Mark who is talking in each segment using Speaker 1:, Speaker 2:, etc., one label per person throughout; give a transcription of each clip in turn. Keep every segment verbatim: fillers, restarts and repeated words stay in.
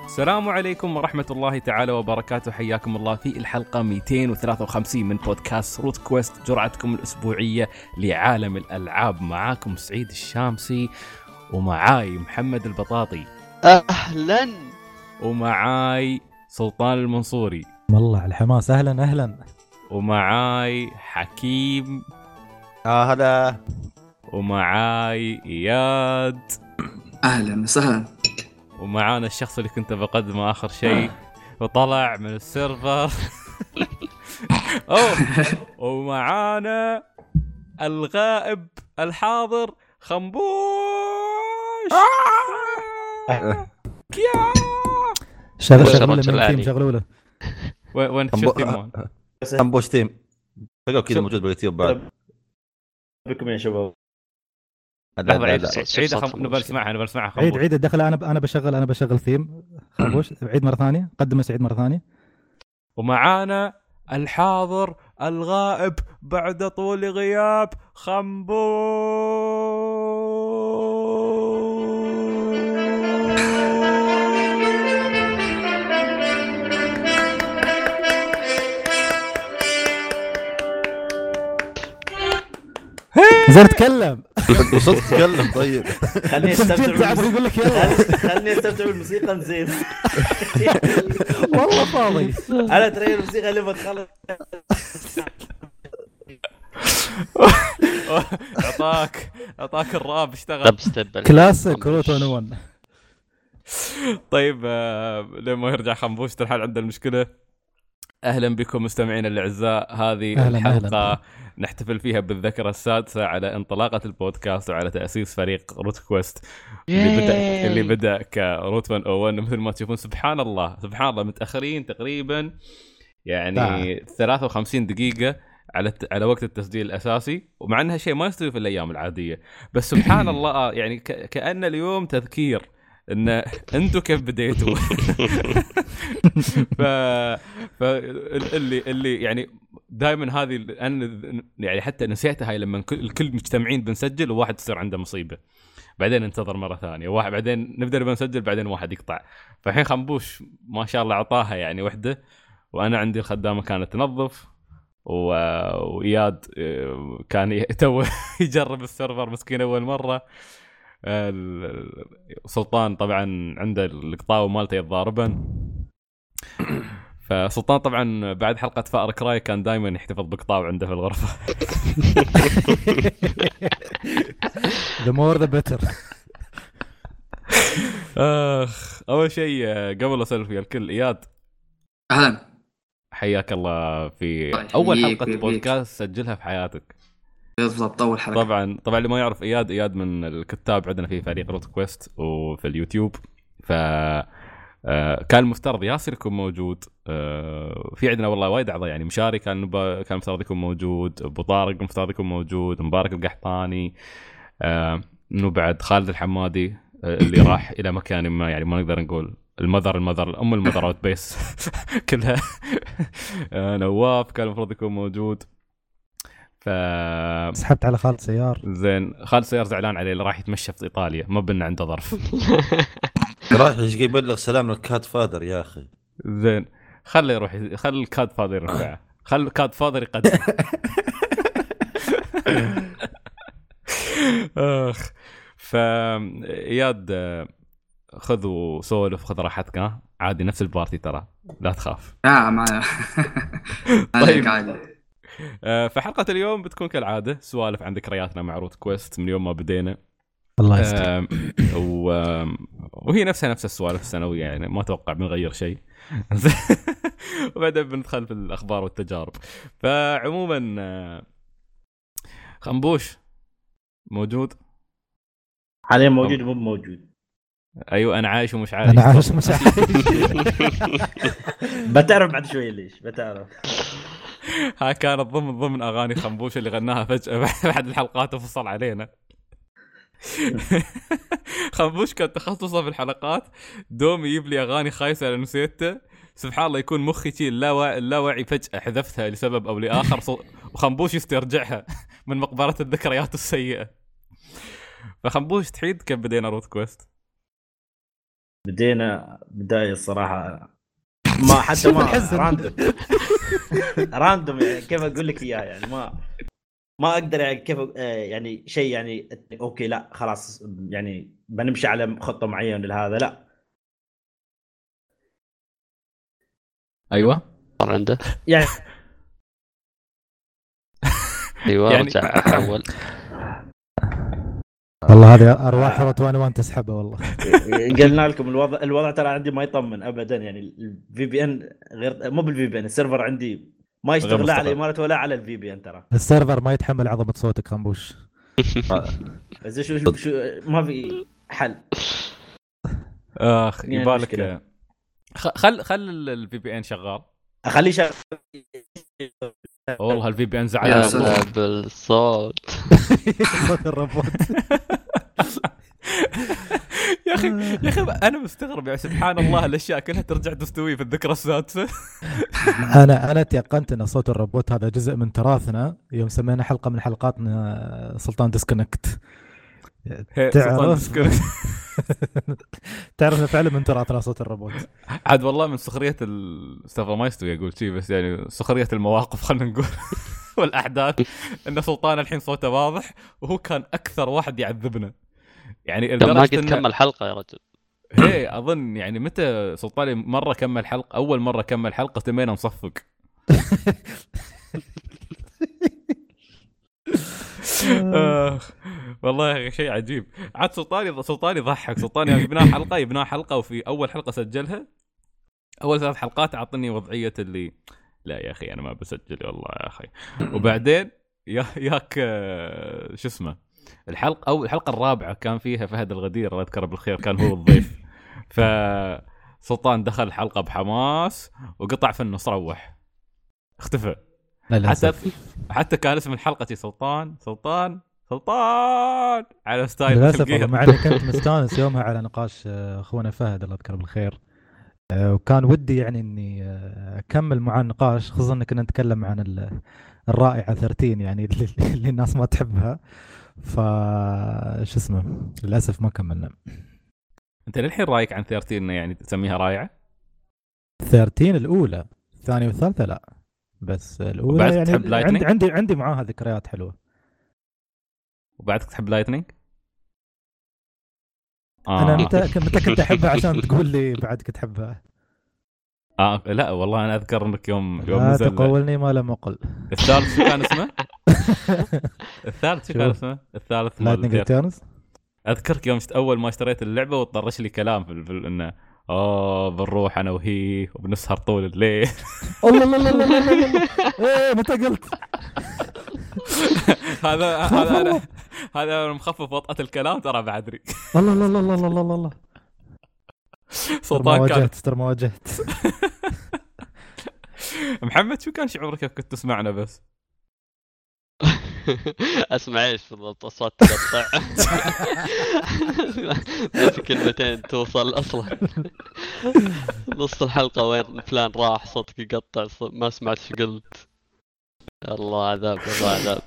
Speaker 1: السلام عليكم ورحمة الله تعالى وبركاته. حياكم الله في الحلقة مئتين وثلاثة وخمسين من بودكاست روت كويست، جرعتكم الأسبوعية لعالم الألعاب. معاكم سعيد الشامسي ومعاي محمد البطاطي.
Speaker 2: أهلا.
Speaker 1: ومعاي سلطان المنصوري.
Speaker 3: والله على الحماس. أهلا أهلا.
Speaker 1: ومعاي حكيم.
Speaker 4: أهلا.
Speaker 1: ومعاي إياد.
Speaker 5: أهلا وسهلا.
Speaker 1: ومعانا الشخص اللي كنت بقدمه آخر شيء وطلع من السيرفر. أوه. ومعانا الغائب الحاضر خنبوش. كيا
Speaker 3: شغل شغلوا له تيم شغلوا له.
Speaker 1: وين شو تيمون؟
Speaker 4: خنبوش تيم تلقوا كذا موجود باليوتيوب بعد.
Speaker 6: بكم يا شباب.
Speaker 1: عيد نبغى نسمعها نبغى نسمعها.
Speaker 3: عيد عيد الدخل. انا انا بشغل انا بشغل ثيم خنبوش. عيد مره ثانيه. قدم سعيد مره ثانيه.
Speaker 1: ومعانا الحاضر الغائب بعد طول غياب خنبوش.
Speaker 3: زين تكلم.
Speaker 4: وصوت تكلم. طيب
Speaker 6: خليني استمتع
Speaker 3: يقول لك يلا
Speaker 6: خليني استمتع بالموسيقى نزين.
Speaker 3: والله فاضي.
Speaker 6: انا ترى الموسيقى اللي بتخلص.
Speaker 1: اعطاك اعطاك الراب اشتغل
Speaker 3: كلاسيك روت ون.
Speaker 1: طيب لما يرجع خنبوش الحال عنده المشكله. اهلا بكم مستمعينا الاعزاء. هذه
Speaker 3: أهلاً
Speaker 1: الحلقه
Speaker 3: أهلاً.
Speaker 1: نحتفل فيها بالذكرى السادسه على انطلاقه البودكاست وعلى تاسيس فريق روت كويست اللي بدا اللي بدا كروت مئة وواحد. مثل ما تشوفون سبحان الله سبحان الله متاخرين تقريبا يعني ثلاثة وخمسين دقيقه على على وقت التسجيل الاساسي، ومع انها شيء ما يستوي في الايام العاديه، بس سبحان الله يعني ك... كأن اليوم تذكير ان انتم كيف بديتوا. ف فاللي اللي يعني دائما هذه انا يعني حتى نسيتها هاي لما الكل مجتمعين بنسجل وواحد تصير عنده مصيبه، بعدين ننتظر مره ثانيه واحد، بعدين نبدا بنسجل بعدين واحد يقطع. فالحين خنبوش ما شاء الله اعطاها يعني وحده، وانا عندي الخدامه كانت تنظف، وإياد كان تو يجرب السيرفر مسكين اول مره. سلطان طبعا عنده القطاوه مالته يتضاربن. فسلطان طبعا بعد حلقه فأر كراي كان دائما يحتفظ بقطاوه عنده في الغرفه.
Speaker 3: the more the better.
Speaker 1: اخ اول شيء قبل اسولف ويا الكل، اياد
Speaker 5: أهلا.
Speaker 1: حياك الله في اول حلقه بودكاست سجلها في حياتك.
Speaker 5: بالضبط اول حلقه.
Speaker 1: طبعا طبعا اللي ما يعرف اياد اياد من الكتاب عندنا في فريق روت كويست وفي اليوتيوب. ف كان المفترض ياسر يكون موجود، في عندنا والله وايد اعضاء يعني مشاري كان كان المفترض يكون موجود، ابو طارق المفترض يكون موجود، مبارك القحطاني، انه بعد خالد الحمادي اللي راح الى مكان ما يعني ما نقدر نقول المذر المذر ام المذرات بيس كلها. نواف كان المفروض يكون موجود. ف
Speaker 3: سحبت على خالد سيار.
Speaker 1: زين خالد سيار زعلان عليه اللي راح يتمشى في ايطاليا، ما بينا عنده ظرف.
Speaker 4: راح يجيب يبلغ سلام للكاد فادر يا اخي.
Speaker 1: زين خليه يروح خل الكاد فادر يرفعه، خل الكاد فادر يقدم. اخ فاياد خذ وسولف خذ راحتك، ها عادي نفس البارتي ترى لا تخاف.
Speaker 5: اه معايا.
Speaker 1: طيب
Speaker 5: عادي.
Speaker 1: فحلقة اليوم بتكون كالعادة سوالف عن ذكرياتنا مع روت كويست من يوم ما بدينا.
Speaker 3: الله يستر.
Speaker 1: و... وهي نفسها نفس السوالف السنوية يعني ما أتوقع بنغير شيء. وبعدين بندخل في الأخبار والتجارب. فعموما خنبوش موجود
Speaker 6: حاليا موجود مو موجود.
Speaker 1: أيوة أنا عايش ومش عايش.
Speaker 3: أنا عايش ومش عايش.
Speaker 6: بتعرف بعد شوي ليش بتعرف.
Speaker 1: ها كانت ضمن ضمن أغاني خنبوش اللي غناها فجأة بعد الحلقات وفصل علينا. خنبوش كان تخصصه في الحلقات دوم يجيب لي أغاني خايسة أنا نسيته. سبحان الله يكون مخي شيء اللاوعي اللاوعي فجأة حذفتها لسبب أو لآخر، وخنبوش يسترجعها من مقبرة الذكريات السيئة. فخنبوش تحيد كيف بدينا روت كويست؟
Speaker 6: بدينا بدايه الصراحه ما حتى ما راندوم راندوم يعني كيف اقول لك اياها يعني ما ما اقدر يعني كيف يعني شيء يعني اوكي لا خلاص يعني بنمشي على خطه معينه لهذا لا.
Speaker 1: ايوه
Speaker 2: صار عنده
Speaker 6: يعني
Speaker 2: ايوه
Speaker 1: يعني-
Speaker 2: رجع اول.
Speaker 3: والله هذه ارواح روتوان وان تسحبه والله.
Speaker 6: قلنا لكم الوضع الوضع ترى عندي ما يطمن ابدا يعني الفي بي ان غير مو بالفي بي ان السيرفر عندي ما
Speaker 1: غير
Speaker 6: يشتغل لا على
Speaker 1: مستقر.
Speaker 6: الامارات ولا على الفي بي ان ترى.
Speaker 3: السيرفر ما يتحمل عظمه صوتك خنبوش.
Speaker 6: بس شو شو, شو ما في حل.
Speaker 1: اخ
Speaker 6: يعني
Speaker 1: يبالك
Speaker 6: مشكلة.
Speaker 1: خ- خل خل الفي بي ان شغال.
Speaker 6: اخليه شغال.
Speaker 1: والله الفي بي ان زعل
Speaker 5: يا
Speaker 1: على
Speaker 5: سلام.
Speaker 1: طول.
Speaker 2: هلا بالصوت.
Speaker 3: صوت الروبوت.
Speaker 1: يا اخي يا اخي انا مستغرب يعني سبحان الله الاشياء كلها ترجع تستوي في الذكرى السادسه.
Speaker 3: انا انا تيقنت ان صوت الروبوت هذا جزء من تراثنا يوم سمينا حلقه من حلقاتنا سلطان ديسكونكت. تعرف تعرف فعلا من تراثنا صوت الروبوت.
Speaker 1: عاد والله من سخريه السالفه ما يستوي اقول شيء بس يعني سخريه المواقف خلينا نقول والاحداث ان سلطان الحين صوته واضح وهو كان اكثر واحد يعذبنا يعني
Speaker 2: طب ما قد
Speaker 1: لدرجه
Speaker 2: كمل حلقه يا رجل.
Speaker 1: هي اظن يعني متى سلطان مره كمل حلقه اول مره كمل حلقه تمينا نصفق. آخ والله يا شيء عجيب. عاد سلطان سلطان يضحك. سلطان يعني يبنى حلقه يبنى حلقه وفي اول حلقه سجلها اول ثلاث حلقات اعطني وضعيه اللي لا يا اخي انا ما بسجل والله يا اخي. وبعدين يا ياك آه، شو اسمه الحلقه او الحلقه الرابعه كان فيها فهد الغدير الله يذكره بالخير كان هو الضيف. فسلطان دخل الحلقه بحماس وقطع في النص روح اختفى. حتى حتى كان اسم الحلقه سلطان سلطان سلطان على ستايل
Speaker 3: للاسف والله مع اني كنت مستانس يومها على نقاش اخونا فهد الله يذكره بالخير وكان ودي يعني اني اكمل معاه النقاش خصوصا انك كنا نتكلم عن الرائعه ثلاثة عشر يعني اللي الناس ما تحبها فش اسمه للاسف ما كملنا.
Speaker 1: انت للحين رايك عن ثلاثة عشر يعني تسميها رائعه؟
Speaker 3: ثلاثة عشر الاولى الثانيه والثالثه لا بس الاولى يعني عندي عندي عندي معاها ذكريات حلوه.
Speaker 1: وبعدك تحب لايتنينج؟
Speaker 3: آه. انا متى متى كنت احبها عشان تقول لي بعدك تحبها؟
Speaker 1: اه لا والله انا اذكر انك يوم يوم
Speaker 3: لا
Speaker 1: نزل
Speaker 3: تقولني ما لم اقل.
Speaker 1: الثالث شو كان اسمه؟ الثالث شو كان اسمه؟ الثالث
Speaker 3: لايتنينج ريتيرنز.
Speaker 1: اذكرك يوم اول ما اشتريت اللعبه وطرش لي كلام في, في انه اه بنروح انا وهي وبنسهر طول الليل.
Speaker 3: الله الله الله الله الله ايه متى قلت؟
Speaker 1: هذا هذا انا هذا انا مخفف وطأة الكلام ترى بعدري.
Speaker 3: الله الله الله الله الله الله
Speaker 1: سلطان كان
Speaker 3: ترى ما واجهت.
Speaker 1: محمد شو كان شعورك كيف كنت تسمعنا بس؟
Speaker 2: اسمع ايش بالضبط الصوت تقطع. ما في كلمتين توصل اصلا. نص الحلقه وين فلان راح صوتك يقطع ما سمعت شو قلت. الله عذاب الله عذاب.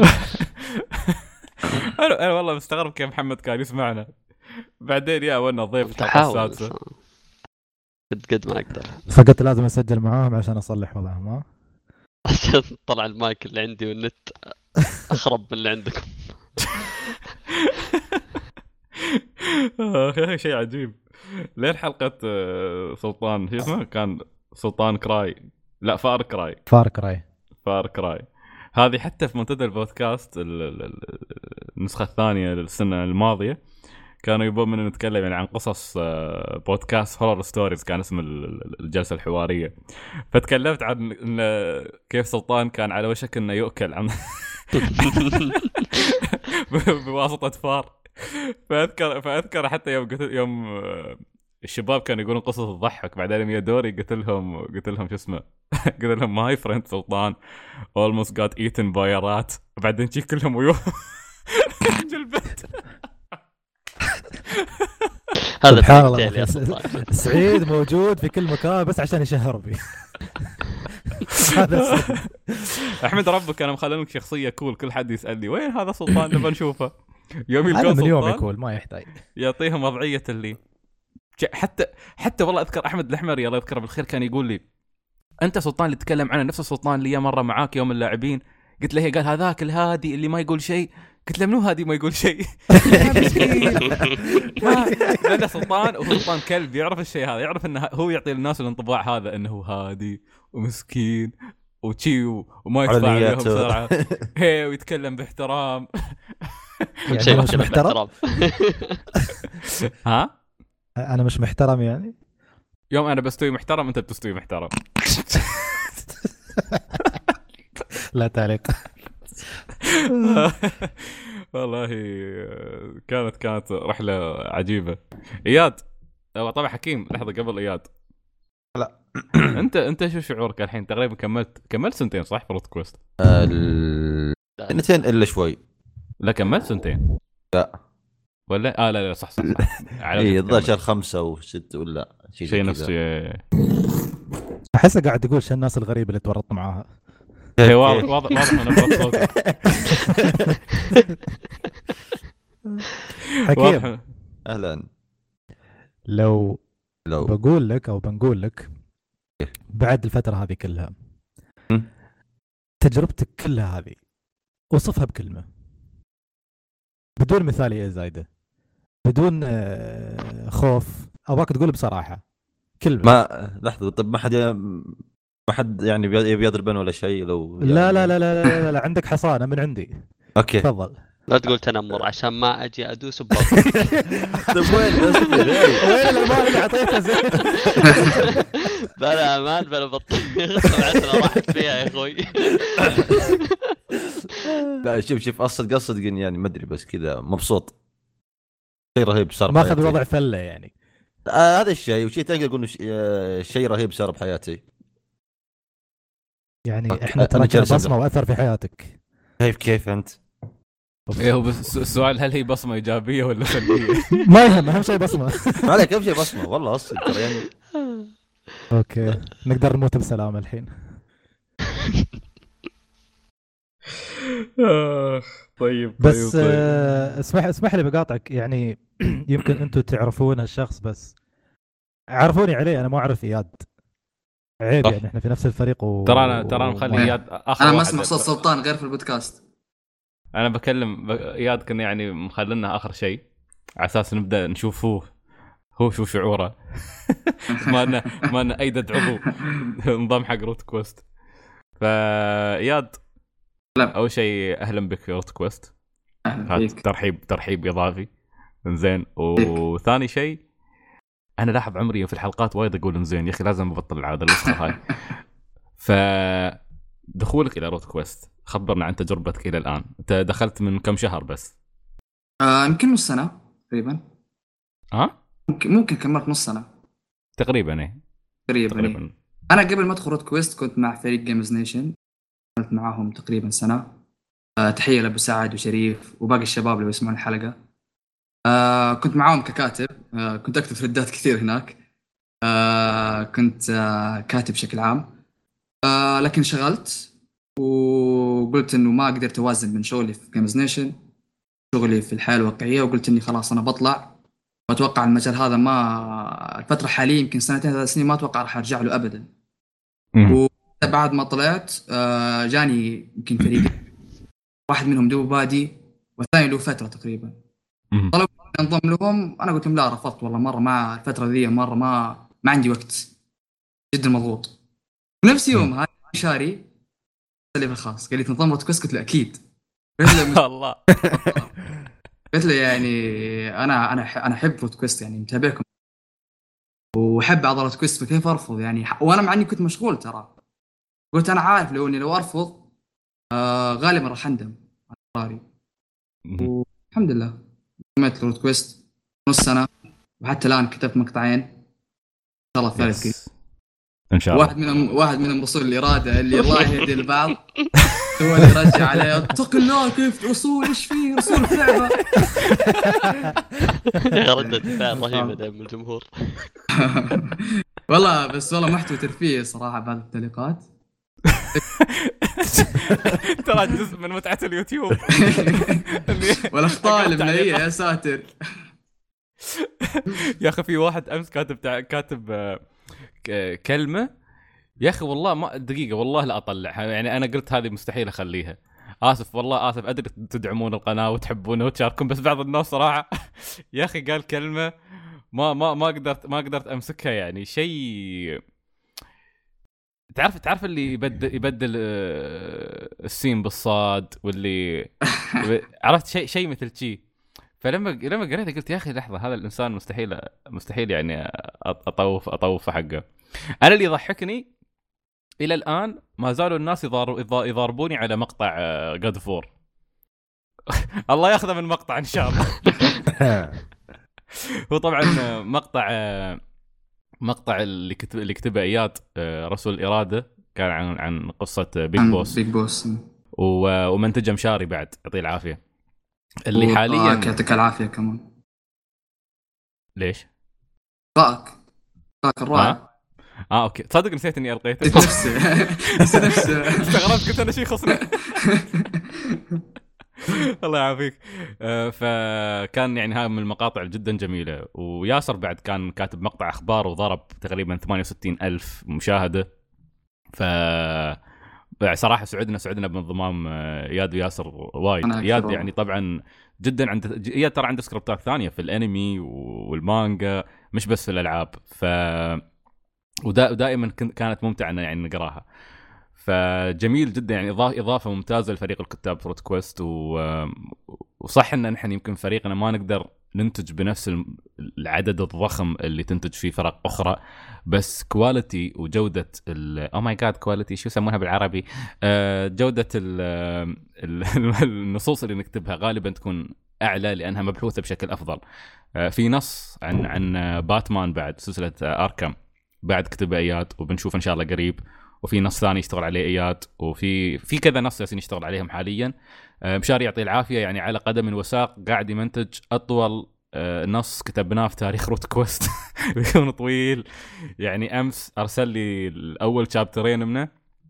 Speaker 1: انا انا والله مستغرب كيف محمد كان يسمعنا بعدين يا وانا ضيف
Speaker 2: الحلقه السادسه قد قد ما اقدر
Speaker 3: فقلت لازم اسجل معاهم عشان اصلح وضعهم ها
Speaker 2: عشان طلع المايك اللي عندي والنت اخرب من اللي عندكم.
Speaker 1: اخي شيء عجيب. لين حلقه سلطان شو اسمه كان سلطان كراي لا فار كراي
Speaker 3: فار كراي
Speaker 1: فار كراي هذه حتى في منتدى البودكاست النسخه الثانيه للسنه الماضيه كانوا يبون مننا نتكلم يعني عن قصص بودكاست هورر ستوريز كان اسم الجلسه الحواريه. فتكلمت عن إن كيف سلطان كان على وشك انه يؤكل عن بواسطه فار. فاذكر فاذكر حتى يوم قلت يوم الشباب كانوا يقولون قصص تضحك بعدين يا دوري قلت لهم قلت لهم شو اسمه قلت لهم ماي فريند سلطان almost got eaten by a rat بعدين شي كلهم ويوه جلبت.
Speaker 3: هذا سبحان الله سعيد موجود في كل مكان بس عشان يشهر بي. هذا
Speaker 1: احمد ربك انا مخلينك شخصيه كول كل حد يسالني وين هذا سلطان نبغى نشوفه. يوم
Speaker 3: يلقون سلطان من يوم يكول ما يحتاج
Speaker 1: يعطيهم وضعيه اللي حتى حتى والله اذكر احمد الاحمري الله يذكره بالخير كان يقول لي انت سلطان اللي تكلم عنه نفس السلطان اللي مره معاك يوم اللاعبين. قلت له هي قال هذاك الهادي اللي ما يقول شيء. قلت له منو هادي ما يقول شيء؟ لأنه سلطان وسلطان كلب يعرف الشيء هذا، يعرف انه هو يعطي الناس الانطباع هذا انه هادي ومسكين وشي وما يدفع لهم بسرعه هي ويتكلم باحترام.
Speaker 2: كل شيء مش محترم.
Speaker 1: ها
Speaker 3: انا مش محترم يعني
Speaker 1: يوم انا بستوي محترم انت بتستوي محترم.
Speaker 3: لا تعليق.
Speaker 1: والله كانت كانت رحله عجيبه. اياد طبعا حكيم لحظه قبل اياد
Speaker 4: لا
Speaker 1: انت انت شو شعورك الحين؟ تقريبا كملت كملت سنتين صح في روت كويست؟
Speaker 4: سنتين الا شوي.
Speaker 1: لا كملت سنتين
Speaker 4: لا
Speaker 1: ولا اه لا لا صح صح, صح.
Speaker 4: اي ضاع خمسة او ستة ولا
Speaker 1: شيء شيء نفسي.
Speaker 3: احسه قاعد تقول شو الناس الغريبه اللي تورطت معاها.
Speaker 1: اي واضح واضح واضح انا بصوت
Speaker 3: حكيم
Speaker 4: اهلا.
Speaker 3: لو
Speaker 4: لو
Speaker 3: بقول لك او بنقول لك بعد الفتره هذه كلها تجربتك كلها هذه وصفها بكلمه بدون مثاليه زايده بدون خوف، ابغاك تقول بصراحه كلمه.
Speaker 4: ما لحظه طب ما حد ما حد يعني يبي يضربن ولا شيء لو يعني...
Speaker 3: لا, لا لا لا لا لا لا عندك حصانه من عندي.
Speaker 4: اوكي
Speaker 3: تفضل.
Speaker 2: لا تقول تنمر عشان ما اجي ادوس ببطل.
Speaker 4: طيب وين
Speaker 3: وين الامان اللي اعطيته زين؟
Speaker 2: بلا امان بلا بطل. طبعا راحت فيها يا اخوي.
Speaker 4: لا شوف شوف اصلا قصد يعني ما ادري بس كذا مبسوط شيء رهيب صار
Speaker 3: ما اخذ وضع فله يعني.
Speaker 4: آه هذا الشيء وشيء تقدر تقول شيء رهيب صار بحياتي
Speaker 3: يعني أوكي. احنا ترى بصمه واثر في حياتك.
Speaker 4: كيف كيف انت؟
Speaker 1: ايه هو بس السؤال هل هي بصمه ايجابيه ولا سلبيه؟
Speaker 3: ما يهم اهم شيء بصمه.
Speaker 4: ما عليك اهم شيء بصمه والله اصلا ترى يعني.
Speaker 3: اوكي نقدر نموت بسلام الحين.
Speaker 1: طيب
Speaker 3: بس
Speaker 1: طيب, طيب.
Speaker 3: آه اسمح اسمح لي بقاطعك يعني. يمكن انتم تعرفون هالشخص بس عرفوني عليه انا ما اعرف اياد. عيب يعني احنا في نفس الفريق و...
Speaker 1: ترى انا ترى مخلي اياد اخر
Speaker 5: انا ما اسمع صوت سلطان غير في البودكاست.
Speaker 1: انا بكلم اياد كنا يعني مخلينا اخر شيء على اساس نبدا نشوفه هو شو شعوره. ما لنا ما لنا اي عضو نظام حق روت كويست. فاياد اول شيء اهلا بك في روت كويست. هذا ترحيب ترحيب اضافي زين. وثاني شيء انا لاحظ عمري في الحلقات وايد اقول انزين يا اخي لازم ابطل العاده الوسخه هاي. فدخولك الى روت كويست خبرنا عن تجربتك الى الان. انت دخلت من كم شهر بس؟
Speaker 5: آه يمكن نص سنه تقريبا.
Speaker 1: ها
Speaker 5: ممكن ممكن كملت نص سنه
Speaker 1: تقريبا. ايه
Speaker 5: تقريبا, تقريبا. إيه. انا قبل ما ادخل روت كويست كنت مع فريق جيمز نيشن كنت معاهم تقريبا سنه. آه تحيه لابو سعد وشريف وباقي الشباب اللي يسمعون الحلقه. آه كنت معاهم ككاتب. آه كنت أكتب ردات كثير هناك. آه كنت آه كاتب بشكل عام. آه لكن شغلت وقلت إنه ما قدرت أوازن بين شغلي في جيمز نيشن شغلي في الحياة الواقعية وقلت إني خلاص أنا بطلع. وأتوقع المجال هذا ما الفترة حاليا يمكن سنتين ثلاث سنين ما أتوقع راح أرجع له أبدا. وبعد ما طلعت آه جاني يمكن فريق واحد منهم دوب بادي والثاني له فترة تقريبا. طلبوا انضم لهم انا قلت لهم لا رفضت والله مره مع الفتره ذي مره ما ما عندي وقت جدا مضغوط. نفس يوم هاي شاري اللي في الخاص قال لي تنضم روت كويست. قلت له اكيد. قلت له
Speaker 1: الله.
Speaker 5: قلت له يعني انا انا انا احب روت كويست يعني متابعكم وحب عضلات كويست فكيف ارفض يعني. وانا مع اني كنت مشغول ترى. قلت انا عارف لو اني لو ارفض آه غالبا راح اندم على قراري. والحمد لله كملت روت كويست نص سنة وحتى الآن كتبت مقطعين إن شاء الله الثالث
Speaker 1: إن شاء الله.
Speaker 5: واحد منهم واحد منهم وصول الإرادة اللي الله يهدي البعض هو اللي رجع عليه اتق الله كيف وصول إيش فيه وصول في لعبة.
Speaker 2: ردة فعل رهيبة دائما الجمهور.
Speaker 5: والله بس والله محتوى ترفيهي صراحة بعد التعليقات.
Speaker 1: ترى جزء من متعة اليوتيوب.
Speaker 5: والأخطاء المالية يا ساتر.
Speaker 1: يا اخي في واحد امس كاتب تع... كاتب آه، ك- كلمه يا اخي والله ما دقيقه والله لا اطلعها، يعني انا قلت هذه مستحيل اخليها. اسف والله اسف، ادري تدعمون القناه وتحبونه وتشاركون، بس بعض الناس صراحه يا اخي قال كلمه ما ما ما قدرت ما قدرت امسكها، يعني شيء تعرف تعرف اللي يبدل يبدل آه، السين بالصاد، واللي عرفت شيء شيء مثل شيء. فلما لما قريتها قلت يا اخي لحظه، هذا الانسان مستحيل مستحيل يعني اطوف اطوف حقه. انا اللي يضحكني الى الان ما زالوا الناس يضار يضاربوني على مقطع جاد فور. الله ياخذه من مقطع ان شاء الله. هو طبعا مقطع مقطع اللي كتب اللي كتبه اياد رسول الاراده، كان عن عن قصه بيج بوس
Speaker 5: بيج بوس
Speaker 1: ومنتجه مشاري بعد يعطيه العافيه، اللي حاليا
Speaker 5: يعطيك العافيه كمان.
Speaker 1: ليش
Speaker 5: راك راك الرائع.
Speaker 1: اه اوكي تصدق نسيت اني القيته.
Speaker 5: نفسه نفسه
Speaker 1: استغربت قلت انا شيء خصني. الله يعافيك. آه فكان يعني هاي من المقاطع جدا جميله. وياسر بعد كان كاتب مقطع اخبار وضرب تقريبا ثمانية وستين ألف مشاهده. ف صراحه سعدنا سعدنا بانضمام اياد وياسر وايد. اياد يعني طبعا جدا عند اياد ترى عنده سكريبتات ثانيه في الانمي والمانجا مش بس في الالعاب. ف ودائما كانت ممتعه يعني نقراها. فجميل جدا يعني اضافه ممتازه لفريق الكتاب فروت كويست. وصح ان نحن يمكن فريقنا ما نقدر ننتج بنفس العدد الضخم اللي تنتج فيه فرق اخرى، بس كواليتي وجوده او ماي جاد كواليتي شو يسمونها بالعربي، آه جوده ال ال النصوص اللي نكتبها غالبا تكون اعلى لانها مبحوثه بشكل افضل. آه في نص عن عن باتمان بعد سلسله اركام بعد كتبه اياد وبنشوف ان شاء الله قريب، وفي نص ثاني يشتغل عليه اياد، وفي في كذا نص ياسين يشتغل عليهم حاليا. مشاري يعطيه العافيه يعني على قدم وساق قاعد يمنتج اطول نص كتبناه في تاريخ روت كويست. بيكون طويل يعني. امس ارسل لي الاول شابترين منه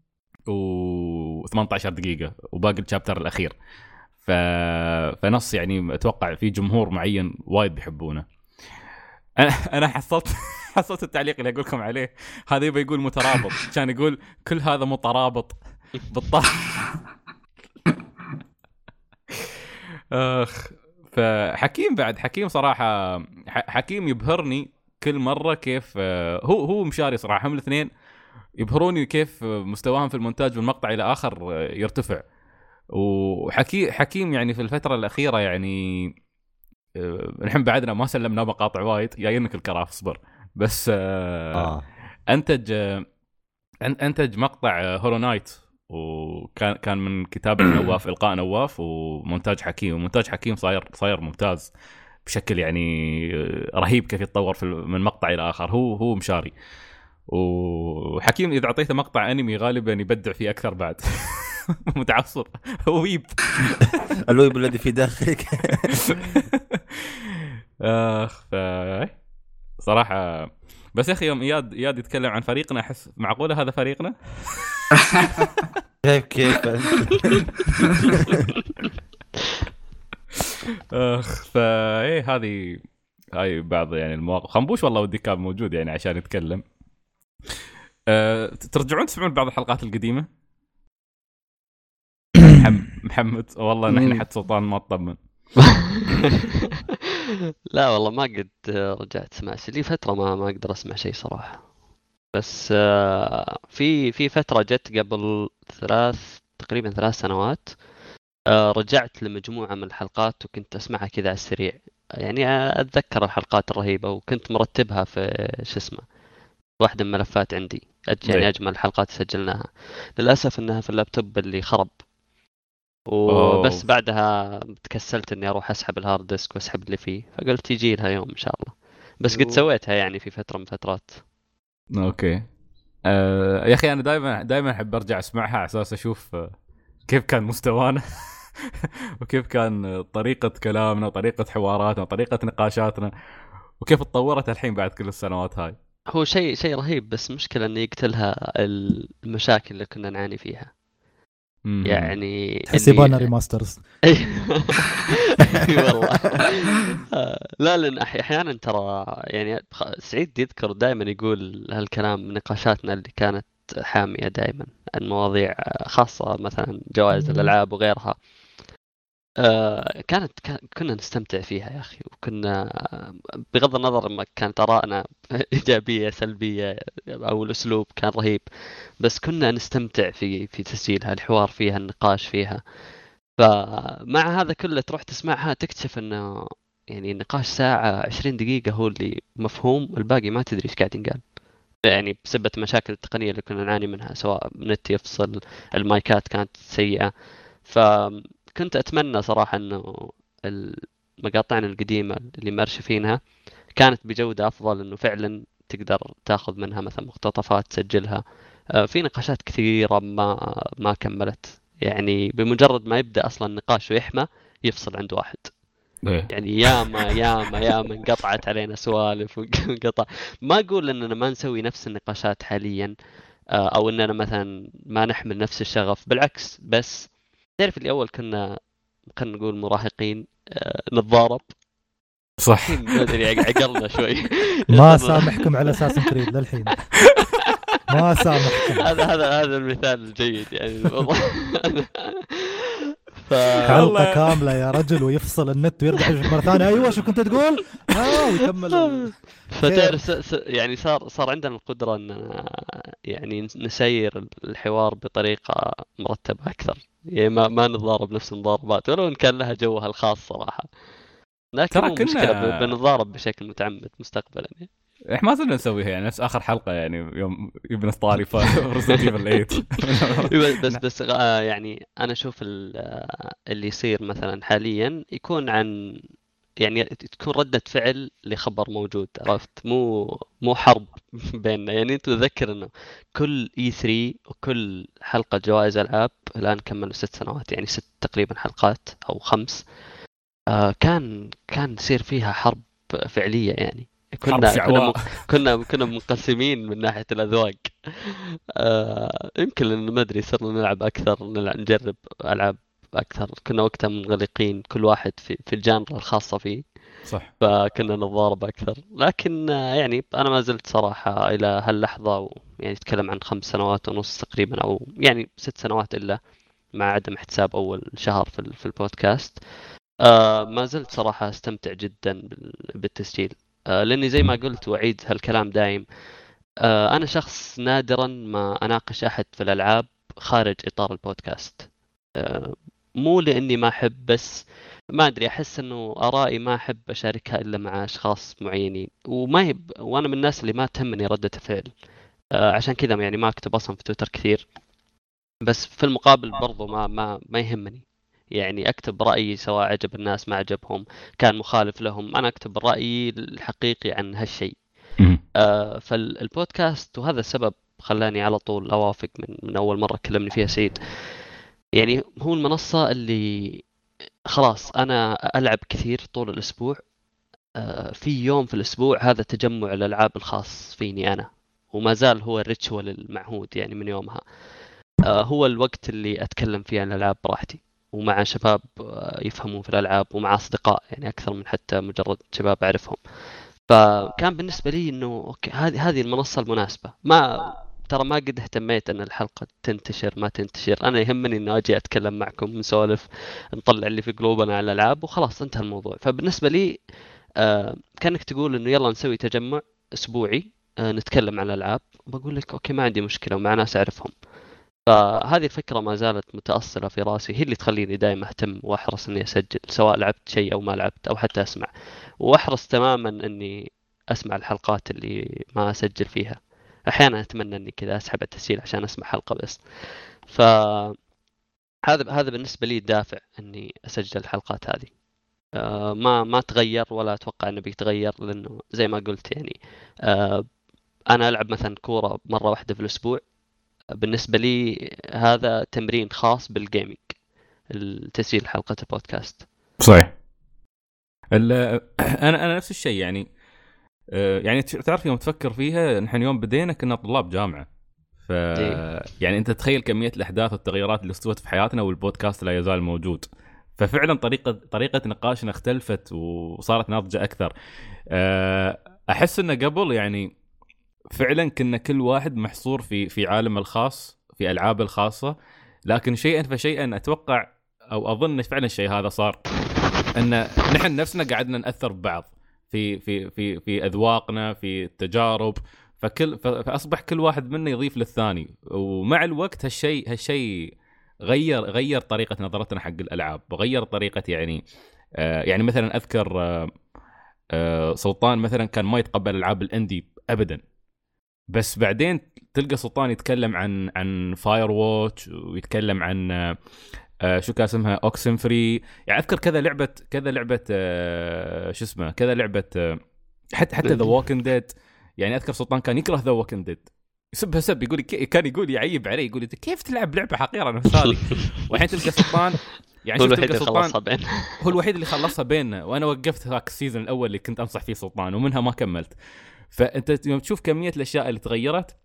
Speaker 1: و18 دقيقه وباقي الشابتر الاخير. ف... فنص يعني اتوقع في جمهور معين وايد بيحبونه. انا انا حصلت حصلت التعليق اللي اقول لكم عليه هذا يبغى يقول مترابط، كان يقول كل هذا مترابط بالطبع. اخ فحكيم بعد حكيم صراحه حكيم يبهرني كل مره كيف هو هو مشاري صراحه هم الاثنين يبهروني كيف مستواهم في المونتاج من مقطع الى اخر يرتفع. وحكي حكيم يعني في الفتره الاخيره يعني نحن بعدنا ما سلمنا مقاطع وايد جايينك الكراف اصبر بس آه. انتج آه انتج مقطع هولو نايت وكان كان من كتابة نواف القاء نواف ومونتاج حكيم. ومونتاج حكيم صاير صاير ممتاز بشكل يعني رهيب كيف يتطور في من مقطع الى اخر. هو هو مشاري. وحكيم اذا اعطيته مقطع انمي غالبا يبدع فيه اكثر بعد. متعصب ويب
Speaker 4: الويب الذي في داخلك.
Speaker 1: اخ صراحه بس يا اخي يوم اياد اياد يتكلم عن فريقنا احس معقوله هذا فريقنا.
Speaker 4: كيف كيف
Speaker 1: اخ فايه هذه هاي بعض يعني المواقف. خنبوش والله ودي كان موجود يعني عشان يتكلم. أه ترجعون تسمعون بعض الحلقات القديمه؟ محمد والله نحن حتى سلطان ما تطمن.
Speaker 2: لا والله ما قد رجعت سمع لي فترة ما ما أقدر أسمع شيء صراحة. بس في في فترة جت قبل ثلاث تقريبا ثلاث سنوات رجعت لمجموعة من الحلقات وكنت أسمعها كذا على السريع يعني أتذكر الحلقات الرهيبة وكنت مرتبها في شو اسمه واحدة من الملفات عندي يعني أجمل الحلقات سجلناها. للأسف إنها في اللابتوب اللي خرب وبس أوه. بعدها تكسلت اني اروح اسحب الهارد ديسك واسحب اللي فيه فقلت يجي لها يوم ان شاء الله. بس قد سويتها يعني في فتره من فترات.
Speaker 1: اوكي أه يا اخي انا دائما دائما احب ارجع اسمعها على اساس اشوف كيف كان مستوانا وكيف كان طريقه كلامنا وطريقه حواراتنا وطريقه نقاشاتنا وكيف تطورت الحين بعد كل السنوات هاي.
Speaker 2: هو شيء شيء رهيب بس مشكله انه يقتلها المشاكل اللي كنا نعاني فيها. يعني
Speaker 3: تحس يبغى ريماسترز.
Speaker 2: اي والله لا، لان احيانا ترى يعني سعيد يذكر دائما يقول هالكلام، نقاشاتنا اللي كانت حاميه دائما المواضيع خاصه مثلا جوائز الالعاب وغيرها، كانت كنا نستمتع فيها يا اخي، وكنا بغض النظر ما كانت ارائنا ايجابيه سلبيه او الاسلوب كان رهيب، بس كنا نستمتع في في تسجيلها، الحوار فيها، النقاش فيها. فمع هذا كله تروح تسمعها تكتشف انه يعني النقاش ساعه عشرين دقيقه هو اللي مفهوم، الباقي ما تدري ايش قاعد ينقال، يعني بسبب مشاكل التقنيه اللي كنا نعاني منها، سواء النت يفصل، المايكات كانت سيئه. فكنت اتمنى صراحه انه المقاطعنا القديمه اللي مرشفينها كانت بجوده افضل، انه فعلا تقدر تاخذ منها مثلا مقتطفات تسجلها. في نقاشات كثيره ما ما كملت، يعني بمجرد ما يبدا اصلا النقاش ويحمى يفصل عند واحد. يعني ياما ياما ياما انقطعت علينا سوالف وانقطع. ما اقول اننا ما نسوي نفس النقاشات حاليا، او اننا مثلا ما نحمل نفس الشغف، بالعكس. بس تعرف اللي اول كنا خلينا نقول مراهقين نتضارب،
Speaker 1: صح،
Speaker 2: ما ادري عقلنا شوي.
Speaker 3: ما سامحكم على اساس كريد للحين، ما سامحكم.
Speaker 2: هذا هذا هذا المثال الجيد يعني والله.
Speaker 3: ف... حلقة كاملة يا رجل ويفصل النت ويرجع يشوف مرة ثانية. أيوة شو كنت تقول؟ آه ويكمل.
Speaker 2: فتعرف س... يعني صار صار عندنا القدرة أن يعني نسير الحوار بطريقة مرتبة أكثر، يعني ما ما نتضارب نفس المضاربات، ولو إن كان لها جوها الخاص صراحة. لكن مو كنا... مشكلة بنتضارب بشكل متعمد مستقبلا يعني.
Speaker 1: احنا ما زلنا نسويها يعني، نفس اخر حلقه يعني يوم ابن الطاري فرزنت ايفل ثمانية.
Speaker 2: بس بس يعني انا اشوف اللي يصير مثلا حاليا يكون عن يعني تكون ردة فعل لخبر موجود، عرفت؟ مو مو حرب بيننا. يعني انت تذكر انه كل اي ثري وكل حلقه جوائز العاب الان كملوا ست سنوات، يعني ست تقريبا حلقات او خمس، آه كان كان يصير فيها حرب فعليه يعني. كنا كنا كنا كنا منقسمين من ناحيه الاذواق. آه يمكن لأنه ما ادري صرنا نلعب اكثر، نلعب نجرب العاب اكثر، كنا وقتها منغلقين كل واحد في في الجانرا الخاصه فيه.
Speaker 1: صح،
Speaker 2: فكنا نتضارب اكثر. لكن آه يعني انا ما زلت صراحه الى هاللحظه، يعني اتكلم عن خمس سنوات ونص تقريبا، او يعني ست سنوات الا مع عدم احتساب اول شهر في في البودكاست. آه ما زلت صراحه استمتع جدا بالتسجيل، آه لاني زي ما قلت واعيد هالكلام دايم، آه انا شخص نادرا ما اناقش احد في الالعاب خارج اطار البودكاست. آه مو لاني ما احب، بس ما ادري احس انه ارائي ما احب اشاركها الا مع اشخاص معينين، وما يب... وانا من الناس اللي ما تهمني ردة الفعل. آه عشان كذا يعني ما اكتب اصلا في تويتر كثير، بس في المقابل برضو ما ما ما يهمني، يعني اكتب رايي سواء عجب الناس ما عجبهم، كان مخالف لهم، انا اكتب رايي الحقيقي عن هالشيء. آه فالبودكاست، وهذا السبب خلاني على طول اوافق من من اول مره كلمني فيها سعيد، يعني هو المنصه اللي خلاص انا العب كثير طول الاسبوع. آه في يوم في الاسبوع هذا تجمع الالعاب الخاص فيني انا، وما زال هو الريتشوال المعهود يعني من يومها. آه هو الوقت اللي اتكلم فيه عن الالعاب براحتي، ومع شباب يفهمون في الالعاب، ومع اصدقاء يعني اكثر من حتى مجرد شباب اعرفهم. فكان بالنسبه لي انه اوكي هذه هذه المنصه المناسبه. ما ترى ما قد اهتميت ان الحلقه تنتشر ما تنتشر، انا يهمني انه اجي اتكلم معكم نسولف نطلع اللي في قلوبنا على الالعاب وخلاص انتهى الموضوع. فبالنسبه لي آه كانك تقول انه يلا نسوي تجمع اسبوعي آه نتكلم عن الالعاب، بقول لك اوكي ما عندي مشكله، ومع ناس اعرفهم. فهذه الفكرة ما زالت متأصلة في راسي، هي اللي تخليني دائما أهتم وأحرص إني أسجل سواء لعبت شيء أو ما لعبت أو حتى أسمع، وأحرص تماما إني أسمع الحلقات اللي ما أسجل فيها. أحيانا أتمنى إني كذا أسحب التسجيل عشان أسمع حلقة بس. فهذا هذا بالنسبة لي دافع إني أسجل الحلقات هذه. آه ما ما تغير ولا أتوقع إنه بيتغير، لأنه زي ما قلت يعني آه أنا ألعب مثلا كورة مرة واحدة في الأسبوع، بالنسبة لي هذا تمرين خاص بالجيمينج، التسجيل حلقة البودكاست.
Speaker 1: صحيح. انا انا نفس الشيء يعني. يعني تعرف يوم تفكر فيها، نحن يوم بدينا كنا طلاب جامعة، ف يعني انت تخيل كميه الاحداث والتغيرات اللي استوت في حياتنا والبودكاست لا يزال موجود. ففعلا طريقه طريقه نقاشنا اختلفت وصارت ناضجه اكثر. احس انه قبل يعني فعلا كنا كل واحد محصور في في عالم الخاص في العابه الخاصه، لكن شيئا فشيئا اتوقع او اظن فعلا الشيء هذا صار ان نحن نفسنا قعدنا ناثر ببعض في في في في اذواقنا في التجارب، فكل فاصبح كل واحد منا يضيف للثاني، ومع الوقت هالشيء هالشيء غير غير طريقه نظرتنا حق الالعاب، وغير طريقه يعني آه يعني مثلا اذكر آه آه سلطان مثلا كان ما يتقبل العاب الاندي ابدا، بس بعدين تلقى سلطان يتكلم عن عن فاير ووتش ويتكلم عن آه آه شو كان اسمها اوكسن فري، يعني اذكر كذا لعبه كذا لعبه آه شو اسمه كذا لعبه آه حتى حتى ذا ووكينج ديد. يعني اذكر سلطان كان يكره ذا ووكينج ديد، يسبها سب، يقول كان يقول يعيب عليه، يقول انت كيف تلعب لعبه حقيره نفس هذه. والحين تلقى سلطان يعني
Speaker 2: هو
Speaker 1: شوف
Speaker 2: الوحيد
Speaker 1: تلقى
Speaker 2: اللي
Speaker 1: سلطان
Speaker 2: خلصها بيننا.
Speaker 1: هو الوحيد اللي خلصها بيننا، وانا وقفت ذاك السيزون الاول اللي كنت انصح فيه سلطان ومنها ما كملت. فانت يوم تشوف كميه الاشياء اللي تغيرت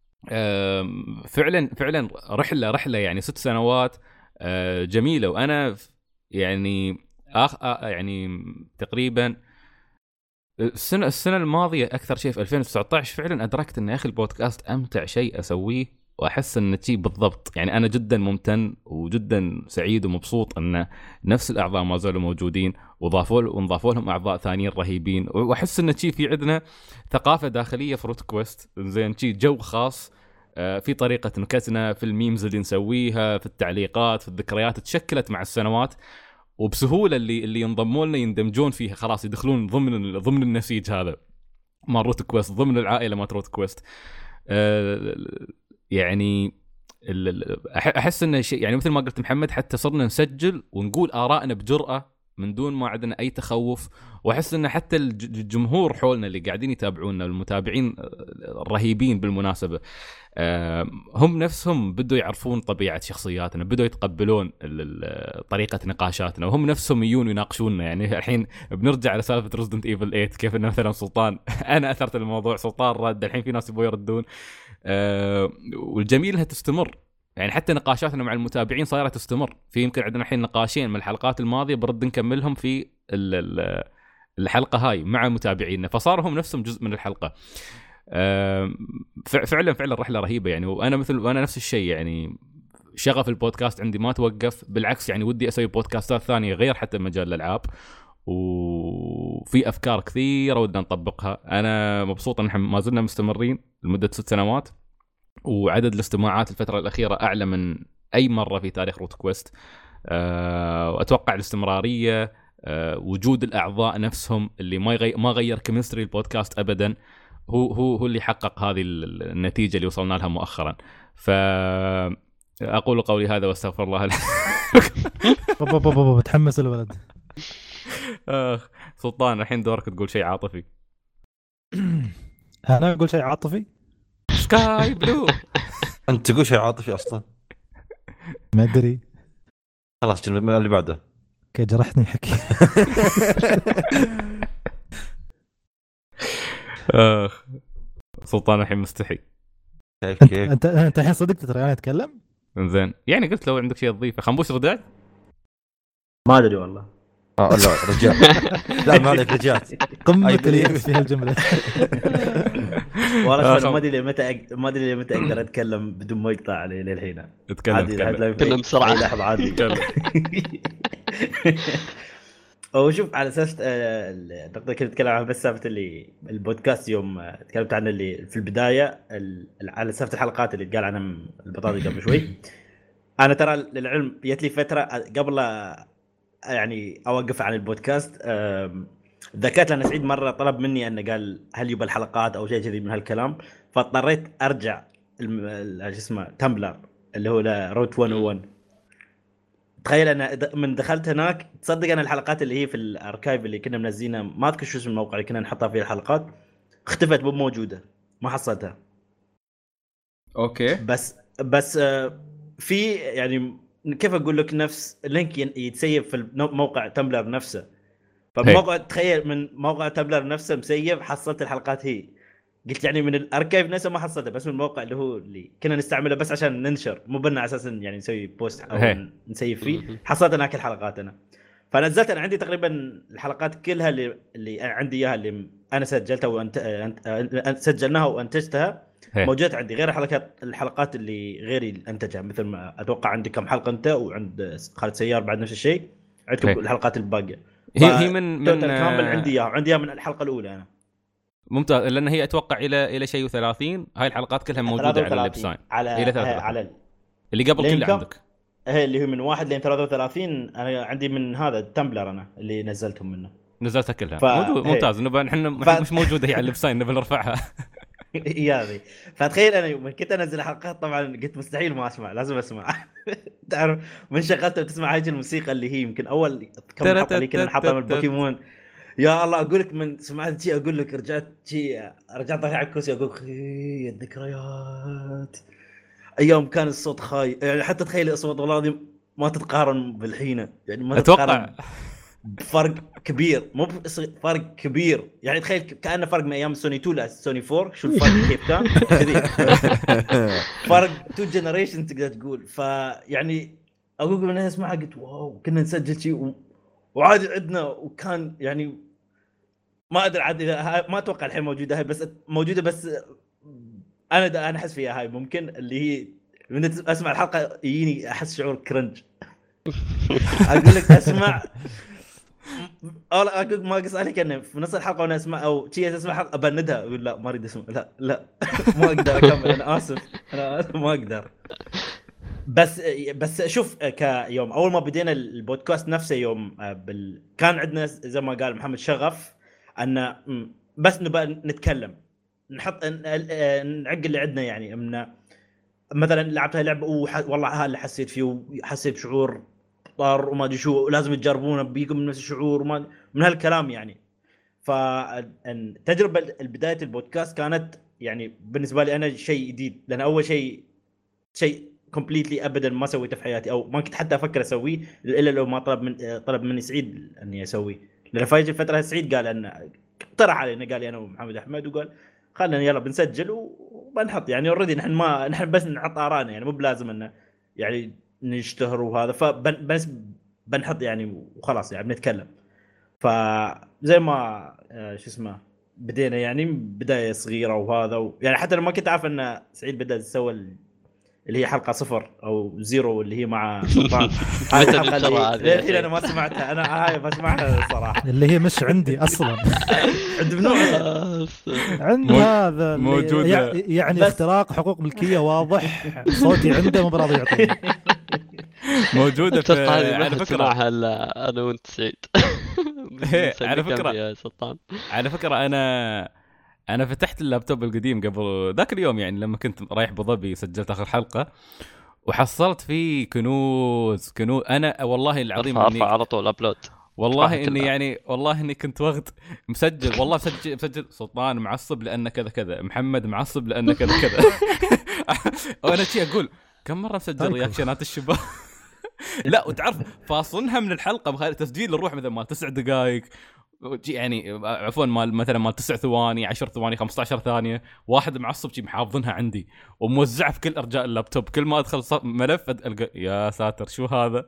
Speaker 1: فعلا فعلا رحله رحله يعني ست سنوات جميله. وانا يعني أخ يعني تقريبا السنه السنه الماضيه اكثر شيء في ألفين وتسعة عشر فعلا ادركت ان يا اخي البودكاست امتع شيء اسويه، واحس ان شيء بالضبط. يعني انا جدا ممتن وجدا سعيد ومبسوط ان نفس الاعضاء ما زالوا موجودين، وضافوا ونضافوا لهم اعضاء ثانيين رهيبين، واحس ان شيء في عندنا ثقافه داخليه في روت كويست، زين شيء جو خاص في طريقه نكتنا في الميمز اللي نسويها في التعليقات في الذكريات تشكلت مع السنوات، وبسهوله اللي اللي ينضمون لنا يندمجون فيها، خلاص يدخلون ضمن ضمن النسيج هذا مال روت كويست، ضمن العائله مال روت كويست. أه يعني احس انه شيء يعني مثل ما قلت محمد، حتى صرنا نسجل ونقول آرائنا بجرأة من دون ما عندنا اي تخوف. واحس ان حتى الجمهور حولنا اللي قاعدين يتابعونا والمتابعين الرهيبين بالمناسبه هم نفسهم بدوا يعرفون طبيعه شخصياتنا، بدوا يتقبلون طريقه نقاشاتنا، وهم نفسهم يجون يناقشوننا. يعني الحين بنرجع على سالفه ريزيدنت ايفل ثمانية، كيف ان مثلا سلطان انا اثرت الموضوع، سلطان رد، الحين في ناس يبغوا يردون. والجميل انها تستمر، يعني حتى نقاشاتنا مع المتابعين صايره تستمر. في يمكن عندنا الحين نقاشين من الحلقات الماضيه برد نكملهم في الحلقه هاي مع متابعينا، فصاروا هم نفسهم جزء من الحلقه. فعلا فعلا رحله رهيبه يعني. وانا مثل وانا نفس الشيء يعني، شغف البودكاست عندي ما توقف، بالعكس يعني ودي اسوي بودكاستات ثانيه غير حتى مجال الالعاب، وفي افكار كثيره ودنا نطبقها. انا مبسوط ان احنا ما زلنا مستمرين لمده ست سنوات، وعدد الاستماعات الفتره الاخيره اعلى من اي مره في تاريخ روت كويست. أه واتوقع الاستمراريه، أه وجود الاعضاء نفسهم اللي ما يغير ما غير كيمستري البودكاست ابدا، هو هو هو اللي حقق هذه النتيجه اللي وصلنا لها مؤخرا. ف اقول قولي هذا واستغفر الله.
Speaker 3: بابا بابا بتحمس الولد.
Speaker 1: اخ سلطان الحين دورك تقول شيء عاطفي.
Speaker 3: انا اقول شيء عاطفي؟
Speaker 1: سكاي بلو.
Speaker 4: انت تقول شيء عاطفي اصلا؟
Speaker 3: ما ادري.
Speaker 4: خلاص اللي بعده.
Speaker 3: كي جرحني حكي.
Speaker 1: اخ سلطان الحين مستحي.
Speaker 3: كيف كيف انت انت الحين صدقت ترى انا اتكلم؟
Speaker 1: زين يعني قلت لو عندك شيء تضيفه. خنبوش ردات؟
Speaker 6: ما ادري والله.
Speaker 4: اه لا رجال. لا ما عليك رجعت
Speaker 3: قمه اليأس في هالجمله.
Speaker 6: والله ما ادري متى أق... ما ادري متى اقدر اتكلم بدون ما يقطع علي للحين.
Speaker 1: اتكلم
Speaker 2: تكلم بسرعه.
Speaker 6: لحظه عادي. او شوف على اساس النقطه كنت اتكلم عنها بس سالفه اللي البودكاست يوم تكلمت عن اللي في البدايه على سالفه الحلقات اللي قال عنها البطاطي قبل شوي. انا ترى للعلم جت لي فتره قبل يعني اوقف عن البودكاست ذكرت لأن سعيد مره طلب مني انه قال هل يبى الحلقات او شيء كذي من هالكلام، فاضطريت ارجع شو اسمه تمبلر اللي هو روت مية وواحد. تخيل انا من دخلت هناك تصدق انا الحلقات اللي هي في الاركايف اللي كنا منزلينها ما اذكر شو اسم الموقع اللي كنا نحطها فيه الحلقات اختفت مو موجوده ما حصلتها.
Speaker 1: اوكي
Speaker 6: بس بس في يعني كيف اقول لك نفس اللينك يتسيب في الموقع تمبلر نفسه. فموقع تخيل من موقع تمبلر نفسه مسيب حصلت الحلقات هي قلت يعني من الاركايف نفسه ما حصلته، بس من الموقع اللي هو اللي كنا نستعمله بس عشان ننشر، مو بنا اساسا يعني نسوي بوست او
Speaker 1: هي.
Speaker 6: نسيب فيه. حصلت انا كل حلقات انا، فنزلت انا عندي تقريبا الحلقات كلها اللي اللي عندي اياها اللي انا سجلتها وانت أنت... سجلناها وانتجتها
Speaker 1: هي.
Speaker 6: موجوده عندي، غير الحلقات الحلقات اللي غيري انتجها، مثل ما اتوقع عندي كم حلقه انت، وعند خالد سيار بعد نفس الشيء، عندكم
Speaker 1: هي.
Speaker 6: الحلقات الباقيه.
Speaker 1: هي هي من من
Speaker 6: كامل عندي اياها، عندي اياها من الحلقه الاولى انا.
Speaker 1: ممتاز، لان هي اتوقع الى الى شيء وثلاثين، هاي الحلقات كلها موجوده على الويب سايت
Speaker 6: على
Speaker 1: الى ثلاثة
Speaker 6: على
Speaker 1: اللي قبل كله عندك.
Speaker 6: هي اللي هو من واحد لين ثلاثة وثلاثين انا عندي من هذا التمبلر انا اللي نزلتهم منه،
Speaker 1: نزلتها كلها.
Speaker 6: ف...
Speaker 1: ممتاز، نبغى نحن ف... مش موجوده هي على الويب سايت، نبغى نرفعها.
Speaker 6: يا ذي فتخيل انا يوم كنت انزل حلقات طبعا قلت مستحيل ما اسمع، لازم اسمع. تعرف من شغلت وتسمع هاي الموسيقى اللي هي يمكن اول كم حلقه اللي كنا نحطها من البوكيمون. يا الله اقول لك من سمعت شيء اقول لك رجعت شيء رجعت طالع على الكرسي اقول اخي الذكريات، ايام كان الصوت خاي يعني، حتى تخيل الاصوات والله ما تتقارن بالحين يعني، ما تتقارن، فرق كبير، مو فرق كبير يعني، تخيل كأنه فرق من ايام سوني تو لسوني فور، شو الفرق كيف كان كذي. فرق تو جنريشن تقدر تقول. فيعني اقول من اسمعها قلت واو كنا نسجل شيء وعادي عندنا، وكان يعني ما ادري عاد اذا ما اتوقع الحين موجوده هاي، بس موجوده بس انا انا احس فيها هاي ممكن اللي هي من اسمع الحلقه يجيني احس شعور كرنج. اقول لك اسمع اقول ما قص عليك انه في نص الحلقه وانا اسمع او شيء اسمع حلقه ابندها اقول لا ما اريد اسمع، لا لا ما اقدر اكمل، انا اسف انا ما اقدر. بس بس شوف كيوم اول ما بدينا البودكاست نفسه يوم بال... كان عندنا زي ما قال محمد شغف ان بس نبقى نتكلم نحط نعقل اللي عندنا يعني، ان مثلا لعبت هاي اللعبه والله هذا اللي حسيت فيه وحسيت شعور طار وما ادري شو لازم تجربونه بيكم من نفس الشعور وما من هالكلام يعني. فالتجربه بدايه البودكاست كانت يعني بالنسبه لي انا شيء جديد، لان اول شيء شيء كومبليتلي ابدا ما سويته في حياتي او ما كنت حتى افكر اسويه الا لو ما طلب من طلب مني سعيد اني اسويه. لان في الفتره سعيد قال ان اقترح علينا، قال لي انا ومحمد احمد وقال خلينا يلا بنسجل وبنحط يعني اوريدي نحن ما نحن بس نحط آراءنا يعني، مو بلازم انه يعني نشتهر وهذا، فبس بنحط يعني وخلاص يعني بنتكلم. فزي ما شو اسمه بدينا يعني بدايه صغيره وهذا و... يعني حتى لما كنت عارف ان سعيد بدا يسوي اللي هي حلقه صفر او زيرو اللي هي مع سلطان. هاي الحلقه اللي الحين انا ما سمعتها، انا هاي بسمعها صراحه
Speaker 3: اللي هي مش عندي اصلا.
Speaker 6: عند منو
Speaker 3: عند هذا
Speaker 1: موجود
Speaker 3: يعني اختراق حقوق ملكيه واضح، صوتي عنده مو براضي يعطيني.
Speaker 1: موجوده في على فكره
Speaker 2: انا وانت سعيد.
Speaker 1: على فكره يا سلطان على فكره انا انا فتحت اللابتوب القديم قبل ذاك اليوم يعني لما كنت رايح ابو ظبي سجلت اخر حلقه وحصلت فيه كنوز كنوز. انا والله العظيم
Speaker 2: اني ارفع على طول ابلود
Speaker 1: والله اني يعني والله اني كنت وقت مسجل والله مسجل مسجل سلطان معصب لان كذا كذا، محمد معصب لان كذا كذا. وانا شي اقول كم مره مسجل رياكشنات الشباب. لا وتعرف فاصلنها من الحلقه بخير تسجيل نروح مثلا مال تسع دقائق يعني عفوا مال مثلا مال تسع ثواني عشر ثواني خمسة عشر ثانيه، واحد معصب شي محافظنها عندي وموزعها في كل ارجاء اللابتوب. كل ما ادخل ملف القى يا ساتر شو هذا.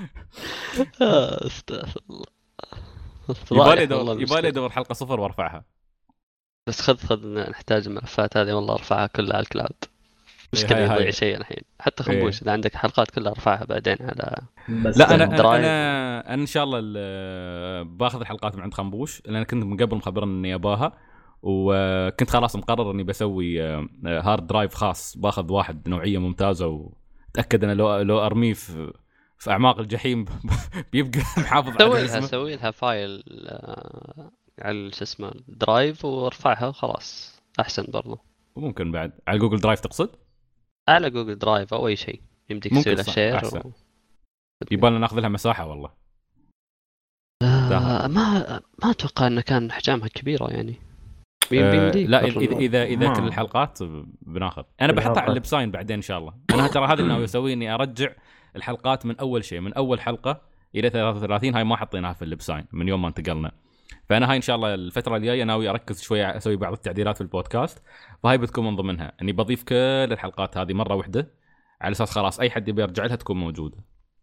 Speaker 2: استغفر الله.
Speaker 1: يبالي ادور يبالي ادور حلقه صفر وارفعها.
Speaker 2: بس خذ خذ نحتاج الملفات هذه والله ارفعها كلها على الكلاود. مشكلة يضيع شيء الحين حتى خنبوش إيه. إذا عندك حلقات كلها ارفعها بعدين على
Speaker 1: لا أنا, أنا أنا إن شاء الله باخذ الحلقات من عند خنبوش لأن كنت من قبل مخبرني إني أباها، وكنت خلاص مقرر إني بسوي هارد درايف خاص باخذ واحد نوعية ممتازة وتأكد أنا لو لو أرميه في في أعماق الجحيم بيبقى محافظ على
Speaker 2: اسمه. سوي لها فايل على شو اسمه درايف وارفعها وخلاص أحسن برضه.
Speaker 1: وممكن بعد على جوجل درايف تقصد؟
Speaker 2: على جوجل درايف أو أي شيء يمديك تسوي له شير و...
Speaker 1: يبغى ناخذ لها مساحة والله.
Speaker 2: آه ما ما أتوقع أن كان حجمها كبيرة يعني.
Speaker 1: آه لا إذا إذا إذا كل الحلقات بناخذ. أنا بحطها على البساين بعدين إن شاء الله. أنا ترى هذا اللي ناوي أسويه إني أرجع الحلقات من أول شيء من أول حلقة إلى ثلاثة وثلاثين. هاي ما حطيناها في البساين من يوم ما انتقلنا. فانا هاي ان شاء الله الفتره الجايه ناوي اركز شويه اسوي بعض التعديلات في البودكاست، فهاي بتكون من ضمنها اني بضيف كل الحلقات هذه مره واحده على اساس خلاص اي حد يبي يرجع لها تكون موجوده.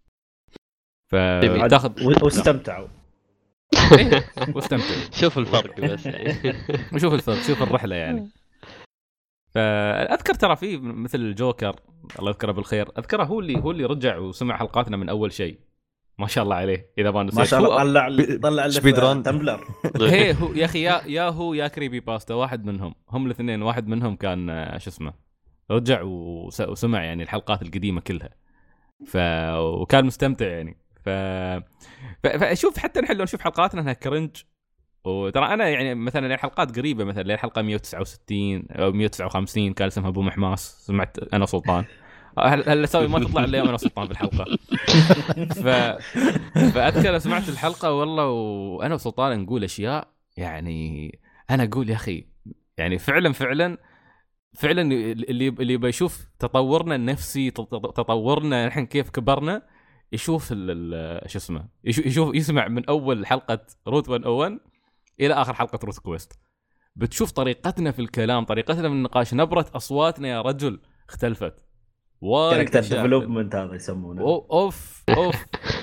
Speaker 1: فتاخذ
Speaker 6: واستمتعوا
Speaker 1: واستمتعوا
Speaker 2: شوف الفرق بس يعني
Speaker 1: وشوف الفرق، شوف الرحله يعني. فاذكر ترى في مثل الجوكر الله يذكره بالخير، اذكره هو اللي هو اللي رجع وسمع حلقاتنا من اول شيء، ما شاء الله عليه. اذا ما
Speaker 6: ما شاء الله طلع طلع
Speaker 4: سبيد ران
Speaker 6: تمبلر
Speaker 1: هي هو يا اخي، يا يا هو يا كريبي باستا، واحد منهم هم الاثنين، واحد منهم كان شو اسمه رجع وسمع يعني الحلقات القديمه كلها، ف وكان مستمتع يعني. ف فشوف حتى نحن لو نشوف حلقاتنا انها كرنج، وترى انا يعني مثلا الحلقات قريبه، مثلا الحلقه مية وتسعة وستين او مية وتسعة وخمسين كان اسمها ابو محماس، سمعت انا سلطان هل اسوي ما تطلع اليوم انا سلطان في الحلقه. ف... فاذكر سمعت الحلقه والله وانا وسلطان نقول اشياء يعني انا اقول يا اخي يعني فعلا فعلا فعلا اللي اللي بيشوف تطورنا النفسي، تطورنا نحن كيف كبرنا، يشوف شو اسمه يشوف يسمع من اول حلقه روت مية وواحد الى اخر حلقه روت كويست، بتشوف طريقتنا في الكلام، طريقتنا في النقاش، نبره اصواتنا يا رجل اختلفت وايد.
Speaker 6: كاركتر ديفلوبمنت هذا يسمونه.
Speaker 1: اوف اوف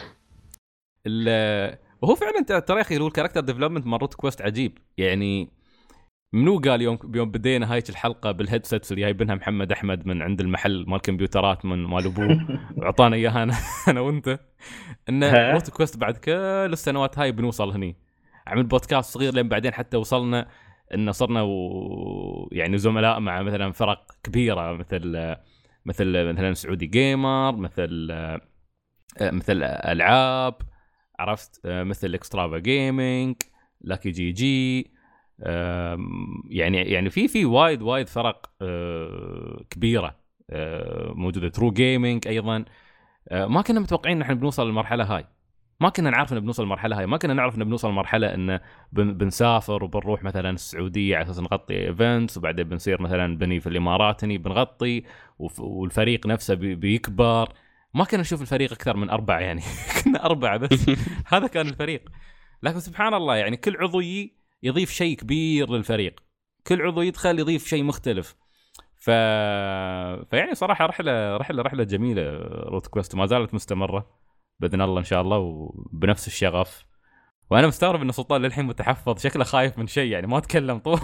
Speaker 1: وهو فعلا ترى يا اخي هو الكاركتر ديفلوبمنت مال روت كويست عجيب يعني. منو قال يوم يوم بدينا هاي الحلقه بالهيدسيتس اللي جايبينها محمد احمد من عند المحل مال كمبيوترات من مال ابوه وعطانا اياها انا, أنا وانت، ان روت كويست بعد كل السنوات هاي بنوصل هني عمل بودكاست صغير، لين بعدين حتى وصلنا ان صرنا و... يعني زملاء مع مثلا فرق كبيره مثل مثل مثلا سعودي جيمر، مثل مثل العاب عرفت، مثل اكسترافا جيمنج، لاكي جي جي، يعني يعني في في وايد وايد فرق كبيره موجوده، ترو جيمنج ايضا. ما كنا متوقعين ان احنا بنوصل للمرحله هاي، ما كنا نعرف ان بنوصل للمرحله هاي، ما كنا نعرف ان بنوصل لمرحله ان بنسافر وبنروح مثلا السعوديه على اساس نغطي ايفنتس، وبعدين بنصير مثلا بني في الامارات هني بنغطي، والفريق نفسه بيكبر. ما كنا نشوف الفريق اكثر من اربعه يعني كنا اربعه بس هذا كان الفريق. لكن سبحان الله يعني كل عضو يضيف شيء كبير للفريق، كل عضو يدخل يضيف شيء مختلف. ف... فيعني صراحه رحله رحله رحله جميله روت كويست، ما زالت مستمره باذن الله ان شاء الله وبنفس الشغف. وانا مستغرب ان سلطان للحين متحفظ، شكله خايف من شيء يعني ما تكلم طول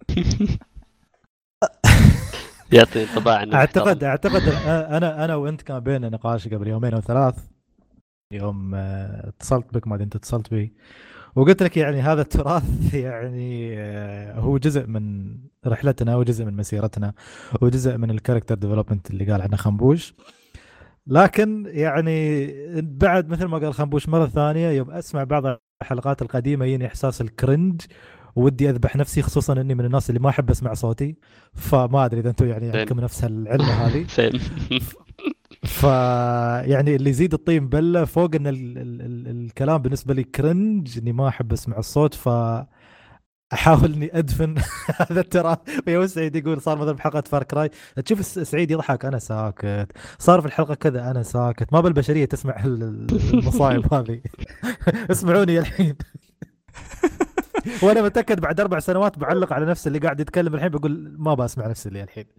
Speaker 2: يعطي انطباع.
Speaker 3: اعتقد اعتقد انا انا وانت كان بيننا نقاش قبل يومين او ثلاث، يوم اتصلت بك، ما ادري انت اتصلت بي، وقلت لك يعني هذا التراث يعني هو جزء من رحلتنا وجزء من مسيرتنا وجزء من الكاركتر ديفلوبمنت اللي قال عنه خنبوش. لكن يعني بعد مثل ما قال خنبوش مرة ثانية، يوم أسمع بعض الحلقات القديمة يجيني إحساس الكرنج ودي أذبح نفسي، خصوصا أني من الناس اللي ما أحب أسمع صوتي، فما أدري إذا أنتم يعني عندكم نفس العلة هذه. ف يعني اللي يزيد الطين بله فوق ان ال ال ال الكلام بالنسبه لي كرنج، اني ما احب اسمع الصوت، ف احاول اني ادفن هذا التراث. ويا سعيد يقول صار مثلا بحلقه فار كراي تشوف سعيد يضحك انا ساكت، صار في الحلقه كذا انا ساكت، ما بالبشريه تسمع المصايب هذه اسمعوني الحين وانا متاكد بعد اربع سنوات بعلق على نفس اللي قاعد يتكلم الحين بقول ما بسمع نفس اللي الحين.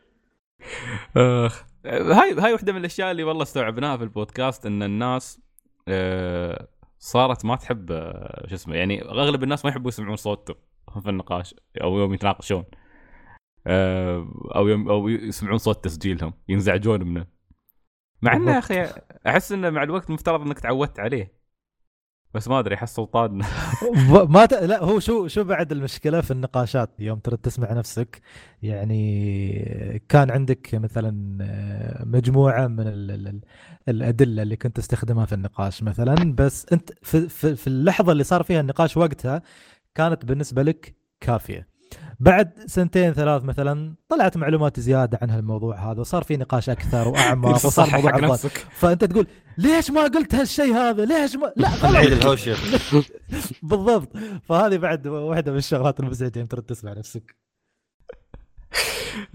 Speaker 1: اخ هاي هاي واحده من الاشياء اللي والله استوعبناها في البودكاست، ان الناس أه صارت ما تحب أه شو اسمه يعني اغلب الناس ما يحبوا يسمعون صوته في النقاش او يوم يتناقشون، أه او يوم او يسمعون صوت تسجيلهم ينزعجون منه، مع انه يا اخي احس انه مع الوقت مفترض انك تعودت عليه، بس ما ادري احس سلطان
Speaker 3: ما ت... لا هو شو شو بعد المشكله في النقاشات يوم ترى تسمع نفسك، يعني كان عندك مثلا مجموعه من ال... ال... الادله اللي كنت تستخدمها في النقاش مثلا، بس انت في في, في اللحظه اللي صار فيها النقاش وقتها كانت بالنسبه لك كافيه. بعد سنتين ثلاث مثلا طلعت معلومات زياده عن هالموضوع هذا وصار في نقاش اكثر واعمق وصار موضوع افضل، فانت تقول ليش ما قلت هالشيء هذا، ليش ما لا
Speaker 4: العيد الهوشه
Speaker 3: بالضبط. فهذه بعد واحده من الشغلات المزعجه انت تسمع نفسك.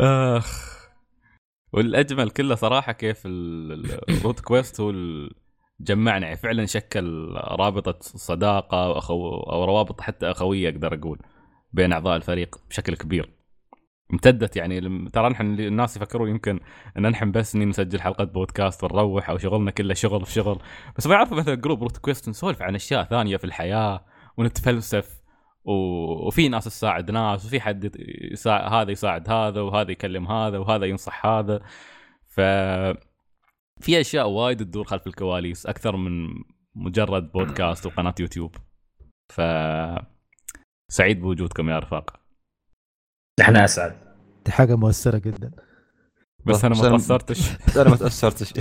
Speaker 1: اخ والاجمل كله صراحه كيف الروت كويست هو ال... جمعنا يعني فعلا شكل رابطه صداقه واخو او روابط حتى اخويه اقدر اقول بين اعضاء الفريق بشكل كبير امتدت. يعني ترى نحن الناس يفكروا يمكن ان نحن بس اني نسجل حلقه بودكاست ونروح او شغلنا كله شغل في شغل، بس ما يعرفوا مثلا جروب روت كويست نسولف عن اشياء ثانيه في الحياه ونتفلسف، وفي ناس تساعد ناس، وفي حد يساعد هذا يساعد هذا، وهذا يكلم هذا، وهذا ينصح هذا. ف في اشياء وايد تدور خلف الكواليس اكثر من مجرد بودكاست وقناه يوتيوب. ف سعيد بوجودكم يا رفاق.
Speaker 6: نحن اسعد.
Speaker 3: دي حاجه مؤثره جدا.
Speaker 1: بس انا ما تاثرتش.
Speaker 4: انا ما تاثرتش.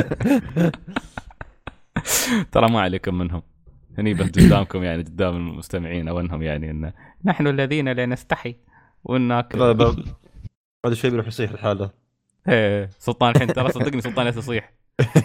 Speaker 1: ترى ما عليكم منهم، هني بس قدامكم يعني قدام المستمعين او انهم يعني ان نحن الذين لا نستحي وانك
Speaker 4: هذا شيء بيروح يصيح الحاله.
Speaker 1: ايه سلطان الحين ترى صدقني سلطان يصيح.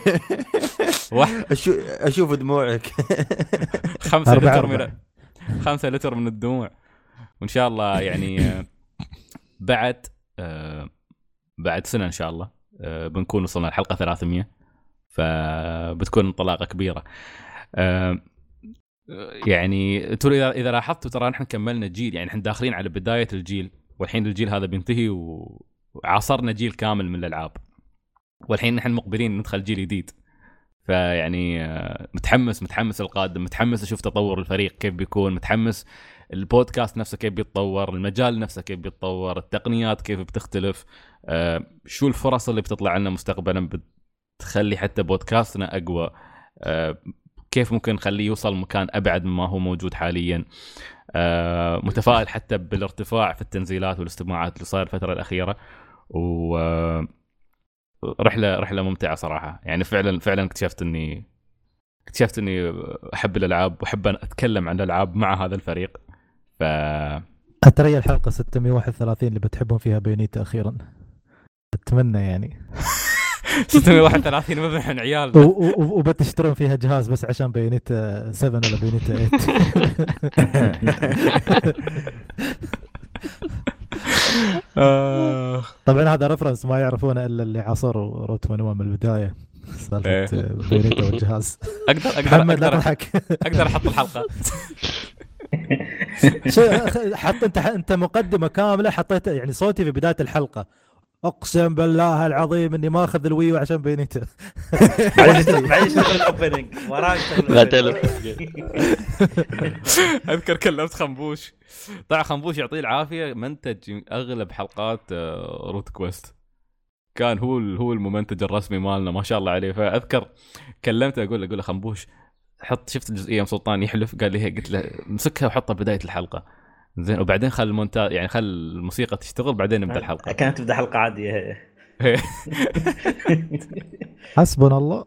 Speaker 4: اشوف اشوف دموعك.
Speaker 1: خمسة لتر من خمسة لتر من الدموع. وان شاء الله يعني بعد بعد سنه ان شاء الله بنكون وصلنا الحلقه ثلاثمية، فبتكون انطلاقه كبيره. يعني ترى اذا اذا لاحظتوا ترى نحن كملنا جيل، يعني نحن داخلين على بدايه الجيل، والحين الجيل هذا بينتهي وعاصرنا جيل كامل من الالعاب، والحين نحن مقبلين ندخل جيل جديد. فيعني متحمس متحمس القادم، متحمس اشوف تطور الفريق كيف بيكون، متحمس البودكاست نفسه كيف بيتطور، المجال نفسه كيف بيتطور، التقنيات كيف بتختلف، أه شو الفرص اللي بتطلع لنا مستقبلا بتخلي حتى بودكاستنا أقوى، أه كيف ممكن نخليه يوصل مكان أبعد مما هو موجود حاليا. أه متفائل حتى بالارتفاع في التنزيلات والاستماعات اللي صار الفترة الأخيرة، ورحلة رحلة ممتعة صراحة. يعني فعلا فعلا اكتشفت اني اكتشفت اني احب الالعاب واحب اتكلم عن الالعاب مع هذا الفريق. ف
Speaker 3: اتريا الحلقه ستمية وواحد وثلاثين اللي بتحبون فيها بينيتا اخيرا، اتمنى يعني.
Speaker 1: ستمية وواحد وثلاثين مذبحن عيال
Speaker 3: وبتشترون فيها جهاز بس عشان بينيتا سبعة ولا بينيتا ثمانية. طبعا هذا رفرنس ما يعرفونه الا اللي عاصروا روت منوى من البدايه، سالفه بينيتا والجهاز.
Speaker 1: اقدر اقدر اقدر اقدر احط الحلقه.
Speaker 3: حط انت انت مقدمه كامله حطيت يعني صوتي في بدايه الحلقه، اقسم بالله العظيم اني ما اخذ الويو عشان بينيتا.
Speaker 6: معليش معليش الاوبننج وراك.
Speaker 1: اذكر كلمت خنبوش، طبعا خنبوش يعطيه العافيه منتج اغلب حلقات روت كويست، كان هو هو الممنتج الرسمي مالنا ما شاء الله عليه. فاذكر كلمته اقول له اقول له خنبوش حط شفت الجزئيه سلطان يحلف، قال لي هي، قلت له مسكها وحطها بدايه الحلقه زين، وبعدين خل المونتاج يعني خل الموسيقى تشتغل بعدين نبدا الحلقه.
Speaker 6: كانت تبدا حلقه عاديه.
Speaker 3: حسبنا الله.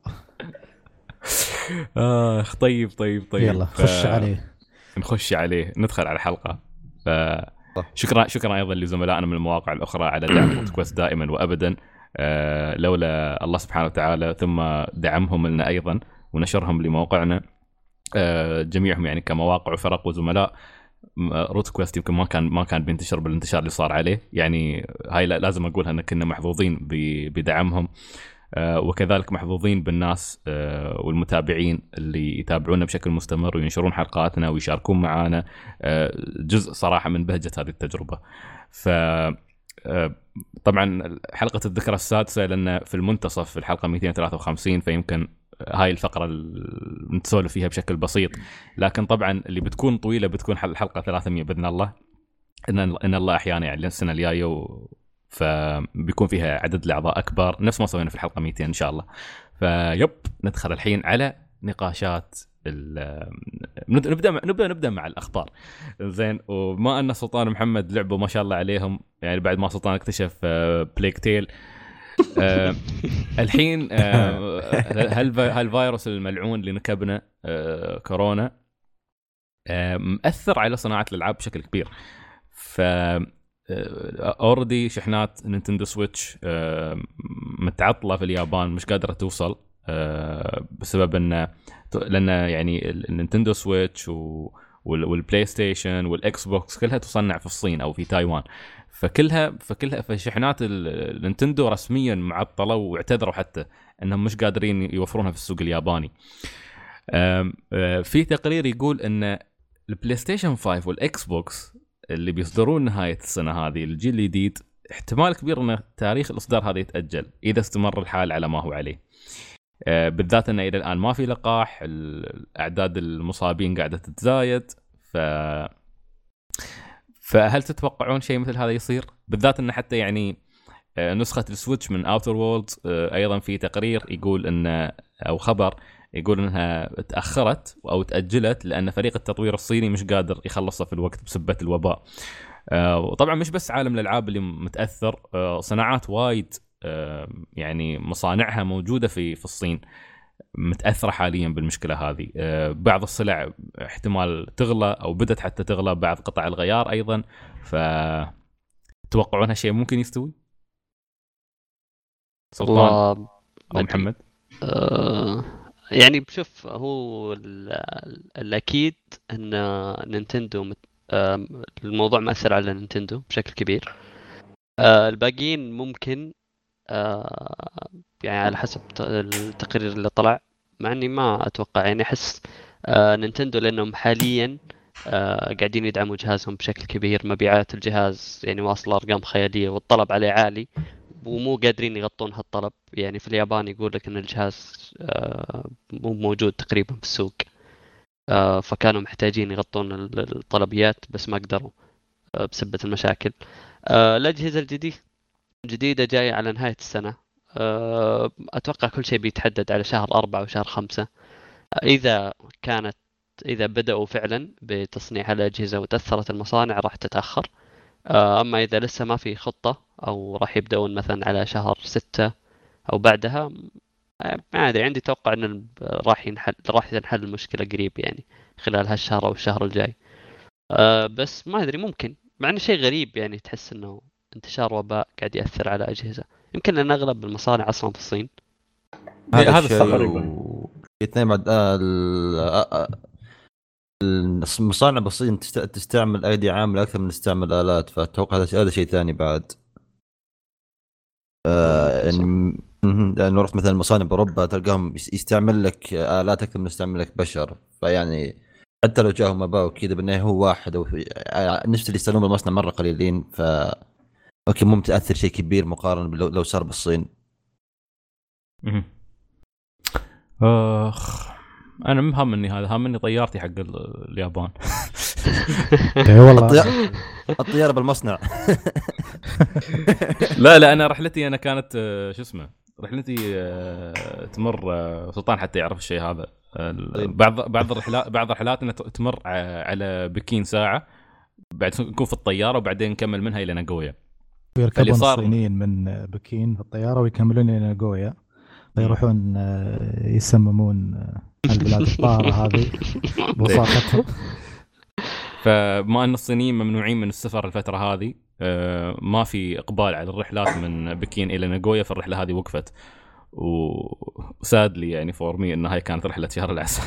Speaker 1: اخ طيب طيب طيب
Speaker 3: يلا خش ف... عليه
Speaker 1: نخش عليه ندخل على الحلقه. فشكرا شكرا ايضا لزملائنا من المواقع الاخرى على دعم روت كويست دائما وابدا. أه لولا الله سبحانه وتعالى ثم دعمهم لنا ايضا ونشرهم لموقعنا، أه جميعهم يعني كمواقع وفرق وزملاء، روت كويست يمكن ما كان ما كان بينتشر بالانتشار اللي صار عليه. يعني هاي لازم اقولها ان كنا محظوظين بدعمهم، أه وكذلك محظوظين بالناس أه والمتابعين اللي يتابعونا بشكل مستمر وينشرون حلقاتنا ويشاركون معنا، أه جزء صراحة من بهجة هذه التجربة. ف طبعا حلقة الذكرى السادسة لأن في المنتصف في الحلقة مئتين وثلاثة وخمسين، فيمكن هاي الفقرة اللي نتسولف فيها بشكل بسيط، لكن طبعا اللي بتكون طويلة بتكون الحلقة ثلاثمية بإذن الله، إن إن الله أحيانا يعني السنة الجاية و... فبيكون فيها عدد الأعضاء أكبر نفس ما سوينا في الحلقة مئتين إن شاء الله. فيب ندخل الحين على نقاشات نبدا نبدا نبدا مع الاخبار زين. وما ان سلطان محمد لعبوا ما شاء الله عليهم، يعني بعد ما سلطان اكتشف بليك تيل آه الحين آه هل هالفيروس الملعون اللي نكبنا آه كورونا آه مأثر على صناعه الالعاب بشكل كبير. ف اوريدي شحنات نينتندو سويتش آه متعطله في اليابان، مش قادره توصل آه بسبب ان لان يعني النينتندو سويتش و... والبلاي ستيشن والاكس بوكس كلها تصنع في الصين او في تايوان. فكلها فكلها فشحنات النينتندو رسميا معطله، واعتذروا حتى انهم مش قادرين يوفرونها في السوق الياباني. في تقرير يقول ان البلاي ستيشن خمسة والاكس بوكس اللي بيصدرون نهايه السنه هذه الجيل الجديد احتمال كبير ان تاريخ الاصدار هذا يتاجل اذا استمر الحال على ما هو عليه، بالذات ان الى الان ما في لقاح، الاعداد المصابين قاعده تتزايد. ف فهل تتوقعون شيء مثل هذا يصير؟ بالذات ان حتى يعني نسخه السويتش من اوتر وورلد ايضا في تقرير يقول ان او خبر يقول انها تاخرت او تاجلت لان فريق التطوير الصيني مش قادر يخلصها في الوقت بسبه الوباء. وطبعا مش بس عالم الالعاب اللي متاثر، صناعات وايد يعني مصانعها موجوده في في الصين متاثره حاليا بالمشكله هذه. بعض السلع احتمال تغلى او بدت حتى تغلى، بعض قطع الغيار ايضا. ف توقعون هالشيء ممكن يستوي؟ سلطان او محمد؟
Speaker 2: أه يعني بشوف هو الاكيد ان نينتندو الموضوع مأثر على نينتندو بشكل كبير. أه الباقيين ممكن أه يعني على حسب التقرير اللي طلع، مع اني ما اتوقع يعني احس أه نينتندو لانهم حاليا أه قاعدين يدعموا جهازهم بشكل كبير، مبيعات الجهاز يعني واصله ارقام خياليه والطلب عليه عالي ومو قادرين يغطون هالطلب. يعني في اليابان يقول لك ان الجهاز أه مو موجود تقريبا في السوق، أه فكانوا محتاجين يغطون الطلبيات بس ما قدروا أه بسبب المشاكل. أه الاجهزه الجديده جديدة جاية على نهاية السنة، أتوقع كل شيء بيتحدد على شهر أربعة وشهر خمسة. إذا كانت إذا بدأوا فعلا بتصنيع الأجهزة وتأثرت المصانع راح تتأخر، أما إذا لسه ما في خطة أو راح يبدأون مثلا على شهر ستة أو بعدها، ما أدري، عندي توقع أن راح ينحل راح تنحل المشكلة قريب يعني خلال هالشهر أو الشهر الجاي. بس ما أدري، ممكن، مع أنه شيء غريب يعني تحس أنه انتشار وباء قاعد يأثر على أجهزة، يمكن لأن أغلب المصانع أصلا في الصين.
Speaker 4: هذا الشيء اثنين مع المصانع بالصين تستعمل أيدي عاملة أكثر من تستعمل آلات، فأتوقع هذا شيء ثاني بعد. آه يعني لأنه رحت مثلا مصانع بأوروبا تلقاهم يستعمل لك آلات أكثر من يستعمل لك بشر، فيعني حتى لو جاهم وباء وكذا بالنهاية هو واحد أو نفس اللي يستخدمون بالمصنع مرة قليلين، ف اوكي مو متاثر شيء كبير مقارنه لو لو صار بالصين.
Speaker 1: اخ انا مهمني هذا هامني طيارتي حق اليابان.
Speaker 3: اي والله
Speaker 4: الطياره الطياره بالمصنع.
Speaker 1: لا لا انا رحلتي انا كانت شو اسمه رحلتي تمر سلطان حتى يعرف الشيء هذا. بعض بعض الرحلات بعض الرحلات انها تمر على بكين ساعه، بعد نكون في الطياره وبعدين نكمل منها الى ناغويا.
Speaker 3: يركبون الصينيين من بكين في الطيارة ويكملون إلى ناغويا، فيروحون يسممون البلاد الطارة هذه بوساطتهم.
Speaker 1: فما أن الصينيين ممنوعين من السفر الفترة هذه، ما في إقبال على الرحلات من بكين إلى ناغويا، فالرحلة هذه وقفت. وسادلي يعني فورمي إن هاي كانت رحلة شهر العسل.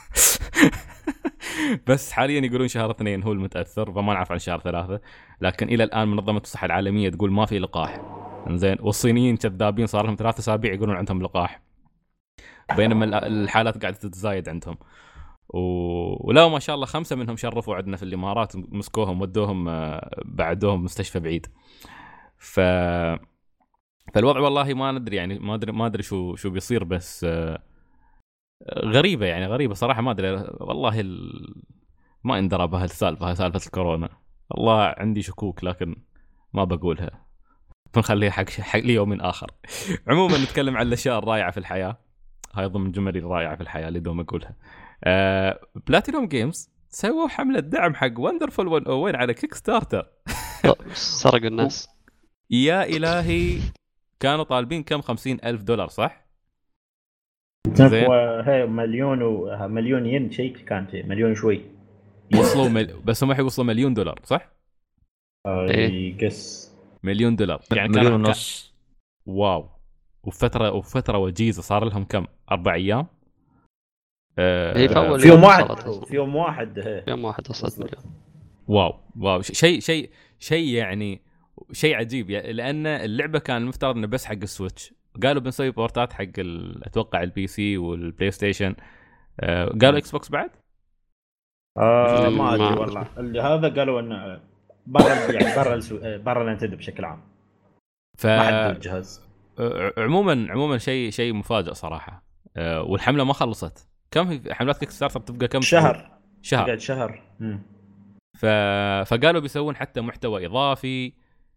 Speaker 1: بس حاليا يقولون شهر اثنين هو المتأثر، فما نعرف عن شهر ثلاثة. لكن إلى الآن منظمة الصحة العالمية تقول ما في لقاح، إنزين، والصينيين كذابين صار لهم ثلاثة أسابيع يقولون عندهم لقاح، بينما الحالات قاعدة تتزايد عندهم. ولا ما شاء الله خمسة منهم شرفوا عندنا في الإمارات، مسكوهم ودوهم بعدوهم مستشفى بعيد. ف فالوضع والله ما ندري يعني ما ادري ما ادري شو شو بيصير، بس غريبه يعني غريبه صراحه، ما ادري والله ال... ما اندرى بها السالفه سالفه الكورونا. والله عندي شكوك لكن ما بقولها، بنخليها حق حق ليوم اخر. عموما نتكلم عن الاشياء الرائعه في الحياه، هاي ضمن جملي الرائعه في الحياه اللي دوم اقولها. أه... بلاتينوم جيمز سووا حمله دعم حق وندرفul مية وواحد على كيك ستارتر.
Speaker 2: سرق الناس
Speaker 1: يا الهي، كانوا طالبين كم خمسين ألف دولار صح؟
Speaker 6: هي مليون ومليون ين شيء، كانت مليون شوي
Speaker 1: وصلوا مل... بس هم يوصلوا مليون دولار صح؟
Speaker 6: اي قس
Speaker 1: مليون دولار يعني
Speaker 4: مليون ونص.
Speaker 1: واو. وفترة وفترة وجيزة صار لهم كم أربع أيام
Speaker 2: هي في أول
Speaker 6: في يوم
Speaker 2: يوم
Speaker 6: واحد
Speaker 2: وصلت.
Speaker 6: في يوم واحد
Speaker 2: في يوم واحد وصلت مليون.
Speaker 1: واو واو شيء شيء شيء يعني شيء عجيب يعني، لان اللعبه كان المفترض انه بس حق السويتش، قالوا بنسوي بورتات حق اتوقع البي سي والبلاي ستيشن. آه قالوا اكس بوكس بعد
Speaker 6: آه
Speaker 2: مم،
Speaker 6: ما ادري
Speaker 2: ما-
Speaker 6: والله. اللي هذا قالوا انه برا يعني برا السو... برا نينتندو بشكل عام،
Speaker 1: ف
Speaker 6: ما حددوا الجهاز.
Speaker 1: آه، عموما عموما شيء شيء مفاجئ صراحه. آه والحمله ما خلصت. كم في حملات كيك ستارتر بتبقى كم
Speaker 6: شهر
Speaker 1: شهر
Speaker 6: قاعد شهر. مم.
Speaker 1: ف... فقالوا بيسوون حتى محتوى اضافي.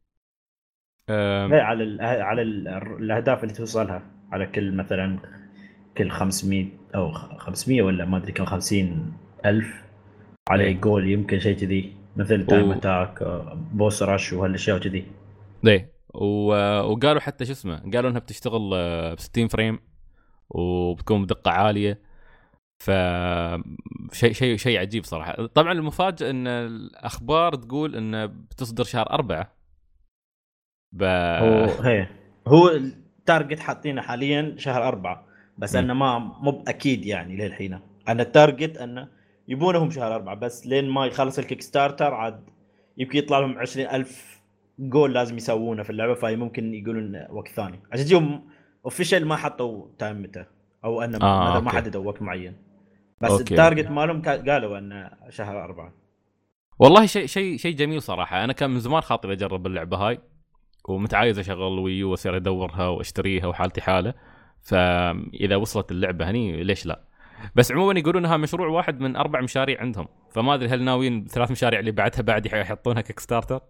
Speaker 1: آم،
Speaker 6: لا على ال... على ال... الاهداف اللي توصلها على كل مثلا كل خمسمية او خ- خمسمية ولا ما ادري كم خمسين الف على
Speaker 1: إيه.
Speaker 6: جول، يمكن شيء كذي مثل تايم اتاك بوس رش وهالاشياء كذي.
Speaker 1: ليه و... وقالوا حتى شو اسمه، قالوا انها بتشتغل ب ستين فريم وبتكون بدقه عاليه. ف شيء شيء شيء عجيب صراحه. طبعا المفاجئ ان الاخبار تقول انه بتصدر شهر أربعة. ب...
Speaker 6: هو هي هو التارجت حاطينه حاليا شهر أربعة، بس
Speaker 1: م.
Speaker 6: انه ما مو باكيد يعني للحين. انا التارجت انه يبونهم شهر أربعة، بس لين ما يخلص الكيك ستارتر عاد يمكن يطلع لهم عشرين ألف جول لازم يسوونه في اللعبه، فهي ممكن يقولون وقت ثاني عشان يوم اوفيشال ما حطوا تايم متى او انه
Speaker 1: آه،
Speaker 6: مثلا ما
Speaker 1: أوكي.
Speaker 6: حددوا وقت معين. بس
Speaker 1: أوكي،
Speaker 6: التارجت
Speaker 1: أوكي.
Speaker 6: مالهم كا- قالوا انه شهر أربعة.
Speaker 1: والله شيء شيء شيء جميل صراحه. انا كان من زمان خاطري اجرب اللعبه هاي، ومتعايز اشغل ويو واصير ادورها واشتريها وحالتي حاله. فاذا وصلت اللعبه هني ليش لا. بس عموما يقولون انها مشروع واحد من اربع مشاريع عندهم، فما ادري هل ناويين ثلاث مشاريع اللي بعدها بعد يحطونها كيك ستارتر.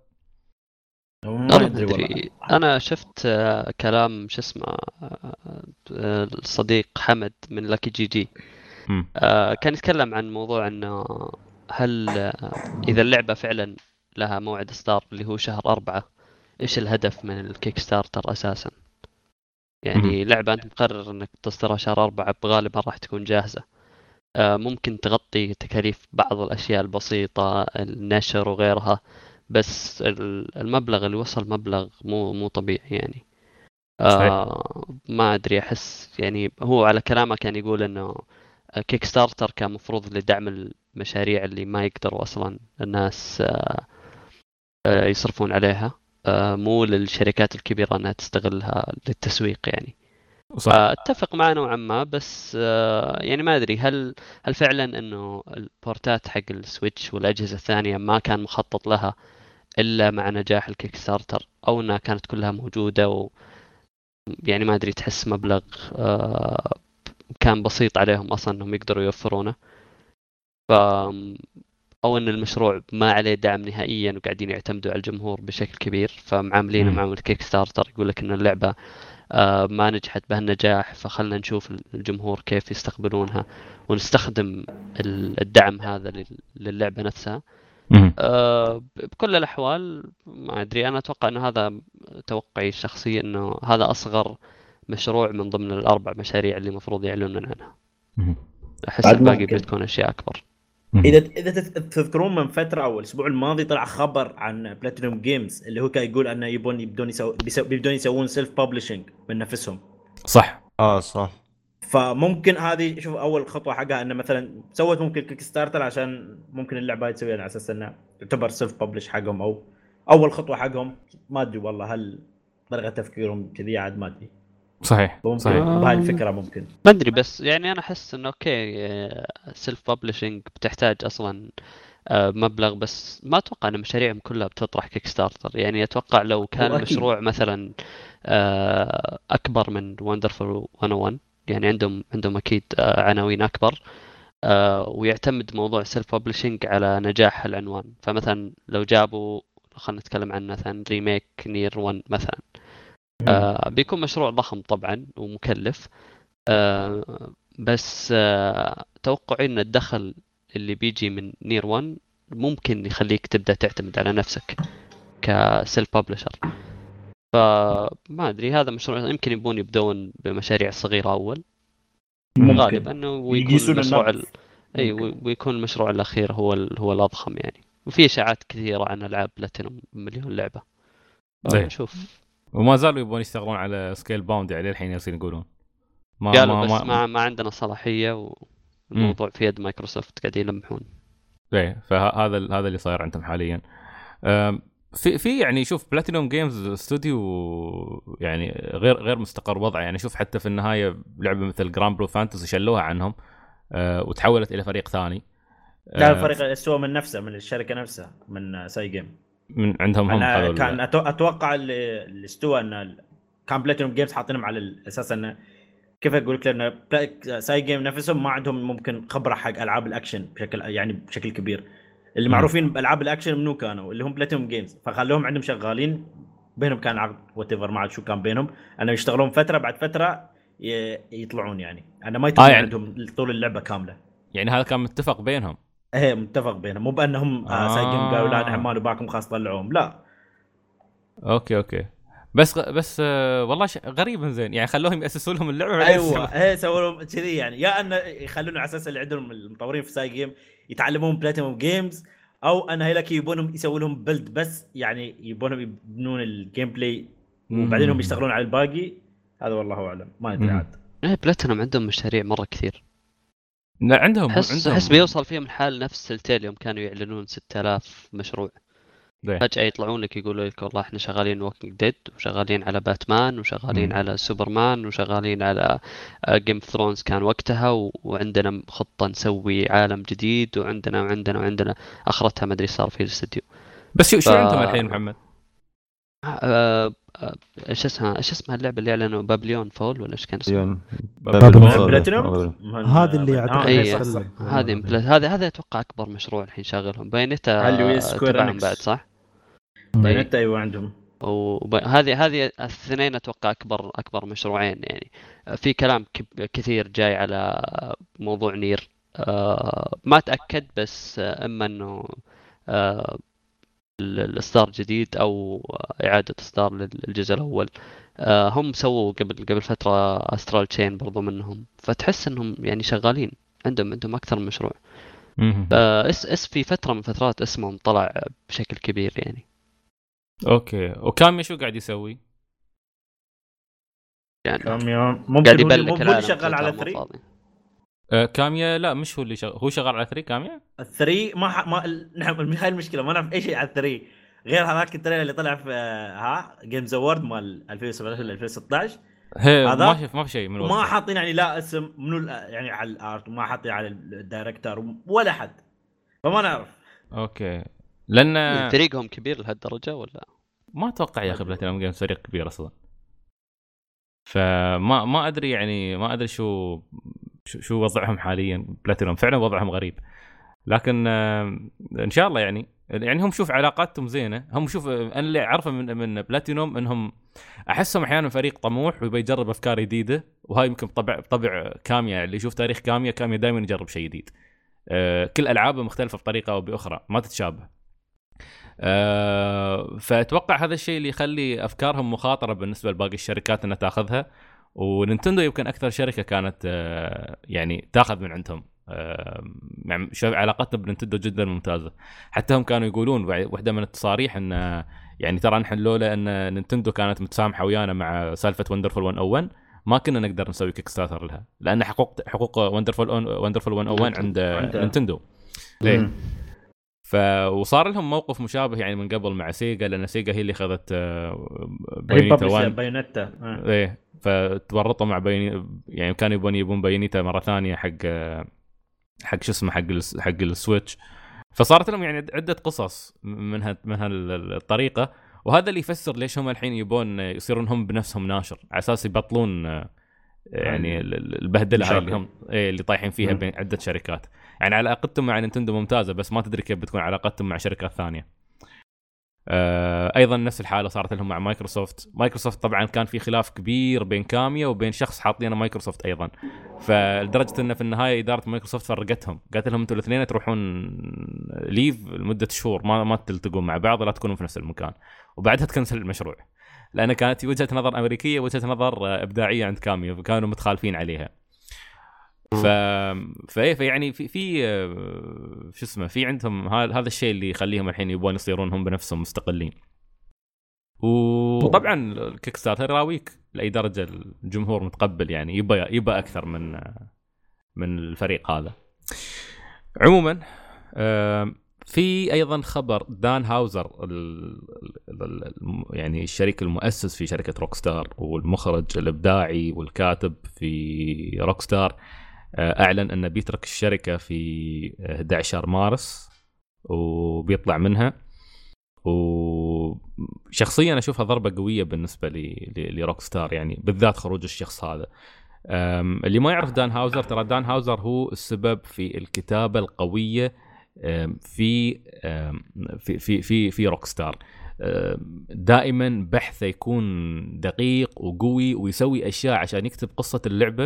Speaker 6: ما
Speaker 2: والله ما
Speaker 6: ادري والله.
Speaker 2: ادري. انا شفت آه، كلام شو اسمه آه، آه، الصديق حمد من لاكي جي جي.
Speaker 1: مم.
Speaker 2: آه، كان يتكلم عن موضوع انه هل آه، اذا اللعبة فعلا لها موعد اصدار اللي هو شهر أربعة، ايش الهدف من الكيك ستارتر اساسا؟ يعني لعبة انت مقرر انك تصدرها شهر أربعة بغالبا راح تكون جاهزة. آه، ممكن تغطي تكاليف بعض الاشياء البسيطة، النشر وغيرها، بس ال- المبلغ اللي وصل مبلغ مو مو طبيعي يعني.
Speaker 1: صحيح.
Speaker 2: آه ما ادري، احس يعني هو على كلامه كان يقول انه كيك ستارتر كان مفروض لدعم المشاريع اللي ما يقدروا اصلا الناس آه آه يصرفون عليها، آه مو للشركات الكبيرة انها تستغلها للتسويق يعني.
Speaker 1: صح.
Speaker 2: آه اتفق معه نوعا ما، بس آه يعني ما ادري هل هل فعلا انه البورتات حق السويتش والاجهزة الثانية ما كان مخطط لها الا مع نجاح الكيك ستارتر، او انها كانت كلها موجودة و يعني ما ادري تحس مبلغ آه كان بسيط عليهم اصلا انهم يقدروا يوفرونه، ف او ان المشروع ما عليه دعم نهائيا وقاعدين يعتمدوا على الجمهور بشكل كبير، فمعاملين
Speaker 1: مم.
Speaker 2: معامل الكيك ستارتر يقول لك ان اللعبه آه ما نجحت بهالنجاح، فخلنا نشوف الجمهور كيف يستقبلونها ونستخدم الدعم هذا لل- للعبه نفسها.
Speaker 1: مم.
Speaker 2: آه بكل الاحوال ما ادري، انا اتوقع انه هذا توقعي الشخصي انه هذا اصغر مشروع من ضمن الاربع مشاريع اللي المفروض يعلنون عنها.
Speaker 1: مم.
Speaker 2: احس
Speaker 6: بعد
Speaker 2: الباقي
Speaker 6: ممكن.
Speaker 2: بتكون اشياء اكبر.
Speaker 1: مم.
Speaker 6: اذا اذا تت- تذكرون من فتره او الاسبوع الماضي طلع خبر عن بلاتينوم جيمز اللي هو كان يقول انه يبون يبدون يسوون بيبدون يسوون سيلف ببلشنج من نفسهم.
Speaker 1: صح.
Speaker 4: اه صح.
Speaker 6: فممكن هذه شوف اول خطوه حقها انه مثلا سوت ممكن كيك ستارتر عشان ممكن اللعبه هاي تسويها على اساس انها تعتبر سيلف ببلش حقهم، او اول خطوه حقهم. ما ادري والله هل طريقه تفكيرهم كذي عاد ما ادري.
Speaker 1: صحيح.
Speaker 6: ممكن
Speaker 1: صحيح.
Speaker 6: بهاي الفكره ممكن.
Speaker 2: ما ادري، بس يعني انا احس انه اوكي سيلف ببلشنج بتحتاج اصلا آه، مبلغ، بس ما اتوقع ان مشاريعهم كلها بتطرح كيك ستارتر. يعني اتوقع لو كان
Speaker 6: هو أكيد.
Speaker 2: المشروع مثلا آه، اكبر من وندرفul مية وواحد، يعني عندهم عندهم اكيد آه، عناوين اكبر، آه، ويعتمد موضوع سيلف ببلشنج على نجاح العنوان. فمثلا لو جابوا خلينا نتكلم عن مثلا ريميك نير واحد مثلا، آه، بيكون مشروع ضخم طبعا ومكلف، آه، بس آه، توقعي ان الدخل اللي بيجي من نير واحد ممكن يخليك تبدأ تعتمد على نفسك كسيلف ببلشر. فما ادري، هذا مشروع يمكن يبون يبدون بمشاريع صغيرة اول غالبا، انه ويكون
Speaker 6: يقيسون
Speaker 2: المشروع
Speaker 6: النبض.
Speaker 2: ال... اي ويكون المشروع الاخير هو ال... هو الاضخم يعني. وفي اشاعات كثيرة عن العاب بلاتينوم مليون لعبة،
Speaker 1: إيه.
Speaker 2: نشوف.
Speaker 1: وما زالوا يبون يشتغلون على سكيل باوند عليه الحين يصير يقولون ما
Speaker 2: قالوا
Speaker 1: ما
Speaker 2: بس
Speaker 1: ما
Speaker 2: ما, ما عندنا صلاحية و... الموضوع في يد مايكروسوفت قاعدين يلمحون.
Speaker 1: ايه فهذا هذا اللي صاير عندهم حاليا. في في يعني شوف بلاتينوم جيمز استوديو يعني غير غير مستقر وضعه. يعني شوف حتى في النهايه لعبه مثل جراند بلو فانتسي شلوها عنهم أه وتحولت الى فريق ثاني.
Speaker 6: لا الفريق استوى من نفسه، من الشركه نفسها، من ساي جيم.
Speaker 1: من عندهم هم
Speaker 6: أنا كان اتوقع اللي استوى ان كان بلاتينوم جيمز حاطينهم على الاساس انه كيف اقول لك، لان ساي جيم نفسهم ما عندهم ممكن خبره حق العاب الاكشن بشكل يعني بشكل كبير. اللي معروفين بالعاب الاكشن منو كانوا؟ اللي هم بلاتينوم جيمز، فخلوهم عندهم شغالين بينهم كان عقد وات ايفر ما عاد شو كان بينهم، انه يشتغلون فتره بعد فتره يطلعون. يعني انا ما يتم آه يعني عندهم طول اللعبه كامله.
Speaker 1: يعني هذا كان متفق بينهم؟
Speaker 6: ايه متفق بينهم، مو بانهم آه. ساي جيم قالوا لا نحن ما نباكم خلاص طلعوهم، لا.
Speaker 1: اوكي اوكي بس بس آه والله ش... غريب زين. يعني خلوهم ياسسوا لهم اللعبه.
Speaker 6: ايوه ايه سووا لهم كذي، يعني يا انه يخلون على اساس اللي عندهم المطورين في ساي جيم يتعلمون بلاتينوم جيمز، او ان هيلك يبونهم يسووا لهم بيلد بس، يعني يبونهم يبنون الجيم بلاي وبعدين هم يشتغلون على الباقي. هذا والله اعلم، ما ادري عاد.
Speaker 2: ايه بلاتينوم عندهم مشاريع مره كثير.
Speaker 1: لا عندهم
Speaker 2: حس
Speaker 1: عندهم
Speaker 2: حس بيوصل فيهم الحال نفس تلتيل يوم كانوا يعلنون ستة آلاف مشروع
Speaker 1: ده.
Speaker 2: فجأة يطلعون لك يقولوا لك والله احنا شغالين ووكينج ديد، وشغالين على باتمان، وشغالين م. على سوبرمان، وشغالين على جيم اوف ثرونز كان وقتها، و... وعندنا خطة نسوي عالم جديد، وعندنا وعندنا وعندنا اخرتها ما ادري صار في الاستديو.
Speaker 1: بس شو ف... شو عندهم الحين محمد؟
Speaker 2: آه... آه... ايش اسمها ايش اسمها اللعبة اللي اعلنوا؟ بابليون فول ولا ايش كان اسمها؟
Speaker 6: بلاتينوم.
Speaker 3: هذا اللي اعتقد
Speaker 2: هذه هذا هذا اتوقع اكبر مشروع الحين شاغلهم. باينتا تبعهم بعد صح؟
Speaker 6: باينتا ايوه عندهم.
Speaker 2: وهذه هذه الاثنين اتوقع اكبر اكبر مشروعين. يعني في كلام كثير جاي على موضوع نير، أه ما اتاكد، بس اما انه أه الاصدار جديد او اعاده اصدار للجزء الاول. أه هم سووا قبل قبل فتره استرال تشين برضو منهم، فتحس انهم يعني شغالين عندهم عندهم اكثر من مشروع. اس اس في فتره من فترات اسمهم طلع بشكل كبير يعني.
Speaker 1: اوكي وكاميا شو قاعد يسوي؟
Speaker 6: يعني كاميا ممكن هو اللي شغال على ثري.
Speaker 1: آه كاميا لا مش هو اللي شغال، هو شغال على ثري. كاميا
Speaker 6: الثري ما ح... ما نحن هاي المشكله ما نعرف اي شيء على الثري غير هذاك التريلر اللي طلع في ها جيمز اوورد مال ألفين وسبعة عشر ألفين وستة عشر.
Speaker 1: هذا ما شاف ما في شيء من
Speaker 6: ما حاطين يعني لا اسم منو يعني على الارت، وما حاطين على الدايركتور ولا حد، فما نعرف.
Speaker 1: اوكي لان
Speaker 2: فريقهم كبير لهالدرجه ولا
Speaker 1: ما اتوقع يا اخي بلاتينوم جيمز فريق كبير اصلا. فما ما ادري يعني ما ادري شو شو وضعهم حاليا. بلاتينوم فعلا وضعهم غريب، لكن ان شاء الله يعني يعني هم شوف علاقاتهم زينه. هم شوف انا اللي اعرفه من من بلاتينوم انهم احسهم احيانا فريق طموح ويبي يجرب افكار جديده، وهاي يمكن طبع طبع كاميا. اللي يشوف تاريخ كاميا كاميا دائما يجرب شيء جديد. أه كل العابه مختلفه بطريقه او باخرى ما تتشابه. أه فاتوقع هذا الشيء اللي يخلي افكارهم مخاطره بالنسبه لباقي الشركات انها تاخذها. ونينتندو يمكن اكثر شركه كانت أه يعني تاخذ من عندهم. أه شوف علاقتنا بنينتندو جدا ممتازه. حتى هم كانوا يقولون واحده من التصاريح ان يعني ترى نحن لولا ان نينتندو كانت متسامحه ويانا مع سالفه وندرفول مية وواحد ما كنا نقدر نسوي كيك ستارتر لها، لان حقوق حقوق وندرفول وندرفول مية وواحد عند نينتندو. ليه؟ ف وصار لهم موقف مشابه يعني من قبل مع سيجا، لان سيجا هي اللي اخذت
Speaker 6: بايونيتا وان بايونيتا
Speaker 1: ايه فتورطوا مع بيني يعني كانوا يبون يبون بايونيتا مره ثانيه حق حق شو اسمه حق حق السويتش. فصارت لهم يعني عده قصص من ها من هالطريقه، وهذا اللي يفسر ليش هم الحين يبون يصيرون هم بنفسهم ناشر على اساس يبطلون يعني البهدله هاي اللي هم إيه اللي طايحين فيها بين عده شركات. يعني علاقتهم مع نينتندو ممتازه، بس ما تدري كيف بتكون علاقتهم مع شركات ثانيه. آه ايضا نفس الحاله صارت لهم مع مايكروسوفت. مايكروسوفت طبعا كان في خلاف كبير بين كاميا وبين شخص حاطينه مايكروسوفت ايضا، فلدرجه انه في النهايه اداره مايكروسوفت فرقتهم، قالت لهم انتم الاثنين تروحون ليف لمده شهور ما ما تلتقون مع بعض ولا تكونوا في نفس المكان، وبعدها تكنسل المشروع لأن كانت وجهة نظر أمريكية وجهة نظر إبداعية عند كاميا، فكانوا متخالفين عليها. ف فايه يعني في في شو اسمه في عندهم هذا الشيء اللي يخليهم الحين يبون يصيرون هم بنفسهم مستقلين. وطبعا الكيك ستارتر راويك لاي درجه الجمهور متقبل، يعني يبى يبى اكثر من من الفريق هذا. عموما في ايضا خبر دان هاوزر ال ال يعني الشريك المؤسس في شركه روكستار والمخرج الابداعي والكاتب في روكستار، اعلن انه بيترك الشركه في أحد عشر مارس وبيطلع منها. وشخصيا اشوفها ضربه قويه بالنسبه لي لروكستار، يعني بالذات خروج الشخص هذا. اللي ما يعرف دان هاوزر، ترى دان هاوزر هو السبب في الكتابه القويه في في في في في روكستار. دائما بحثه يكون دقيق وقوي ويسوي اشياء عشان يكتب قصه اللعبه،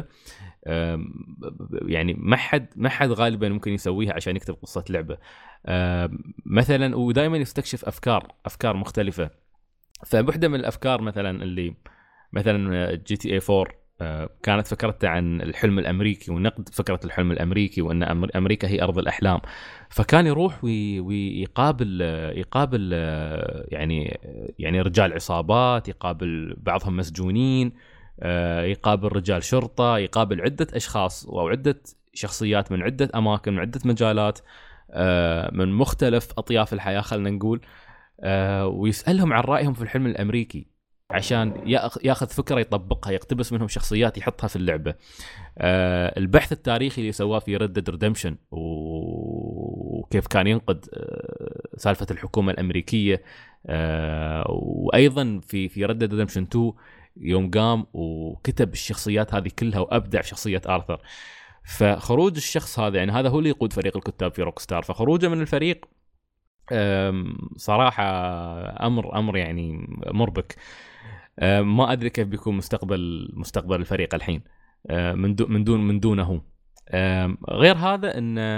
Speaker 1: يعني ما حد ما حد غالبا ممكن يسويها عشان يكتب قصه لعبه مثلا. ودائما يستكشف افكار افكار مختلفه. فبحده من الافكار مثلا اللي مثلا جي تي اي فور كانت فكرته عن الحلم الامريكي ونقد فكره الحلم الامريكي وان امريكا هي ارض الاحلام. فكان يروح ويقابل يقابل يعني يعني رجال عصابات، يقابل بعضهم مسجونين، يقابل رجال شرطه، يقابل عده اشخاص او عده شخصيات من عده اماكن من عده مجالات من مختلف اطياف الحياه خلينا نقول، ويسالهم عن رايهم في الحلم الامريكي عشان ياخذ فكره يطبقها، يقتبس منهم شخصيات يحطها في اللعبه. أه البحث التاريخي اللي سواه في Red Dead Redemption وكيف كان ينقد أه سالفه الحكومه الامريكيه، أه وايضا في في Red Dead Redemption تو يوم قام وكتب الشخصيات هذه كلها وابدع في شخصيه آرثر. فخروج الشخص هذا يعني هذا هو اللي يقود فريق الكتاب في روكستار، فخروجه من الفريق صراحه امر امر يعني مربك. ما ادري كيف بيكون مستقبل مستقبل الفريق الحين من دون من دون من دونه. غير هذا ان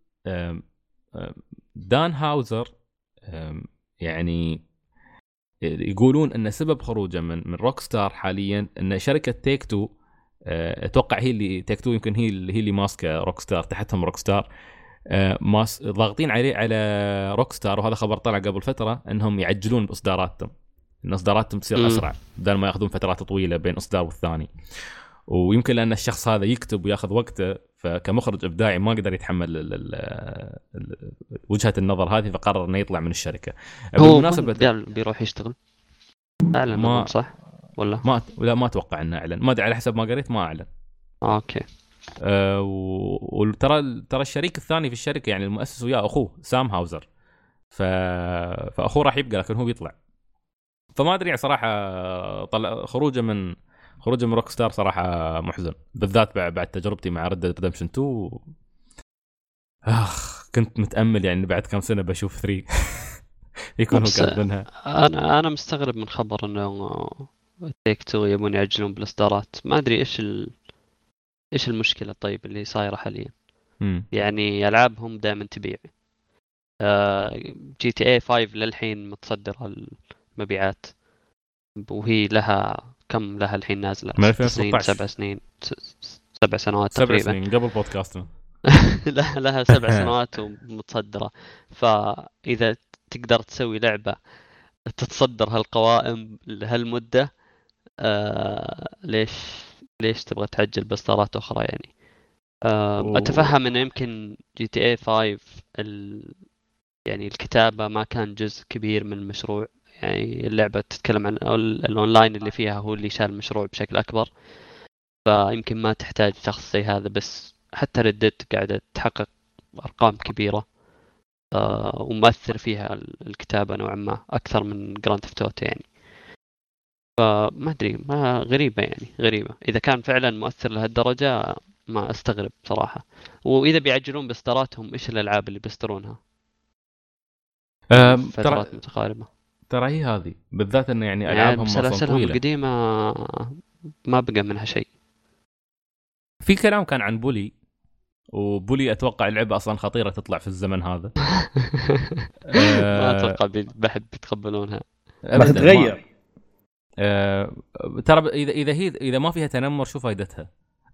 Speaker 1: دان هاوزر يعني يقولون ان سبب خروجه من من روكستار حاليا ان شركه تيك تو، اتوقع هي اللي تيك تو يمكن هي اللي هي اللي ماسكه روكستار، تحتهم روكستار، ماس ضاغطين عليه على روكستار. وهذا خبر طلع قبل فتره انهم يعجلون باصداراتهم، ان اصداراتهم تصير اسرع بدل ما ياخذون فترات طويله بين اصدار والثاني. ويمكن لان الشخص هذا يكتب وياخذ وقته، فكمخرج ابداعي ما قدر يتحمل ال ال ال وجهه النظر هذه، فقرر انه يطلع من الشركه.
Speaker 2: بالمناسبه بيروح يشتغل اعلن
Speaker 1: ما
Speaker 2: صح ولا
Speaker 1: ما لا ما اتوقع انه اعلن، ما ادري على حسب ما قريت ما اعلن.
Speaker 2: اوكي.
Speaker 1: أه وترى ترى الشريك الثاني في الشركه يعني المؤسس وياه اخوه سام هاوزر، ف فاخوه راح يبقى لكن هو بيطلع. فما ادري صراحه طلع خروجه من خروجه من روكستار صراحه محزن، بالذات بعد تجربتي مع Red Dead Redemption تو. اخ كنت متامل يعني بعد كم سنه بشوف ثري يكون هو كاتبينها.
Speaker 2: انا انا مستغرب من خبر انه تيك تو يبون يعجلون بالاصدارات. ما ادري ايش ال... ايش المشكله طيب اللي صايره حاليا.
Speaker 1: م.
Speaker 2: يعني العابهم دائما تبيع. جي تي اي فايف للحين متصدره المبيعات، وهي لها كم لها الحين نازله ست سنين سبع سنين سبع سنوات
Speaker 1: سبع
Speaker 2: تقريبا
Speaker 1: سنين قبل بودكاستنا
Speaker 2: لها سبع سنوات ومتصدره. فاذا تقدر تسوي لعبه تتصدر هالقوائم لهالمده، آه ليش ليش تبغى تعجل باصدارات اخرى يعني؟ آه اتفهم انه يمكن جي تي اي فايف ال... يعني الكتابه ما كان جزء كبير من المشروع، يعني اللعبه تتكلم عن الاونلاين اللي فيها هو اللي شال المشروع بشكل اكبر، فيمكن ما تحتاج شخص زي هذا. بس حتى ردت قاعده تحقق ارقام كبيره، آه ومؤثر فيها الكتابه نوعا ما اكثر من جراند ثيفت اوتو يعني. فما ادري، ما غريبه يعني غريبه اذا كان فعلا مؤثر لهالدرجه، ما استغرب صراحه. واذا بيعجلون باصداراتهم ايش الالعاب اللي بيصدرونها فترات متقاربه؟
Speaker 1: ترى هي هذه بالذات انه يعني, يعني
Speaker 2: العابهم سلاسلهم القديمه ما بقى منها شيء.
Speaker 1: في كلام كان عن بولي، وبولي اتوقع اللعبه اصلا خطيره تطلع في الزمن هذا.
Speaker 2: ما اتوقع بحب يتقبلونها،
Speaker 6: بتتغير.
Speaker 1: أه ترى اذا اذا هي اذا ما فيها تنمر شو فائدتها؟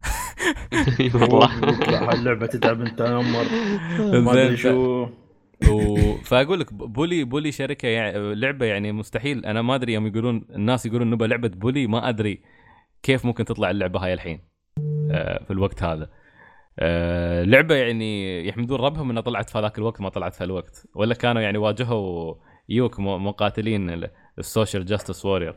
Speaker 6: والله اللعبه تتعب من التنمر ما ادري شو.
Speaker 1: فاقول لك بولي بولي شركه يعني لعبه يعني مستحيل. انا ما ادري يوم يقولون الناس يقولون نبى لعبه بولي، ما ادري كيف ممكن تطلع اللعبه هاي الحين في الوقت هذا. آه لعبه يعني يحمدون ربهم انها طلعت في هذاك الوقت ما طلعت في الوقت، ولا كانوا يعني واجهوا يوك مقاتلين السوشيال جاستس وورير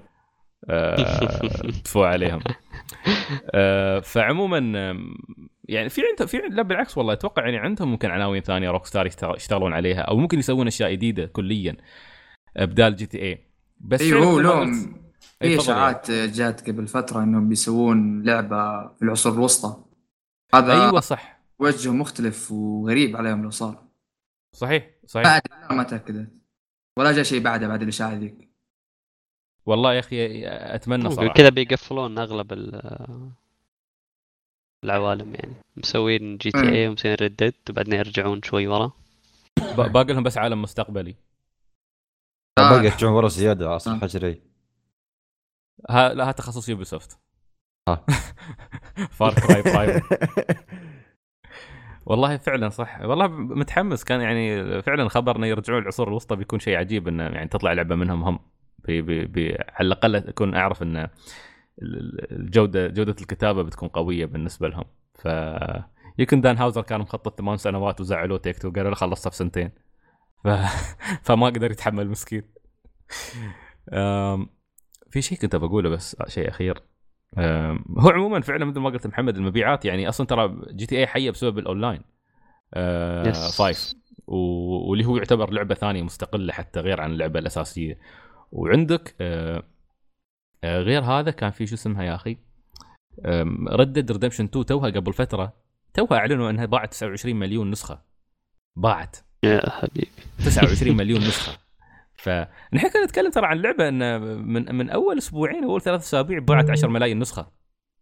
Speaker 1: دفوا عليهم. آه فعموما يعني في عندهم في لا بالعكس والله اتوقع يعني عندهم ممكن عناوين ثانيه روك ستار يشتغلون عليها، او ممكن يسوون اشياء جديده كليا بدال جي تي اي. بس
Speaker 5: ايوه لهم في اشاعات جات قبل فتره انهم بيسوون لعبه في العصور الوسطى. هذا
Speaker 1: ايوه صح،
Speaker 5: وجه مختلف وغريب عليهم لو صار.
Speaker 1: صحيح صحيح
Speaker 5: ما تاكدت ولا جاء شيء بعده بعد الاشاعه ذيك.
Speaker 1: والله يا اخي اتمنى صراحه
Speaker 2: كذا بيقفلون اغلب العوالم، يعني مسوين جي تي اي ومسوين ريد ديد وبعدين يرجعون شوي ورا.
Speaker 1: باقي لهم بس عالم مستقبلي.
Speaker 4: آه. باقي يرجعون ورا زياده عصر حجري.
Speaker 1: ها لا تخصص يوبيسوفت.
Speaker 4: ها
Speaker 1: فار كراي فايف. والله فعلا صح، والله متحمس كان يعني فعلا خبر انه يرجعون العصور الوسطى بيكون شيء عجيب انه يعني تطلع لعبه منهم هم بي بي بي على الاقل اكون اعرف ان الجوده جوده الكتابه بتكون قويه بالنسبه لهم. ف يمكن دان هاوزر كان مخطط ثمان سنوات وزعلوه تيك تو قالوا له خلصتها في سنتين. ف... فما قدر يتحمل مسكين. أم... في شيء كنت بقوله بس شيء اخير. أم... هو عموما فعلا مثل ما قلت محمد المبيعات يعني اصلا ترى جي تي اي حيه بسبب الاونلاين أه... فايف و... واللي هو يعتبر لعبه ثانيه مستقله حتى غير عن اللعبه الاساسيه. وعندك أه... أه... غير هذا كان في شو اسمها يا اخي ريد ديد ريدمشن تو توها قبل فتره توها اعلنوا انها باعت تسعة وعشرين مليون نسخه. باعت
Speaker 2: يا حبيبي
Speaker 1: تسعة وعشرين مليون نسخه. فنحن كنا نتكلم ترى عن لعبه ان من من اول اسبوعين اول ثلاث اسابيع باعت عشرة ملايين نسخه.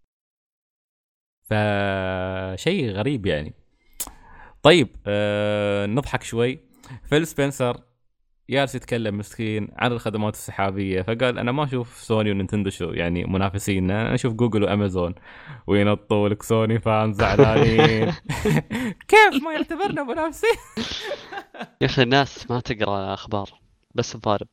Speaker 1: فشيء غريب يعني. طيب آه نضحك شوي. فيل سبنسر جالس يتكلم مسكين عن الخدمات السحابيه، فقال انا ما اشوف سوني ونينتندو شو يعني منافسينا، انا اشوف جوجل وامازون وينطوا لك سوني فان زعلانين. كيف ما يعتبرنا منافسين؟
Speaker 2: يا اخي الناس ما تقرا اخبار بس ضارب.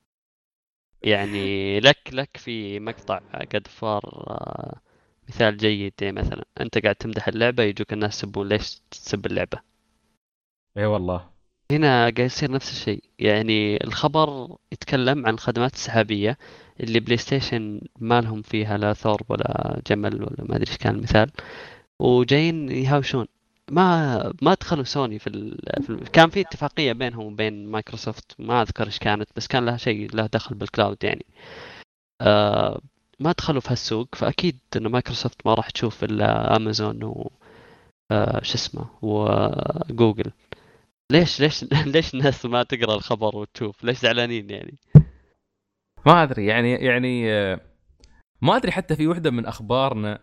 Speaker 2: يعني لك لك في مقطع قد فار مثال جيد. مثلا انت قاعد تمدح اللعبه يجوك الناس يسبون ليش تسب اللعبه.
Speaker 1: اي والله
Speaker 2: هنا قاعد يصير نفس الشيء. يعني الخبر يتكلم عن الخدمات السحابية اللي بلاي ستيشن ما لهم فيها لا ثور ولا جمل ولا ما أدري إيش كان المثال، وجايين يهاوشون. ما ما دخلوا سوني في, ال... في ال... كان في اتفاقية بينهم وبين مايكروسوفت ما أذكر إيش كانت، بس كان لها شيء له دخل بالكلاود يعني. آه ما دخلوا في هالسوق، فأكيد إن مايكروسوفت ما راح تشوف إلا أمازون و آه شو اسمه وجوجل. ليش ليش ليش الناس ما تقرا الخبر وتشوف؟ ليش زعلانين يعني؟
Speaker 1: ما ادري يعني يعني ما ادري. حتى في وحده من اخبارنا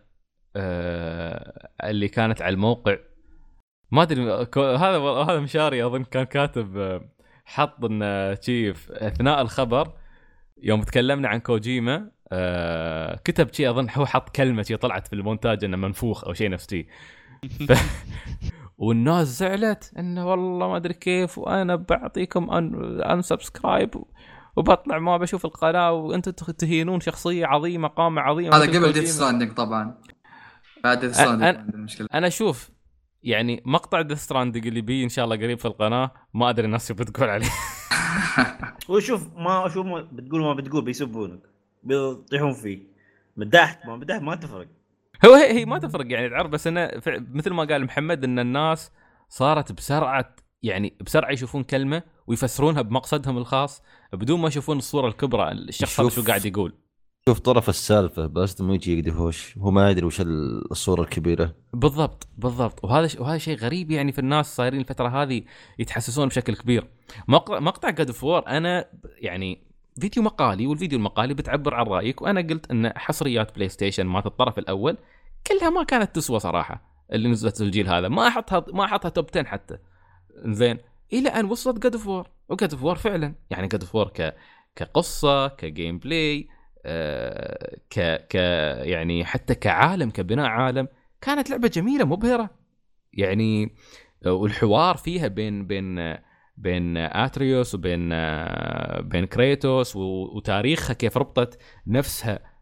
Speaker 1: اللي كانت على الموقع ما ادري هذا هذا مشاري اظن كان كاتب حط ان تشيف اثناء الخبر يوم تكلمنا عن كوجيما كتب شيء اظن هو حط كلمه شيء طلعت في المونتاج انه منفوخ او شيء نفسي. والناس زعلت انه والله ما ادري كيف وانا بعطيكم ان ان سبسكرايب وبطلع ما بشوف القناه وانتم تهينون شخصيه عظيمه قامه عظيمه.
Speaker 5: هذا قبل ديث ستراندنج طبعا. بعد ديث ستراندنج عندنا مشكله.
Speaker 1: انا اشوف يعني مقطع ديث ستراندنج اللي بي ان شاء الله قريب في القناه ما ادري الناس شو بتقول عليه.
Speaker 6: وشوف ما شوف ما بتقول ما بتقول بيسبونك بيطيحون فيك مدحت ما مدحت ما تفرق.
Speaker 1: هو هي, هي ما تفرق يعني تعرف. بس انا مثل ما قال محمد ان الناس صارت بسرعه يعني بسرعه يشوفون كلمه ويفسرونها بمقصدهم الخاص بدون ما يشوفون الصوره الكبرى الشخص هذا شو قاعد يقول.
Speaker 4: شوف طرف السالفه بس ما يجي يقدفوش هو ما يدري وش الصوره الكبيره
Speaker 1: بالضبط بالضبط. وهذا ش... وهذا شيء غريب يعني في الناس صايرين الفتره هذه يتحسسون بشكل كبير. مقطع مقطع جاد اوف وور انا يعني فيديو مقالي والفيديو المقالي بتعبر عن رايك وانا قلت ان حصريات بلاي ستيشن مات الطرف الاول كلها ما كانت تسوى صراحه اللي نزلت الجيل هذا. ما احطها ما احطها توب عشرة حتى زين الى ان وصلت جاد اوف وور. وجاد اوف وور فعلا يعني جاد اوف وور ك كقصه كجيم بلاي آه ك ك يعني حتى كعالم كبناء عالم كانت لعبه جميله مبهره يعني. والحوار فيها بين بين بين اتريوس وبين بين كريتوس وتاريخها كيف ربطت نفسها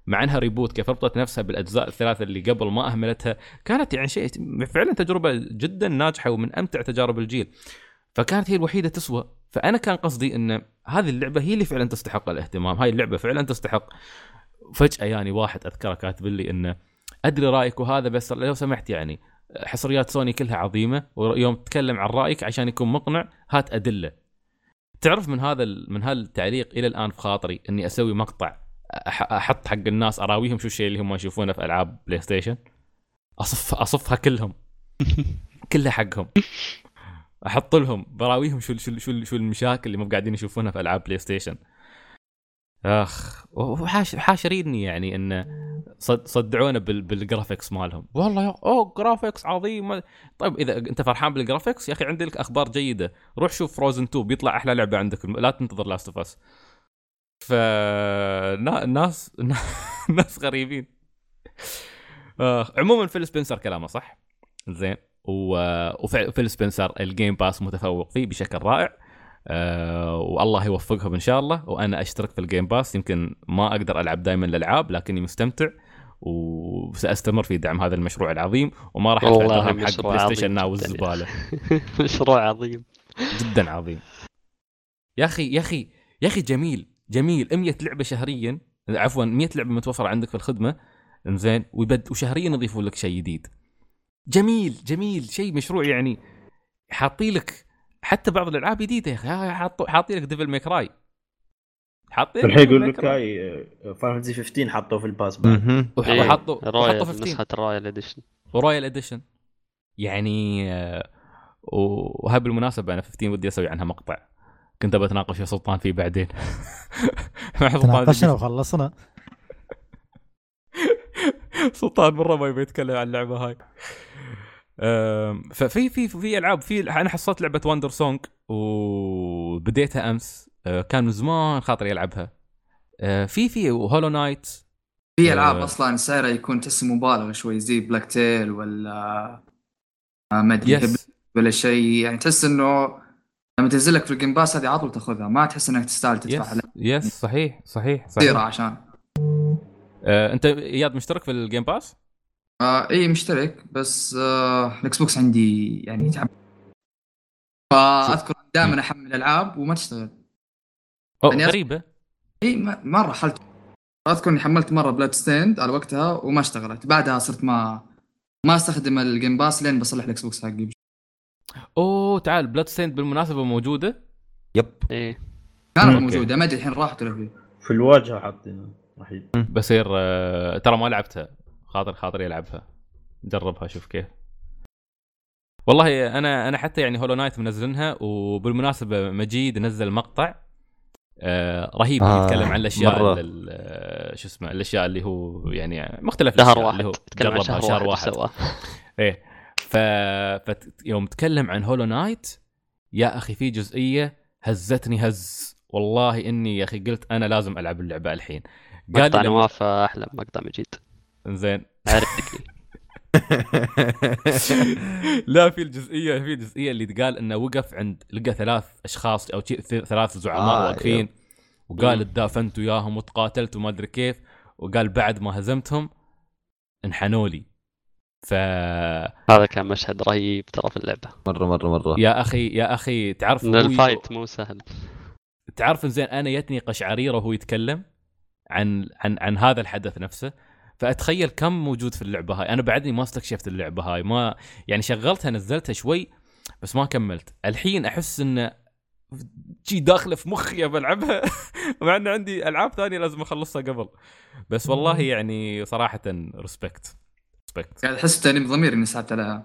Speaker 1: مع انها ريبوت كيف ربطت نفسها بالاجزاء الثلاثه اللي قبل ما اهملتها، كانت يعني شيء فعلا تجربه جدا ناجحه ومن امتع تجارب الجيل، فكانت هي الوحيده تسوى. فانا كان قصدي ان هذه اللعبه هي اللي فعلا تستحق الاهتمام، هاي اللعبه فعلا تستحق. فجاه يعني واحد اذكره كاتب لي انه ادري رايك وهذا، بس لو سمحت يعني حصريات سوني كلها عظيمه، ويوم تتكلم عن رايك عشان يكون مقنع هات ادله. تعرف من هذا من هالتعليق الى الان في خاطري اني اسوي مقطع احط حق الناس اراويهم شو الشيء اللي هم يشوفونه في العاب بلاي ستيشن، اصف اصفها كلهم كلها حقهم، احط لهم براويهم شو شو شو, شو المشاكل اللي مو قاعدين يشوفونها في العاب بلاي ستيشن. اخ وحاش حاشريني يعني ان صد صدعونا بال بالجرافيكس مالهم، والله يا اوه جرافيكس عظيم. طيب اذا انت فرحان بالجرافيكس يا اخي عندي لك اخبار جيده، روح شوف فروزن تو بيطلع احلى لعبه عندك، لا تنتظر لاست اوف اس. ف الناس الناس غريبين. آه. عموما فيل سبنسر كلامه صح زين، وفيل سبنسر الجيم باس متفوق فيه بشكل رائع. أه والله يوفقهم ان شاء الله. وانا اشترك في الجيم باس، يمكن ما اقدر العب دائما الالعاب لكني مستمتع وساستمر في دعم هذا المشروع العظيم، وما راح ادفع درهم حق بلاي ستيشن ناو الزباله.
Speaker 2: مشروع عظيم
Speaker 1: جدا عظيم يا اخي يا اخي يا اخي جميل جميل. مية لعبه شهريا، عفوا مية لعبه متوفره عندك في الخدمه انزين، ويبد وشهريا يضيفوا لك شيء جديد. جميل جميل شيء مشروع يعني. حاطي لك حتى بعض الالعاب جديده يا اخي، حاطوا حاطي لك ديفل ميك راي، حاطين
Speaker 6: الحين يقول لك هاي فاينل خمستاشر حطوه في الباس بعد،
Speaker 1: وحطوا حطوا
Speaker 2: في نسخه الرويال اديشن
Speaker 1: ورويال اديشن يعني. وهاي بالمناسبه انا خمستاشر ودي اسوي عنها مقطع، كنت بتناقش يا سلطان فيه بعدين.
Speaker 3: تناقشنا وخلصنا.
Speaker 1: سلطان مره ما يبي يتكلم عن اللعبه هاي. ففي في في العاب، في انا حصلت لعبه واندر سونج وبديتها امس، كان من زمان خاطري العبها. في في هولو نايت،
Speaker 5: في العاب اصلا سعرها يكون تحس مبالغ شوي زي بلاك تيل ولا ما ادري ولا شيء، يعني تحس انه لما تنزل لك في الجيم باس هذه عطل تاخذها، ما تحس انك تستاهل تدفع
Speaker 1: يس, يس صحيح صحيح صحيح
Speaker 5: عشان
Speaker 1: آه، انت اياد مشترك في الجيم باس؟
Speaker 5: آه اي مشترك، بس آه الاكس بوكس عندي يعني تعب، فاذكر دائما احمل العاب وما تشتغل.
Speaker 1: أو يعني غريبه.
Speaker 5: اي مره حلت، اذكر اني حملت مره بلاد ستيند على وقتها وما اشتغلت، بعدها صرت ما ما استخدم الجيم باس لين بصلح الاكس بوكس حقي.
Speaker 1: اوه تعال بلاد ستيند بالمناسبه موجوده.
Speaker 4: يب
Speaker 2: ايه
Speaker 5: كانت موجوده، ما ادري الحين راحت ولا في
Speaker 6: في الواجهه حاطينها وحيد.
Speaker 1: بصير آه ترى ما لعبتها، خاطر خاطري العبها، جربها شوف كيف. والله انا انا حتى يعني هولو نايت منزلنها، وبالمناسبه مجيد نزل مقطع آه رهيب آه يتكلم عن الاشياء شو اسمه الاشياء اللي هو يعني مختلف
Speaker 2: الاشياء اللي
Speaker 1: هو جربها شهر واحد, واحد. ايه ف... يوم تكلم عن هولو نايت يا اخي في جزئيه هزتني هز والله، اني يا اخي قلت انا لازم العب اللعبه الحين.
Speaker 2: قال لي نواف احلى مقطع مجيد
Speaker 1: زين
Speaker 2: عرفتك.
Speaker 1: لا في الجزئيه في الجزئيه اللي تقال انه وقف عند لقى ثلاث اشخاص او ثلاث زعماء آه واقفين، وقال اتدافنتوا وياهم وتقاتلتوا ما ادري كيف، وقال بعد ما هزمتهم انحنوا لي. ف
Speaker 2: هذا كان مشهد رهيب ترى في اللعبه
Speaker 4: مره مره مره
Speaker 1: يا اخي يا اخي تعرف
Speaker 2: ان الفايت مو سهل.
Speaker 1: تعرف زين انا يتني قشعريره وهو يتكلم عن عن عن هذا الحدث نفسه، فاتخيل كم موجود في اللعبه هاي. انا بعدني ما استكشفت اللعبه هاي، ما يعني شغلتها نزلتها شوي بس ما كملت. الحين احس انه شي داخله في مخي بلعبها مع ان عندي العاب ثانيه لازم اخلصها قبل. بس والله يعني صراحه ريسبكت ريسبكت
Speaker 5: قاعد احس تاني بضمير اني ساعدت عليها.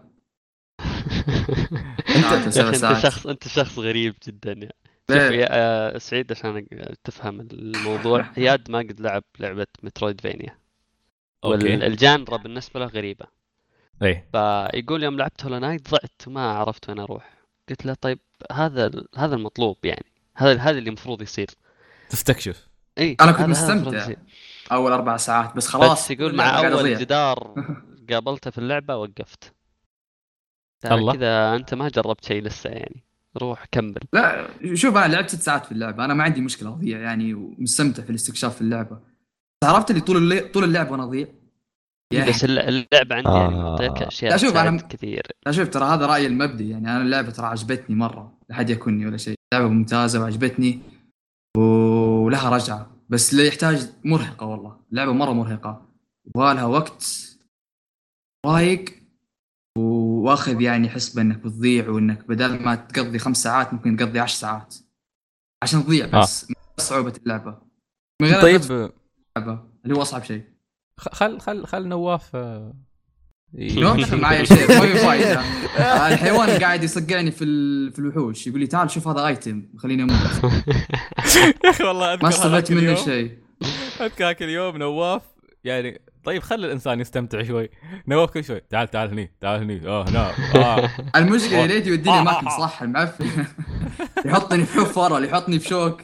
Speaker 2: انت شخص انت شخص غريب جدا يعني. شوف يا سعيد عشان تفهم الموضوع، اياد ما قد لعب لعبه مترويدفينيا والجانرا بالنسبه له غريبه.
Speaker 1: ايه
Speaker 2: فيقول يوم لعبت هولو نايت ضعت وما عرفت وين اروح. قلت له طيب هذا هذا المطلوب يعني، هذا هذا اللي المفروض يصير
Speaker 1: تستكشف.
Speaker 2: ايه
Speaker 5: انا كنت مستمتع اول اربع ساعات بس خلاص.
Speaker 2: بس يقول مع اول جدار قابلته في اللعبه وقفت. كذا انت ما جربت شيء لسه يعني، روح كمل.
Speaker 5: لا شوف انا لعبت ست ساعات في اللعبه، انا ما عندي مشكله اضيع يعني، ومستمتع في الاستكشاف في اللعبه. عرفت اللي طول الليل طول اللعب وانا اضيع
Speaker 2: يعني بس اللعبه عندي
Speaker 4: آه.
Speaker 2: يعني معطيك اشياء
Speaker 5: لا شوف
Speaker 2: تساعد
Speaker 5: أنا-
Speaker 2: كثير.
Speaker 5: لا شوف ترى هذا رايي المبدئي، يعني انا اللعبه ترى عجبتني مره، لا حد يكونني ولا شيء، لعبه ممتازه وعجبتني ولها رجعه، بس اللي يحتاج مرهقه، والله لعبه مره مرهقه وبالها وقت رايق، واخذ يعني حسبه انك بتضيع، وانك بدل ما تقضي خمس ساعات ممكن تقضي عشر ساعات عشان تضيع بس. آه. صعوبه اللعبه من غير
Speaker 1: طيب
Speaker 5: اللعبه اللي هو اصعب شيء.
Speaker 1: خل خل خل نواف
Speaker 5: نواف معي شيء ما في فايده. الحيوان قاعد يصقعني في في الوحوش، يقول لي تعال شوف هذا ايتم خليني اموت.
Speaker 1: يا اخي والله اذكر
Speaker 5: ما استفدت منه شيء.
Speaker 1: اذكر كل يوم نواف يعني طيب خلي الانسان يستمتع شوي. نواف كل شوي تعال تعال هني تعال هني اه هنا اه
Speaker 5: المشكله ليت يوديني اماكن صح المعفن. يحطني في حفره ولا يحطني في شوك.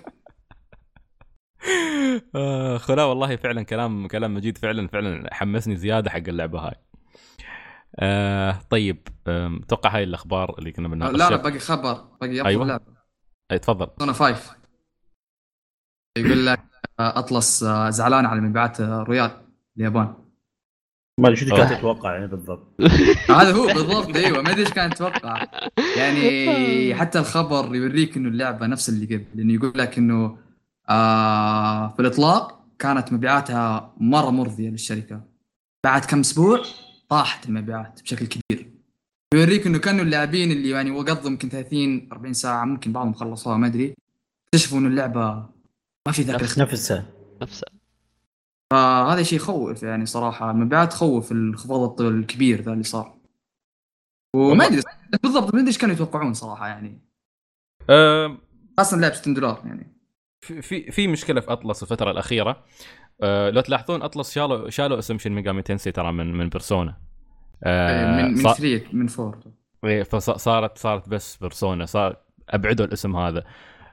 Speaker 1: آه خلا والله فعلا كلام كلام مجيد، فعلا فعلا حمسني زياده حق اللعبه هاي. آه طيب اتوقع هاي الاخبار اللي كنا بنناقشها.
Speaker 5: لا لا باقي خبر، باقي افضل
Speaker 1: أيوة.
Speaker 5: لعبه.
Speaker 1: اي تفضل.
Speaker 5: انا فايف يقول لك اطلس زعلان على مبيعات رويال اليابان.
Speaker 6: ما ادري شو كنت تتوقع يعني بالضبط.
Speaker 5: هذا هو بالضبط. ايوه ما ادري ايش كان اتوقع يعني. حتى الخبر يوريك انه اللعبه نفس اللي قبل، لانه يقول لك انه آه في الاطلاق كانت مبيعاتها مره مرضيه للشركه، بعد كم اسبوع طاحت المبيعات بشكل كبير. يوريك انه كانوا اللاعبين اللي يعني وقضوا يمكن ثلاثين أربعين ساعه، ممكن بعضهم خلصوها ما ادري، اكتشفوا انه اللعبه ما في ذاك
Speaker 6: نفس نفسها
Speaker 2: نفسها.
Speaker 5: فهذا شيء يخوف يعني صراحه. المبيعات تخوف، الانخفاض الكبير ذا اللي صار. وما ادري بالضبط ما ادري ايش كانوا يتوقعون صراحه يعني.
Speaker 1: أه
Speaker 5: اصلا لعبه ستين دولار يعني.
Speaker 1: في في مشكله في اطلس الفتره الاخيره. أه لو تلاحظون اطلس شالوا شالوا اسم شين ميجامي تنسي ترى من من بيرسونا. أه
Speaker 5: من من
Speaker 1: صار...
Speaker 5: ثري من فور.
Speaker 1: فصارت صارت بس بيرسونا، صار ابعدوا الاسم هذا.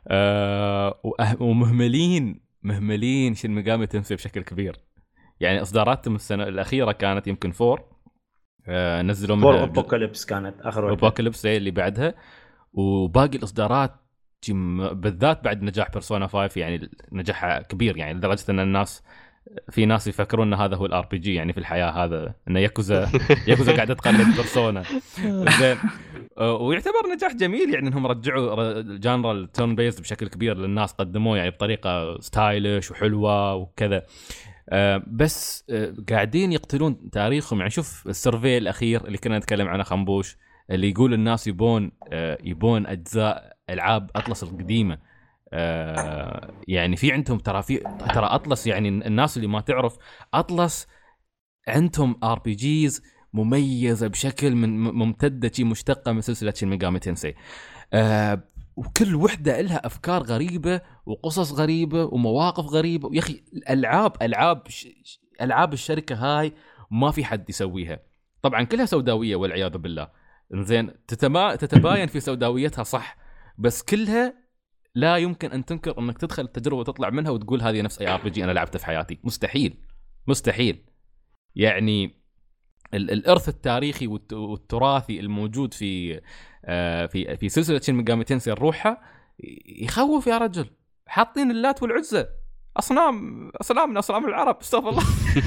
Speaker 1: أه ومهملين مهملين شين ميجامي تنسي بشكل كبير. يعني اصداراتهم السنه الاخيره كانت يمكن فور، أه نزلوا
Speaker 6: منها فور ابوكاليبس كانت اخر واحده،
Speaker 1: ابوكاليبس هي اللي بعدها، وباقي الاصدارات بالذات بعد نجاح بيرسونا خمسة يعني نجاح كبير، يعني لدرجه ان الناس في ناس يفكرون ان هذا هو الار بي جي يعني في الحياه، هذا ان ياكوزا ياكوزا قاعده تقلد بيرسونا. زين ويعتبر نجاح جميل يعني انهم رجعوا جانرا التون بيز بشكل كبير للناس، قدموه يعني بطريقه ستايلش وحلوه وكذا. بس قاعدين يقتلون تاريخهم. يعني شوف السيرفي الاخير اللي كنا نتكلم عنه خنبوش، اللي يقول الناس يبون يبون اجزاء العاب اطلس القديمه. يعني في عندهم ترى في ترى اطلس، يعني الناس اللي ما تعرف اطلس عندهم ار بي جيز مميزه بشكل من ممتده شي مشتقه من سلسله شين ميجامي تنسي، وكل وحده لها افكار غريبه وقصص غريبه ومواقف غريبه. يا اخي الالعاب العاب العاب الشركه هاي ما في حد يسويها. طبعا كلها سوداويه والعياذ بالله، زين تتما... تتباين في سوداويتها صح، بس كلها لا يمكن ان تنكر انك تدخل التجربه وتطلع منها وتقول هذه نفس اي ار بي جي انا لعبته في حياتي. مستحيل مستحيل. يعني ال... الارث التاريخي والت... والتراثي الموجود في آه في في سلسله شين ميجامي تنسي الروحه يخوف يا رجل. حاطين اللات والعزى اصنام اصنام من اصنام العرب، استغفر الله.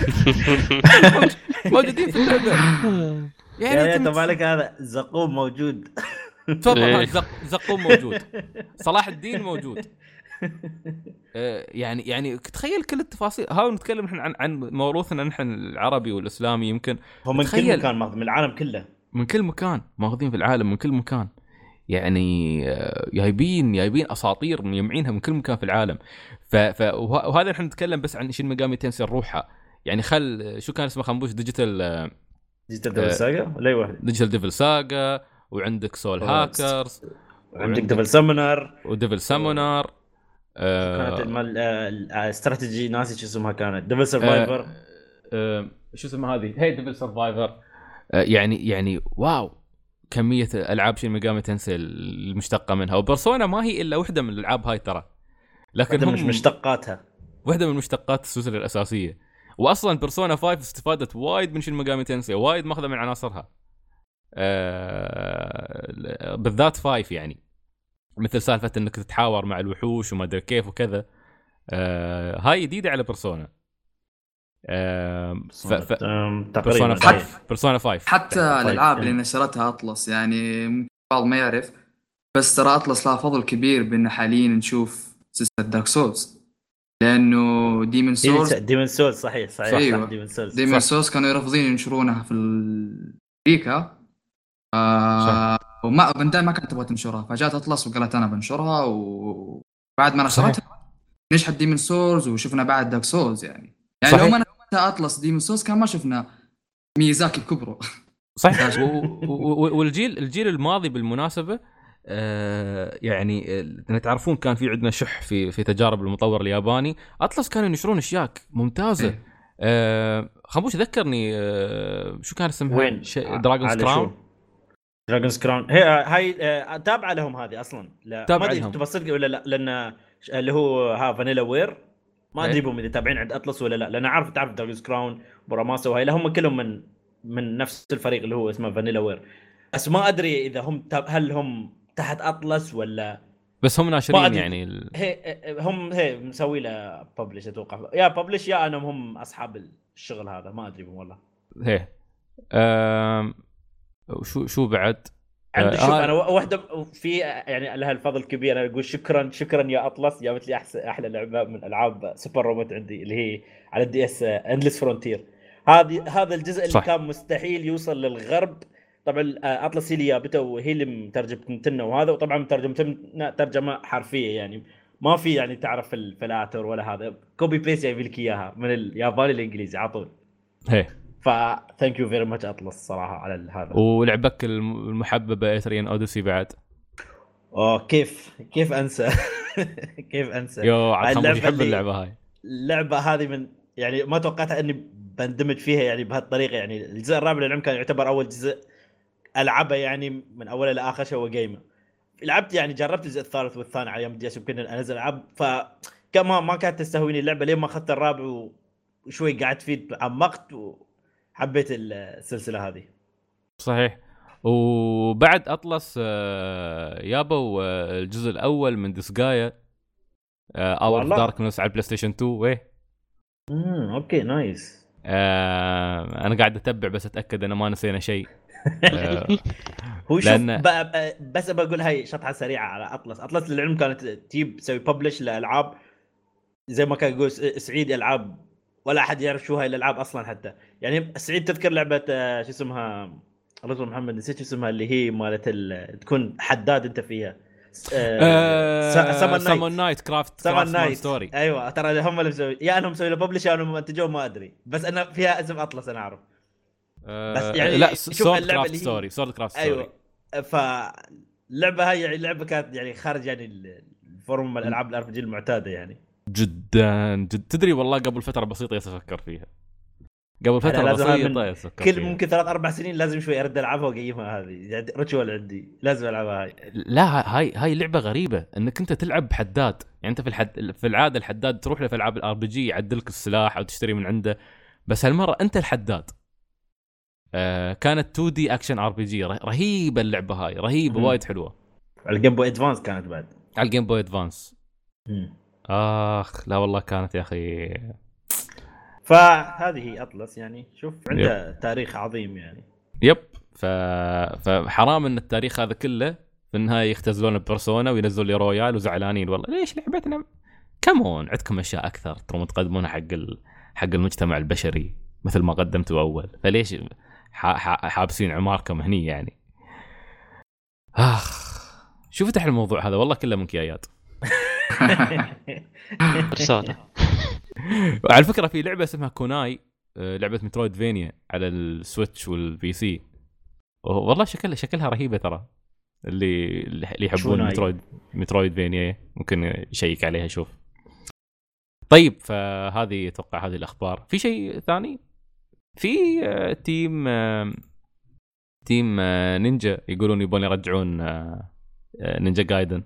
Speaker 1: موجودين في اللعبه.
Speaker 6: يعني يا انت مالك هذا زقوم موجود.
Speaker 1: تفضل زق... زقوم موجود، صلاح الدين موجود. آه يعني يعني تخيل كل التفاصيل هاو. نتكلم نحن عن عن موروثنا نحن العربي والاسلامي، يمكن
Speaker 6: هم من كل مكان ماخذ من العالم كله، من
Speaker 1: كل مكان ماخذين في العالم من كل مكان. يعني آه جايبين جايبين اساطير مجمعينها من كل مكان في العالم. ف... ف... وهذا نحن نتكلم بس عن شين ميجامي تنسي الروحه. يعني خل شو كان اسمه خنبوش ديجيتال آه
Speaker 6: ديجيتال ديفل ساغا ولا اي واحد؟
Speaker 1: ديجيتال ديفل ساغا، وعندك سول هاكرز،
Speaker 6: وعندك ديفل سامونر
Speaker 1: وديفل سامونر.
Speaker 6: كانت المال استراتيجي ناسي شو اسمها، كانت ديفل سرفايفر.
Speaker 1: شو اسمها هذه؟ هي ديفل سرفايفر. يعني يعني واو كميه العاب شين ميجامي تنسي المشتقه منها. وبرسونا ما هي الا وحده من الالعاب هاي ترى، لكن
Speaker 6: هم مش مشتقاتها،
Speaker 1: وحده من مشتقات السلسله الاساسيه. واصلا بيرسونا خمسة استفادت وايد من شين ميجامي تنسي، وايد ماخذه من عناصرها. آه بالذات فايف يعني مثل سالفه انك تتحاور مع الوحوش وما ادري كيف وكذا. آه هاي جديده على بيرسونا. ف ف
Speaker 6: تقريبا
Speaker 1: بيرسونا خمسة
Speaker 5: حتى الالعاب اللي نشرتها اطلس يعني بعض ما يعرف، بس ترى اطلس لها فضل كبير بان حاليا نشوف سلسله دارك سولز، لانه ديمون سولز
Speaker 6: ديمون سولز صحيح صحيح
Speaker 5: أيوة.
Speaker 6: ديمون سولز
Speaker 5: ديمون سولز كانوا يرفضين ينشرونها في امريكا آه وما بنداي ما كانت تبغى تنشرها، فجات اطلس وقالت انا بنشرها، وبعد ما نشرتها نجحت ديمون سولز وشفنا بعد دارك سولز يعني يعني صحيح. لو ما نشرتها اطلس ديمون سولز كان ما شفنا ميزاكي كبرو
Speaker 1: صحيح. والجيل الجيل الماضي بالمناسبه آه يعني تعرفون كان في عندنا شح في في تجارب المطور الياباني، اطلس كانوا ينشرون اشياء ممتازه. إيه. آه خموش ذكرني آه شو كان اسمها
Speaker 6: وين
Speaker 1: دراجونز كراون
Speaker 6: دراجونز كراون هي هاي آه تابعه لهم هذه اصلا لا ما ادري تبصدق ولا لا، لان اللي هو ها فانيلا وير ما ادري بهم اذا تابعين عند اطلس ولا لا، لان عارف تعرف دراجونز كراون براماسا وهاي هم كلهم من من نفس الفريق اللي هو اسمه فانيلا وير، بس ما ادري اذا هم هل هم تحت اطلس ولا
Speaker 1: بس هم ناشرين يعني ال...
Speaker 6: هي هم هي مسوي له ببلش اتوقع يا ببلش يا انا هم اصحاب الشغل هذا ما ادري والله.
Speaker 1: هي أم... شو شو بعد
Speaker 6: عندي شوف آه... انا واحده في يعني لها الفضل الكبير، انا اقول شكرا شكرا يا اطلس جابت لي احسن احلى لعبه من العاب سوبر روبوت عندي اللي هي على الدي اس اندلس فرونتير. هذه هذا الجزء اللي صح. كان مستحيل يوصل للغرب، طبعا اطلس هي اللي جابته وهي اللي مترجمتنا وهذا، وطبعا مترجمتنا ترجمه حرفيه يعني ما في يعني تعرف الفلاتر ولا هذا كوبي بيست جايب لك اياها من الياباني للانجليزي على طول.
Speaker 1: هي
Speaker 6: فثانك يو فيري ماتش اطلس صراحه على هذا.
Speaker 1: ولعبك المحببه اتريان اوديسي بعد
Speaker 6: اوه كيف كيف انسى كيف انسى
Speaker 1: يو عاد يحب اللعبه هاي.
Speaker 6: اللعبه هذه من يعني ما توقعت اني بندمج فيها يعني بهالطريقه، يعني الجزء الرابع للعلم كان يعتبر اول جزء العبه يعني من اوله لاخره شو جيمه. لعبت يعني جربت الجزء الثالث والثاني على يوم دي اس كنا انزل العاب، فكما ما كانت تستهويني اللعبه لين ما اخذت الرابع وشوي قعدت فيه عمقت وحبيت السلسله هذه
Speaker 1: صحيح. وبعد اطلس يابوا الجزء الاول من ديسغايا اور اوف داركنس على البلاي ستيشن تو. ويه
Speaker 6: امم اوكي نايس.
Speaker 1: آه انا قاعد اتبع بس اتاكد انا ما نسينا شيء. آه
Speaker 6: هو شوف لأن... بس بقول هاي شطحه سريعه على اطلس. اطلس للعلم كانت تجيب تسوي ببلش لالعاب زي ما كان يقول سعيد العاب ولا احد يعرف شو هاي الالعاب اصلا حتى يعني. سعيد تذكر لعبه شو اسمها رجل محمد نسيت شو اسمها اللي هي مالت تكون حداد انت فيها
Speaker 1: سامون نايت كرافت
Speaker 6: سامون ستوري. ايوه ترى هم اللي مسوي يا انهم مسوي له ببلش يا انهم منتجوه ما ادري، بس انا فيها اسم اطلس انا اعرف.
Speaker 1: أه بس يعني لا سورد كرافت ستوري سورد كرافت ستوري.
Speaker 6: ايوه فاللعبه هاي يعني لعبه كانت يعني خارج يعني الفورم الالعاب الار بي جي المعتاده يعني
Speaker 1: جدا جد. تدري والله قبل فتره بسيطه يتفكر فيها قبل فتره بسيطه يتفكر
Speaker 6: كل فيها. ممكن ثلاث اربع سنين لازم شوي ارد العبها واقيمها. هذه يعني ريتشوال عندي لازم العبها هاي.
Speaker 1: لا هاي هاي لعبه غريبه انك انت تلعب بحداد يعني. انت في الحد في العاده الحداد تروح له في العاب الار بي جي يعدلك السلاح او تشتري من عنده، بس هالمره انت الحداد. آه كانت تو دي اكشن ار بي جي رهيبه اللعبه هاي رهيبه وايد حلوه.
Speaker 6: على الجيم بوي ادفانس كانت بعد
Speaker 1: على الجيم بوي ادفانس. اخ لا والله كانت يا اخي.
Speaker 6: فهذه اطلس يعني شوف عنده تاريخ عظيم يعني.
Speaker 1: يب ف... فحرام ان التاريخ هذا كله في النهايه يختزلون ببرسونا وينزلوا لي رويال وزعلانين والله ليش لعبتنا كمون عندكم اشياء اكثر ترى تقدمونها حق ال... حق المجتمع البشري مثل ما قدمتوا اول، فليش ح... ح... حابسين عماركم هني يعني. اخ شو فتح الموضوع هذا والله كله منكيايات.
Speaker 2: برسونا.
Speaker 1: على فكره في لعبه اسمها كوناي لعبه مترويد فينيا على السويتش والبي سي والله شكلها شكلها رهيبه ترى. اللي اللي يحبون مترويد مترويد فينيا ممكن يشيك عليها شوف. طيب فهذه اتوقع هذه الاخبار. في شيء ثاني في تيم تيم نينجا يقولون يبون يرجعون نينجا جايدن.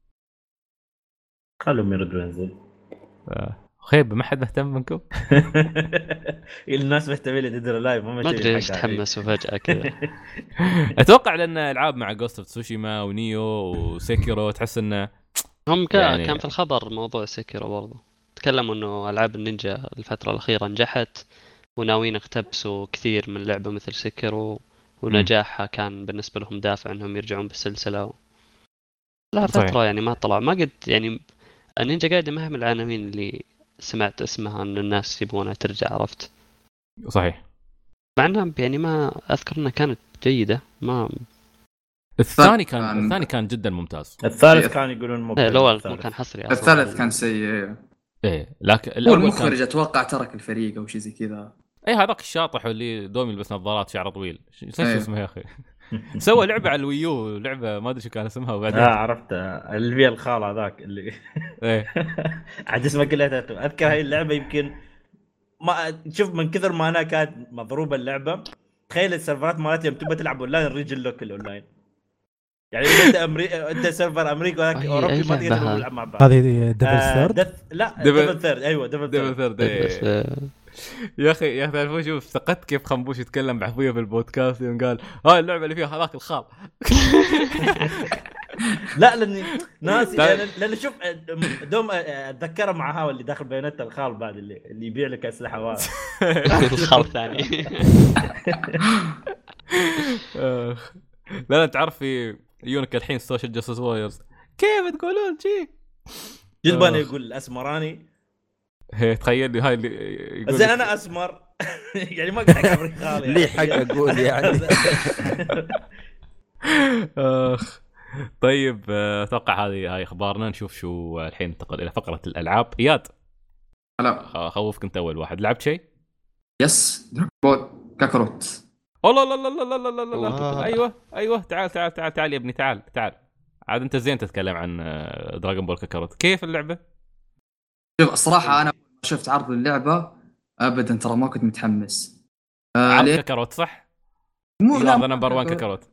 Speaker 6: خلهم يردوا ينزل.
Speaker 1: خيب ما حد مهتم منكم.
Speaker 6: الناس مهتمين لديدر لايف
Speaker 2: ما ادري ليش تحمسوا فجأة كذا.
Speaker 1: اتوقع لان العاب مع جوست اوف تسوشيما ونيو وسيكيرو تحس انه
Speaker 2: هم كان يعني... كان في الخبر موضوع سيكيرو برضه تكلموا انه العاب النينجا الفتره الاخيره نجحت وناويين يقتبسوا كثير من لعبه مثل سكرو ونجاحها كان بالنسبه لهم دافع انهم يرجعون بالسلسله. لا فتره
Speaker 1: صحيح.
Speaker 2: يعني ما طلع ما قد يعني النينجا قاعده ما هي من العناوين اللي سمعت اسمها ان الناس يبغونها ترجع، عرفت؟
Speaker 1: صحيح.
Speaker 2: مع انها يعني ما اذكر انها كانت جيده. ما
Speaker 1: الثاني كان الثاني كان جدا ممتاز.
Speaker 6: الثالث كان يقولون مو
Speaker 2: إيه، الاول كان حصري أصلاً.
Speaker 5: الثالث كان سيء.
Speaker 1: ايه لكن
Speaker 5: هو
Speaker 1: الاول
Speaker 5: المخرج
Speaker 1: كان
Speaker 5: اتوقع ترك الفريق او شيء زي كذا.
Speaker 1: اي هذاك الشاطح اللي دوم يلبس نظارات شعره طويل، ايش
Speaker 5: إيه.
Speaker 1: اسمه يا اخي؟ سوى لعبه على الويو، لعبه ما ادري شو كان اسمها وبعدين
Speaker 6: اه عرفت اللي فيها الخال هذاك اللي
Speaker 1: ايه
Speaker 6: عاد اسمه كلها اذكر هاي اللعبه يمكن ما شوف من كثر ما انا كانت مضروبه اللعبه. تخيل السيرفرات مالتي يوم تبغى تلعب اونلاين ريجن لوك الاونلاين، يعني انت امريكا انت سيرفر امريكا وهذاك
Speaker 2: أي-
Speaker 6: اوروبي
Speaker 2: أي
Speaker 6: ما تقدر
Speaker 2: لعبة
Speaker 6: تلعب مع بعض.
Speaker 3: هذه ديفل ثيرد.
Speaker 6: دث... لا
Speaker 1: Devil-
Speaker 6: ديفل ثيرد ايوه ديفل
Speaker 1: ديفل
Speaker 6: ثيرد.
Speaker 1: ثيرد.
Speaker 2: بس آه،
Speaker 1: يا اخي يا اخي تعرفوا شوف افتقدت كيف خنبوش يتكلم بعفويه في البودكاست يوم قال هاي اللعبه اللي فيها هذاك الخال.
Speaker 6: لا لاني ناس
Speaker 1: طيب.
Speaker 6: يعني لان شوف دوم اتذكره مع هاو اللي داخل بيانات الخال بعد اللي اللي يبيع لك اسلحه وهذا.
Speaker 2: الخال ثاني.
Speaker 1: آخ. لا لا تعرف في يونك الحين سوشيال جاستس وايرز كيف تقولون شيء
Speaker 6: جلبان
Speaker 1: آخ.
Speaker 6: يقول الاسمراني
Speaker 1: هي تخيل لي هاي اللي يقول
Speaker 6: زين انا اسمر يعني ما قاعد اعرف خالي
Speaker 4: لي حق اقول يعني.
Speaker 1: اخ. طيب آه، اتوقع هذه هاي اخبارنا. نشوف شو الحين ننتقل الى فقره الالعاب. اياد
Speaker 5: لا
Speaker 1: خ- خوفك انت اول واحد، لعبت شيء؟
Speaker 5: يس دراغون بول كاكروت.
Speaker 1: الله لا لا لا لا لا لا لا
Speaker 2: آه.
Speaker 1: ايوه ايوه تعال تعال تعال تعال يا ابني تعال تعال. عاد انت زين تتكلم عن آه، دراغون بول كاكاروت. كيف اللعبه؟
Speaker 5: شوف الصراحه انا أول ما شفت عرض اللعبه ابدا ترى ما كنت متحمس. آه
Speaker 1: عرض
Speaker 5: ليه؟
Speaker 1: كاكاروت صح؟
Speaker 5: مو
Speaker 1: يو
Speaker 5: لا
Speaker 1: ار نمبر واحد كاكاروت.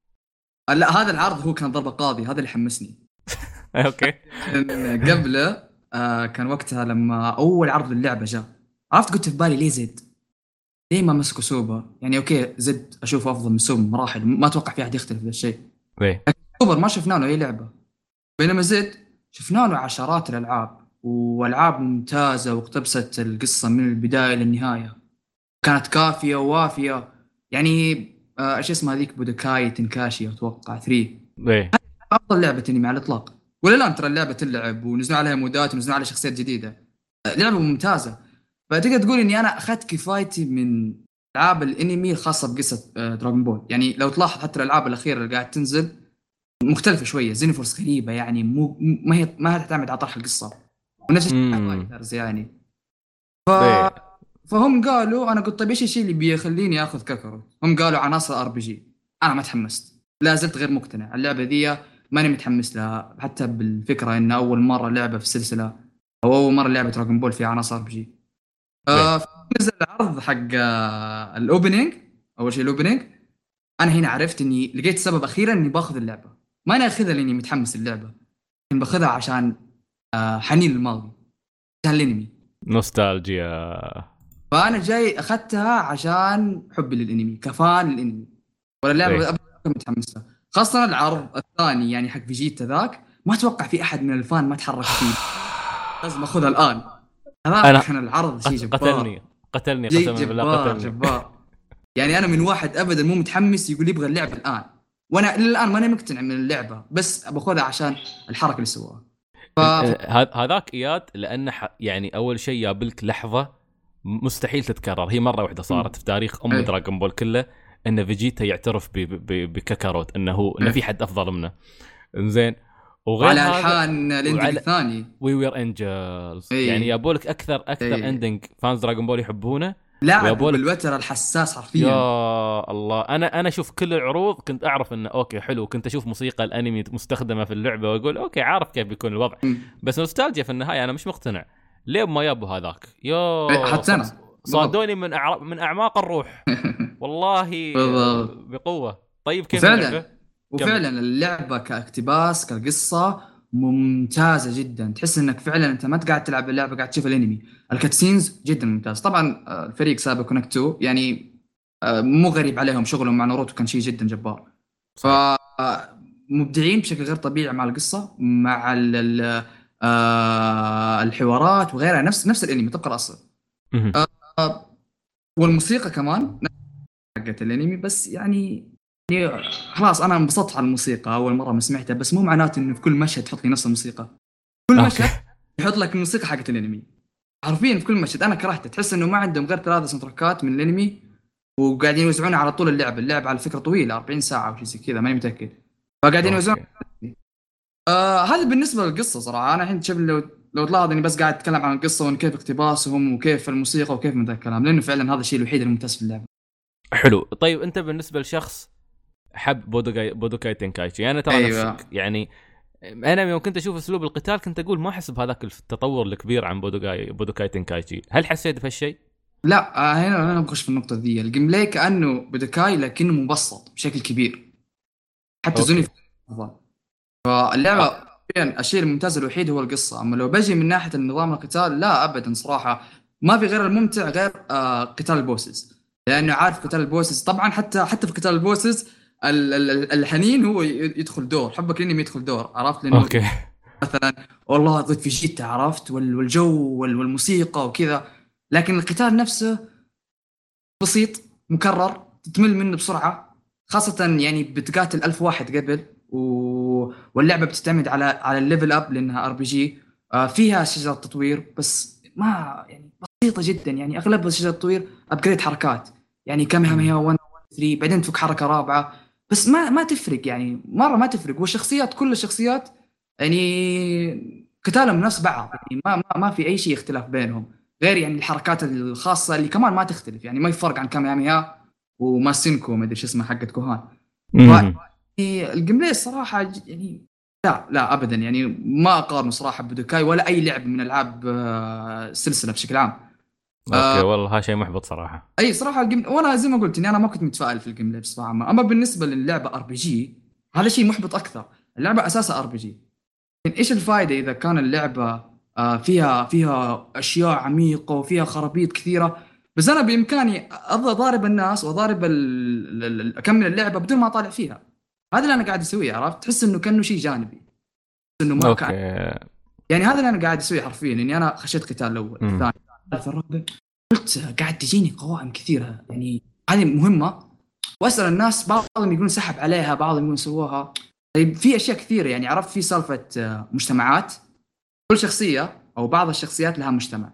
Speaker 5: آه، لا هذا العرض هو كان ضربه قاضي، هذا اللي حمسني.
Speaker 1: اوكي
Speaker 5: لأن قبله آه كان وقتها لما اول عرض اللعبه جاء عرفت قلت في بالي ليه زد ليه ما مسكوا سوبر؟ يعني اوكي زد اشوفه افضل من سوبر مراحل، ما اتوقع في احد يختلف في الشيء.
Speaker 1: ايه
Speaker 5: سوبر ما شفنا له اي لعبه، بينما زد شفنا له عشرات الالعاب والعاب ممتازه واقتبست القصه من البدايه للنهايه، كانت كافيه ووافيه. يعني آه، ايش اسمها هذيك بودكاي تنكاشي اتوقع ثلاثة،
Speaker 1: ايه
Speaker 5: افضل لعبه انمي على الاطلاق. ولا لا ترى اللعبه تلعب ونزلوا عليها مودات ونزلوا عليها شخصيات جديده، آه، لعبه ممتازه. فتقدر تقول اني انا اخذت كفايتي من العاب الانمي الخاصه بقصه آه، دراغون بول. يعني لو تلاحظ حتى الالعاب الاخيره اللي قاعد تنزل مختلفه شويه، زينوفورس غريبه يعني مو ما هي ما هي تعتمد على طرح القصه، ونفس
Speaker 1: مم.
Speaker 5: الشيء يعني. ف...
Speaker 1: إيه.
Speaker 5: فهم قالوا انا قلت طيب ايش الشيء اللي بيخليني اخذ كاكارو؟ هم قالوا عناصر ار بي جي. انا ما تحمست، لا زلت غير مقتنع. اللعبه ذي ماني متحمس لها حتى بالفكره ان اول مره لعبه في السلسله او اول مره لعبه دراغون بول فيها عناصر ار بي جي. آه نزل العرض حق آه الاوبننج. اول شيء الاوبننج انا هنا عرفت اني لقيت سبب اخيرا اني باخذ اللعبه. ما انا اخذها لاني متحمس اللعبه، لكن باخذها عشان آه حنين للماضي، عشان الانمي.
Speaker 1: نوستالجيا.
Speaker 5: فانا جاي اخذتها عشان حبي للانمي كفان للانمي، ولا اللعبه
Speaker 1: إيه.
Speaker 5: ابدا متحمس لها. خاصه العرض الثاني يعني حق فيجيتا ذاك ما اتوقع في احد من الفان ما تحرك فيه. لازم اخذها الان.
Speaker 1: أنا-
Speaker 5: هذا كان العرض شيء جبار.
Speaker 1: قتلني قتلني
Speaker 5: شيء
Speaker 1: قسما بالله
Speaker 5: جبار
Speaker 1: قتلني.
Speaker 5: جبار. يعني انا من واحد ابدا مو متحمس يقول يبغى اللعبه الان، وانا الى الان ماني مقتنع من اللعبه، بس باخذها عشان الحركه اللي سواها. ف...
Speaker 1: هذا هذاك اياد لانه ح- يعني اول شيء يابلك لحظه مستحيل تتكرر، هي مره واحده صارت في تاريخ ام
Speaker 5: أي.
Speaker 1: دراغون بول كله، ان فيجيتا يعترف ب- ب- بكاكاروت انه هو انه
Speaker 5: أي.
Speaker 1: في حد افضل منه. انزين وغير
Speaker 5: على
Speaker 1: هذا
Speaker 5: الحان الاندنج
Speaker 1: وعلى-
Speaker 5: الثاني
Speaker 1: وي وير انجلز،
Speaker 5: أي.
Speaker 1: يعني يابولك اكثر اكثر
Speaker 5: أي.
Speaker 1: اندنج فانز دراغون بول يحبونه.
Speaker 5: لاعب
Speaker 1: ويابولك-
Speaker 5: بالوتر الحساس حرفيا.
Speaker 1: يا الله انا انا اشوف كل العروض كنت اعرف انه اوكي حلو، كنت اشوف موسيقى الانمي مستخدمه في اللعبه واقول اوكي عارف كيف بيكون الوضع،
Speaker 5: مم.
Speaker 1: بس نوستالجيا في النهايه انا مش مقتنع ليه ما يابوا هذاك. يا
Speaker 5: حتى أنا.
Speaker 1: صادوني من أعر... من اعماق الروح والله
Speaker 5: بالضبط.
Speaker 1: بقوه. طيب كيف
Speaker 5: وفعلا
Speaker 1: اللعبه؟
Speaker 5: وفعلا اللعبه كاقتباس كقصه ممتازه جدا. تحس انك فعلا انت ما قاعد تلعب اللعبه، قاعد تشوف الانمي. الكاتسينز جدا ممتاز. طبعا آه، الفريق سابق كونكت تو يعني آه، مو غريب عليهم، شغلهم مع ناروتو كان شيء جدا جبار. ف
Speaker 1: صحيح.
Speaker 5: آه، مبدعين بشكل غير طبيعي مع القصه، مع ال ال آه الحوارات وغيرها نفس نفس الانمي طبق الاصل. آه والموسيقى كمان حقت الانمي، بس يعني يعني خلاص انا انبسطت على الموسيقى اول مره ما سمعتها، بس مو معناته انه في كل مشهد تحط لي نفس الموسيقى. كل
Speaker 1: أوكي.
Speaker 5: مشهد يحط لك الموسيقى حقت الانمي حرفيا في كل مشهد. انا كرهته، تحس انه ما عندهم غير ثلاثه سنتركات من الانمي وقاعدين يوزعونها على طول اللعبه. اللعبه على فكره طويله أربعين ساعه او شيء زي كذا ماني متاكد، فقاعدين يوزعون. آه هذا بالنسبه للقصه صراحه. انا الحين شوف لو لو تلاحظ اني بس قاعد اتكلم عن القصه وان كيف اقتباسهم وكيف الموسيقى وكيف من ذا الكلام، لانه فعلا هذا الشيء الوحيد الممتاز في اللعبه.
Speaker 1: حلو. طيب انت بالنسبه لشخص حب بودوكاي بودوكاي تنكايتشي، انا ترى
Speaker 5: أيوة.
Speaker 1: نفسك يعني انا يوم كنت اشوف اسلوب القتال كنت اقول ما احس بهذاك التطور الكبير عن بودوكاي بودوكاي تنكايتشي، هل حسيت بهالشيء؟
Speaker 5: لا آه هنا انا بخش في النقطه ذي. الجيم بلاي كانه بودوكاي لكنه مبسط بشكل كبير، حتى
Speaker 1: أوكي.
Speaker 5: زوني افضل. فاللعبه فعلا الشيء الممتاز الوحيد هو القصه. اما لو بجي من ناحيه النظام القتال لا ابدا صراحه ما في غير الممتع غير آه قتال البوسز، لانه عارف قتال البوسز طبعا حتى حتى في قتال البوسز ال- ال- الحنين هو يدخل دور، حبك اني يدخل دور، عرفت؟ لانه
Speaker 1: اوكي
Speaker 5: مثلا والله ضد فيجيتا عرفت وال- والجو وال- والموسيقى وكذا، لكن القتال نفسه بسيط مكرر تتمل منه بسرعه، خاصه يعني بتقاتل ألف واحد قبل و... واللعبه بتعتمد على على الليفل اب لانها ار بي جي. فيها شجره تطوير بس ما يعني بسيطه جدا، يعني اغلب شجره التطوير ابجريد حركات، يعني كاميهاميها واحد ثلاثة بعدين تفك حركه رابعه، بس ما ما تفرق يعني مره ما تفرق. والشخصيات كل الشخصيات يعني قتالهم نفس بعض، يعني ما ما, ما في اي شيء اختلاف بينهم غير يعني الحركات الخاصه اللي كمان ما تختلف، يعني ما يفرق عن كاميهاميها وماسينكو ما ادري شو اسمه حقت كوهان.
Speaker 1: مم.
Speaker 5: الجيم بلاي الصراحه يعني لا لا ابدا يعني ما اقارنه صراحه بدوكاي ولا اي لعب من العاب آه، السلسله بشكل عام.
Speaker 1: اوكي والله هذا شيء محبط صراحه.
Speaker 5: اي صراحه الجيم وانا زي ما قلت اني انا ما كنت متفائل في الجيم بلاي بصراحه. اما بالنسبه للعبه ار بي جي هذا شيء محبط اكثر. اللعبه اساسها ار بي جي، ايش الفائده اذا كان اللعبه آه، فيها فيها اشياء عميقه وفيها خرابيط كثيره، بس انا بامكاني اضارب الناس واضارب ال- ال- ال- اكمل اللعبه بدون ما اطالع فيها. هذا اللي انا قاعد اسويه، عرفت؟ تحس انه كانه شيء جانبي، انه ما
Speaker 1: اوكي
Speaker 5: كان يعني هذا اللي انا قاعد اسويه حرفيا. اني انا خشيت قتال الاول
Speaker 1: مم.
Speaker 5: الثاني الثالث الرابع، قلت قاعد تجيني قوائم كثيره يعني هذه مهمه، واسال الناس بعضهم يقولون سحب عليها بعضهم يقولون سووها. طيب في اشياء كثيره يعني عرفت، في سالفه آه، مجتمعات، كل شخصيه او بعض الشخصيات لها مجتمع،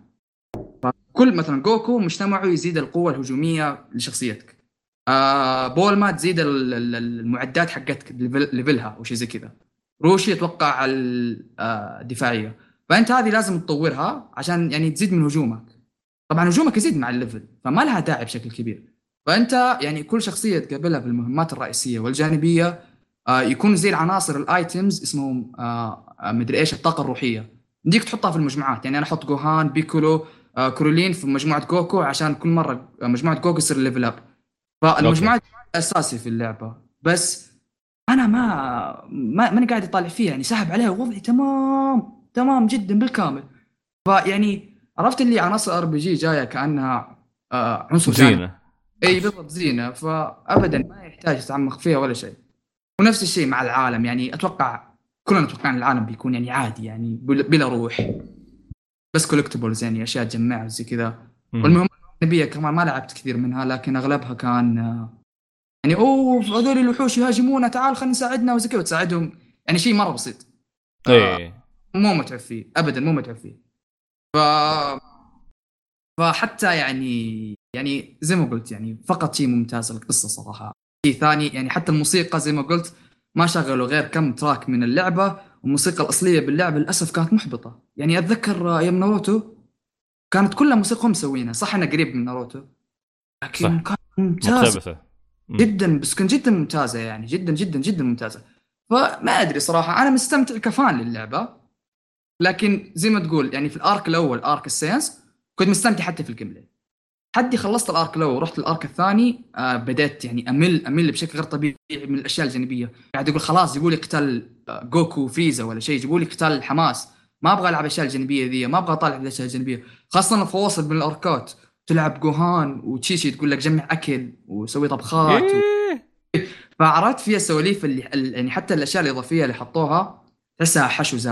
Speaker 5: فكل مثلا جوكو مجتمعه يزيد القوه الهجوميه لشخصيتك، آه بولما تزيد ال- ال- المعدات حقتك ليفل- ليفلها او شيء زي كذا، روشي يتوقع الدفاعيه، فانت هذه لازم تطورها عشان يعني تزيد من هجومك. طبعا هجومك يزيد مع الليفل فما لها داعي بشكل كبير. فانت يعني كل شخصيه تقابلها في المهمات الرئيسيه والجانبيه آه يكون زي العناصر الايتمز اسمهم آه آه مدري ايش الطاقه الروحيه، ديك تحطها في المجموعات. يعني انا احط جوهان بيكولو آه كورولين في مجموعه جوكو عشان كل مره مجموعه جوكو يصير ليفل اب. فالمجموعات اساسي في اللعبه، بس انا ما ما ماني قاعد اطالع فيها، يعني سحب عليها وضعي تمام تمام جدا بالكامل. فيعني عرفت اللي عناصر ار بي جي جايه كانها آه عنصر جانبي.
Speaker 1: زينه.
Speaker 5: اي بالضبط زينه، فابدا ما يحتاج تتعمق فيها ولا شيء. ونفس الشيء مع العالم، يعني اتوقع كلنا نتوقع ان العالم بيكون يعني عادي يعني بلا بلا روح، بس كولكتبلز يعني اشياء تجمعها زي كذا.
Speaker 1: مم.
Speaker 5: والمهمات الجانبيه كمان ما لعبت كثير منها، لكن اغلبها كان آه، يعني اوه هذول الوحوش يهاجمونا تعال خلينا نساعدنا وزي كذا وتساعدهم، يعني شيء مره بسيط
Speaker 1: ايه
Speaker 5: مو متعب فيه ابدا مو متعب فيه. ف فحتى يعني يعني زي ما قلت يعني فقط شيء ممتاز القصه صراحه. شيء ثاني يعني حتى الموسيقى زي ما قلت ما شغلوا غير كم تراك من اللعبه، والموسيقى الاصليه باللعبه للاسف كانت محبطه. يعني اتذكر ايام ناروتو كانت كلها موسيقى هم مسوينها، صح انها قريب من ناروتو لكن
Speaker 1: صح.
Speaker 5: كانت ممتازه
Speaker 1: مقتبسه. مم.
Speaker 5: جدا، بس كانت جدا ممتازه يعني جدا جدا جدا ممتازه. فما ادري صراحه انا مستمتع كفان للعبه، لكن زي ما تقول يعني في الارك الاول ارك السينس كنت مستمتع حتى في الجيم بلاي. حدي خلصت الارك الاول ورحت الارك الثاني آه بدأت يعني امل امل بشكل غير طبيعي من الاشياء الجانبيه. قاعد اقول خلاص جيبوا لي قتال آه جوكو فريزا ولا شيء، جيبوا لي قتال الحماس، ما ابغى العب الاشياء الجانبيه ذي، ما ابغى اطالع الاشياء الجانبيه، خاصه الفواصل بين الاركات تلعب جوهان وتشيشي تقول لك جمع اكل وسوي طبخات و...
Speaker 1: إيه.
Speaker 5: فعرفت فيها سواليف اللي يعني حتى الاشياء الاضافيه اللي حطوها تحسها حشو زايد.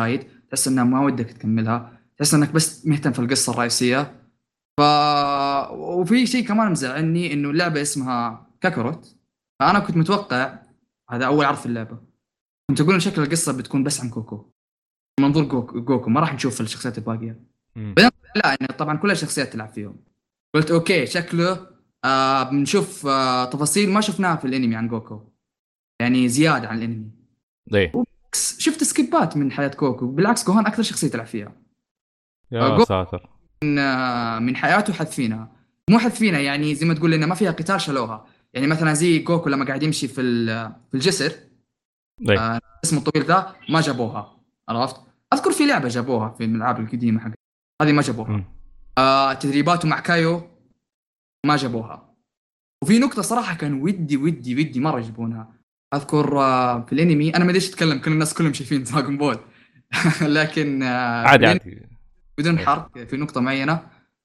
Speaker 5: تحس انها ما ودك تكملها، تحس انك بس مهتم في القصه الرئيسيه. ف وفي شيء كمان مزعلني انه اللعبه اسمها كاكاروت، فانا كنت متوقع، هذا اول عرض في اللعبه، كنت اقول ان شكل القصه بتكون بس عن كوكو، من منظور جوكو, جوكو ما راح نشوف الشخصيات الباقيه. بعدين لا يعني طبعا كل الشخصيات تلعب فيهم، قلت اوكي شكله آه بنشوف آه تفاصيل ما شفناها في الانمي عن جوكو، يعني زياده عن الانمي.
Speaker 1: ليه؟
Speaker 5: شفت سكيبات من حياه كوكو، بالعكس جوهان اكثر شخصيه تلعب فيها.
Speaker 1: يا ساتر.
Speaker 5: من, آه من حياته حذفينها، مو حذفينها يعني زي ما تقول انه ما فيها قتال شالوها. يعني مثلا زي جوكو لما قاعد يمشي في في الجسر آه اسمه الطويل ذا ما جابوها، عرفت؟ اذكر في لعبه جابوها في الالعاب القديمه حق هذه ما جابوها. آه تدريباته مع كايو ما جابوها. وفي نقطه صراحه كان ودي ودي ودي مره يجيبونها. اذكر آه في الانمي انا ما ادري ايش اتكلم، كل الناس كلهم شايفين دراغون بول لكن آه
Speaker 1: عادي عادي
Speaker 5: بدون حرق في نقطه معينه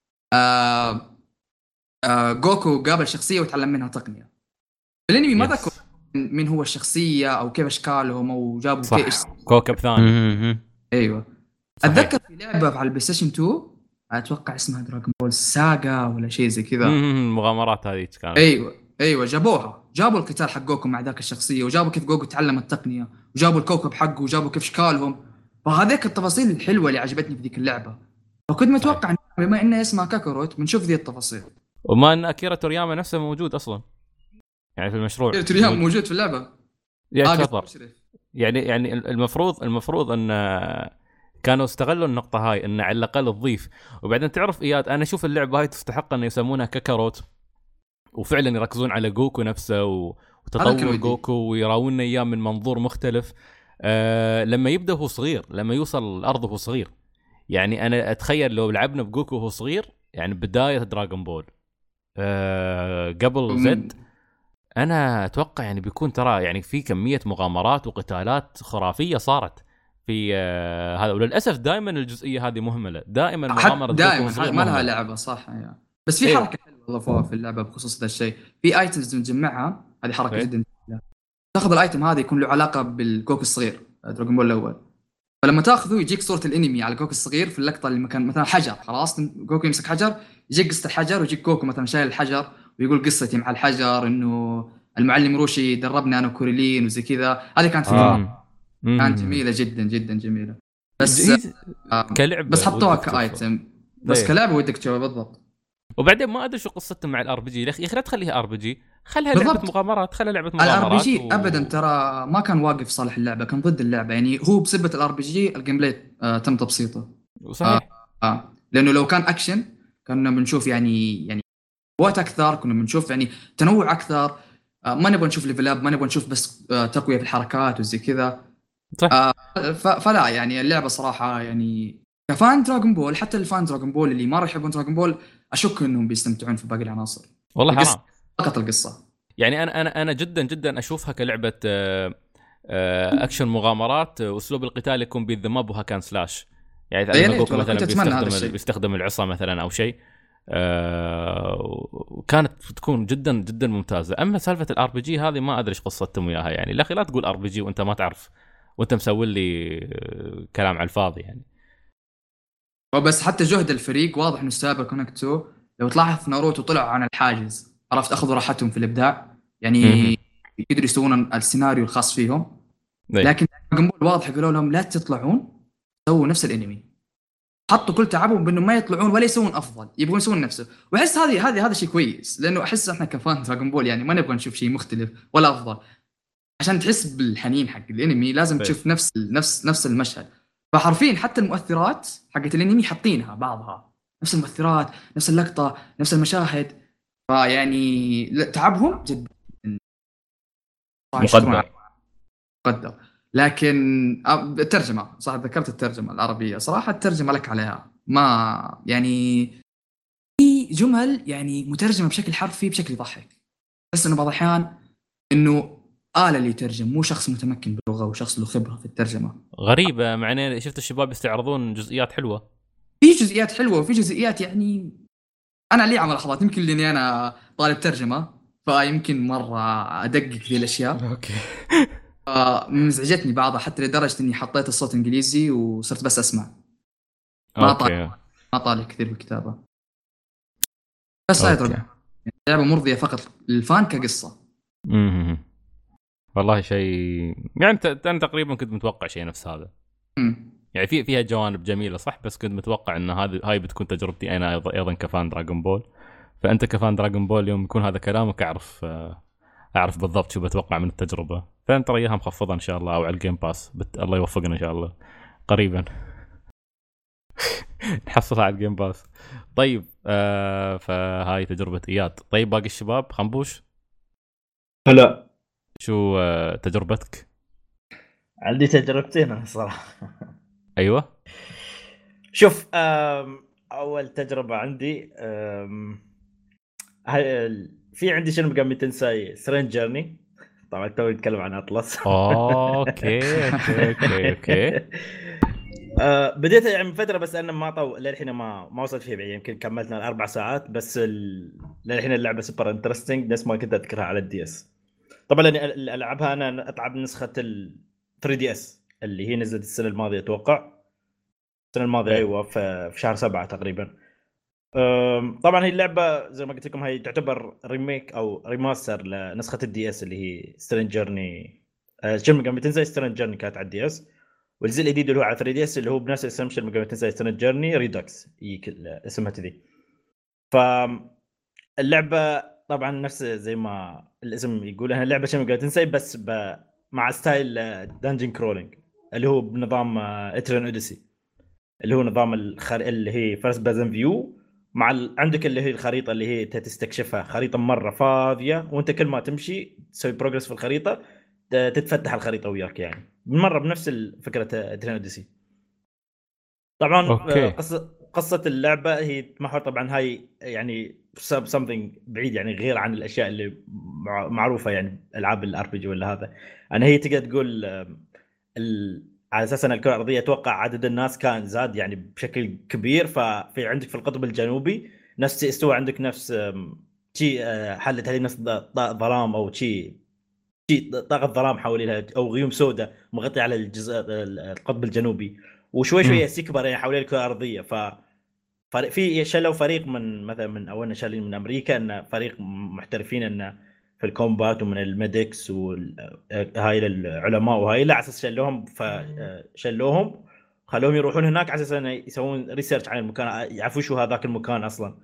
Speaker 5: آه آه جوكو قابل شخصيه وتعلم منها تقنيه. في الانمي ما ذكر من هو الشخصيه او كيف اشكالهم او جابوا
Speaker 1: صح
Speaker 5: كيف
Speaker 1: كوكب ثاني.
Speaker 5: ايوه صحيح. اتذكر في لعبه على البلاي ستيشن اثنين اتوقع اسمها دراغون بول ساغا ولا شيء زي كذا.
Speaker 1: المغامرات هذه كانت
Speaker 5: ايوه ايوه جابوها، جابوا القتال حق جوكو مع ذاك الشخصيه، وجابوا كيف جوكو تعلم التقنيه، وجابوا الكوكب حقه، وجابوا كيف اشكالهم. فهذيك التفاصيل الحلوه اللي عجبتني في ذيك اللعبه. وكنت متوقع إن بما انه اسمها كاكاروت بنشوف ذي التفاصيل،
Speaker 1: وما ان اكيرا تورياما نفسه موجود اصلا يعني في المشروع.
Speaker 5: أكيرا تورياما موجود في اللعبه
Speaker 1: يا يعني يعني المفروض المفروض ان كانوا استغلوا النقطه هاي ان على الاقل تضيف. وبعدين تعرف اياد انا اشوف اللعبه هاي تستحق ان يسمونها كاكاروت، وفعلا يركزون على جوكو نفسه وتطور جوكو ويراونا اياه من منظور مختلف. أه لما يبدا هو صغير، لما يوصل الارض وهو صغير، يعني انا اتخيل لو لعبنا بجوكو وهو صغير يعني بدايه دراغون بول أه قبل زد، انا اتوقع يعني بيكون ترى يعني في كميه مغامرات وقتالات خرافيه صارت في آه هذا. وللاسف دائما الجزئيه هذه مهمله، دائما مغامره
Speaker 5: دائما ما لها لعبه صح يعني. بس في إيه؟ حركه حلوه ضافوها في اللعبه بخصوص هذا الشيء، في ايتمز نجمعها، هذه حركه إيه؟ جدا تاخذ الايتم هذا يكون له علاقه بالجوكو الصغير دراغون بول الاول، فلما تاخذه يجيك صوره الانمي على جوكو الصغير في اللقطه اللي مكان مثلا حجر، خلاص جوكو يمسك حجر يجيك قصه الحجر، ويجيك جوكو مثلا شايل الحجر ويقول قصتي مع الحجر انه المعلم روشي دربنا انا وكوريلين وزي كذا. هذه كانت آه. كانت جميله جدا جدا جميله. بس آه
Speaker 1: كلعبه
Speaker 5: بس حطوها كايتم بس ديه. كلعبه ودك تشوفها بالضبط.
Speaker 1: وبعدين ما ادري شو قصتها مع الار بي جي، يا اخي لا تخليها ار بي جي، خلها لعبه مغامرات، خلها لعبه مغامرات.
Speaker 5: الار بي جي و... ابدا ترى ما كان واقف صالح اللعبه، كان ضد اللعبه يعني. هو بسبه الار بي جي الجيم بلاي آه تم تبسيطه.
Speaker 1: صحيح
Speaker 5: آه. آه. لانه لو كان اكشن كنا بنشوف يعني يعني وقت اكثر، كنا بنشوف يعني تنوع اكثر. آه ما نبغى نشوف ليفل اب، ما نبغى نشوف بس آه تقويه في الحركات وزي كذا. آه فلا يعني اللعبه صراحه يعني كفان دراغون بول، حتى الفان دراغون بول اللي ما راح يحبون دراغون بول اشك انهم بيستمتعون في باقي العناصر.
Speaker 1: والله حرام
Speaker 5: فقط القصه.
Speaker 1: يعني انا انا انا جدا جدا اشوفها كلعبه آه آه اكشن مغامرات، واسلوب القتال يكون بالذماب وهكان سلاش، يعني اذا جوكو مثلا بيستخدم بيستخدم العصا مثلا او شيء وكانت آه تكون جدا جدا ممتازه. اما سالفه الار بي جي هذه ما ادري ايش قصتهم وياها يعني. يا اخي لا تقول ار بي جي وانت ما تعرف، وانت مسوي لي كلام على الفاضي يعني.
Speaker 5: وبس حتى جهد الفريق واضح انه سايبر كونكتو لو تلاحظ ناروتو طلعوا عن الحاجز، عرفت اخذوا راحتهم في الابداع يعني. يقدروا يسوون السيناريو الخاص فيهم. لكن دراغون بول واضح قالوا لهم لا تطلعون سووا نفس الانمي، حطوا كل تعبهم بانه ما يطلعون ولا يسوون افضل، يبغون يسوون نفسه. واحس هذه هذه هذا شيء كويس، لانه احس احنا كفان دراغون بول يعني ما نبغى نشوف شيء مختلف ولا افضل. عشان تحس بالحنين حق الانمي لازم بي. تشوف نفس نفس نفس المشهد. فحرفيا حتى المؤثرات حقت الانمي حاطينها بعضها، نفس المؤثرات، نفس اللقطه، نفس المشاهد. فيعني تعبهم جدا
Speaker 1: مقدر
Speaker 5: مقدر. لكن الترجمه صح، ذكرت الترجمه العربيه صراحه الترجمه لك عليها ما يعني في جمل يعني مترجمه بشكل حرفي بشكل يضحك، بس انه بعض الاحيان انه آلة اللي يترجم مو شخص متمكن باللغة وشخص له خبرة في الترجمة.
Speaker 1: غريبة، معناه شفت الشباب يستعرضون جزئيات حلوة،
Speaker 5: في جزئيات حلوة وفي جزئيات يعني أنا لي عمل لحظات يمكن لأني أنا طالب ترجمة فيمكن مرة أدقق في الأشياء.
Speaker 1: أوكي.
Speaker 5: آه مزعجتني بعضها حتى لدرجه اني حطيت الصوت انجليزي وصرت بس اسمع، ما
Speaker 1: اوكي
Speaker 5: طالع ما طالع كثير بالكتابه. بس هاي
Speaker 1: اوكي.
Speaker 5: لعبه مرضيه فقط للفان كقصه.
Speaker 1: امم والله شيء يعني انت انا تقريبا كنت متوقع شيء نفس هذا.
Speaker 5: امم
Speaker 1: يعني في فيها جوانب جميله صح، بس كنت متوقع ان هذه هاي بتكون تجربتي انا أيضا- ايضا كفان دراغون بول. فانت كفان دراغون بول يوم يكون هذا كلامك اعرف اعرف بالضبط شو بتوقع من التجربه. فانت رياها مخفضه ان شاء الله او على الجيم باس بت... الله يوفقنا ان شاء الله قريبا نحصلها على الجيم باس. طيب آه فهاي تجربه اياد. طيب باقي الشباب خنبوش
Speaker 6: هلا
Speaker 1: شو آه تجربتك؟
Speaker 6: عندي تجربتين انا صراحه.
Speaker 1: ايوه
Speaker 6: شوف أم، اول تجربه عندي أم، هاي ال- في عندي شنو مقام تنساي سترينج جيرني. طبعا تو نتكلم عن اطلس.
Speaker 1: اوكي اوكي اوكي اوكي
Speaker 6: آه، بديت يعني من فتره بس انا ما طو للحين ما ما وصلت فيه بعيد، يمكن كملتنا الاربع ساعات بس ال... للحين اللعبه سوبر انترستنج نفس ما كنت اذكرها على الدي اس. طبعا لاني ال- العبها انا اتعب نسخه ال ثري دي اس اللي هي نزلت السنه الماضيه اتوقع السنه الماضيه
Speaker 1: إيه.
Speaker 6: ايوه في في شهر سبعة تقريبا. أم، طبعا هي اللعبه زي ما قلت لكم هي تعتبر ريميك او ريماستر لنسخه الدي اس اللي هي سترينج جيرني. شنو مقام تنسى سترينج جيرني كانت على الدي اس، والجزء الجديد اللي هو على ثري دي اس اللي هو بنفس الاسم شنو مقام تنسى سترينج جيرني ريدوكس اسمها كذي. فاللعبه طبعا نفس زي ما الاسم يقول انها لعبه شنو مقام تنسى بس ب... مع ستايل دانجن كرولينج اللي هو بنظام اترن اوديسي اللي هو نظام الخر... اللي هي فيرست بيرسون فيو مع ال... عندك اللي هي الخريطه اللي هي تستكشفها خريطه مره فاضيه وانت كل ما تمشي تسوي بروجرس في الخريطه تتفتح الخريطه وياك يعني بالمره بنفس فكره اترن اوديسي. طبعا
Speaker 1: أوكي.
Speaker 6: قصه قصه اللعبه هي تمحور طبعا هاي يعني something بعيد يعني غير عن الاشياء اللي مع- معروفه يعني العاب الار بي جي ولا هذا. انا هي تقدر تقول آم، ال... على اساس ان الكره الارضيه اتوقع عدد الناس كان زاد يعني بشكل كبير، ففي عندك في القطب الجنوبي نفس استوى عندك نفس آم، شيء آه، حلت عليه نفس ض- ض- ظلام او شيء شيء طاقه ظلام حواليها او غيوم سوداء مغطيه على الجزء القطب الجنوبي، وشوي شوي يكبر يعني حوالين الكره الارضيه. ف فريق في شلوا فريق من مثلا من اولنا شالين من امريكا ان فريق محترفين ان في الكومبات ومن الميديكس وهاي العلماء وهاي لا على اساس شلوهم فشلوهم خلوهم يروحون هناك على اساس انه يسوون ريسيرش عن المكان يعرفوا شو هذاك المكان اصلا.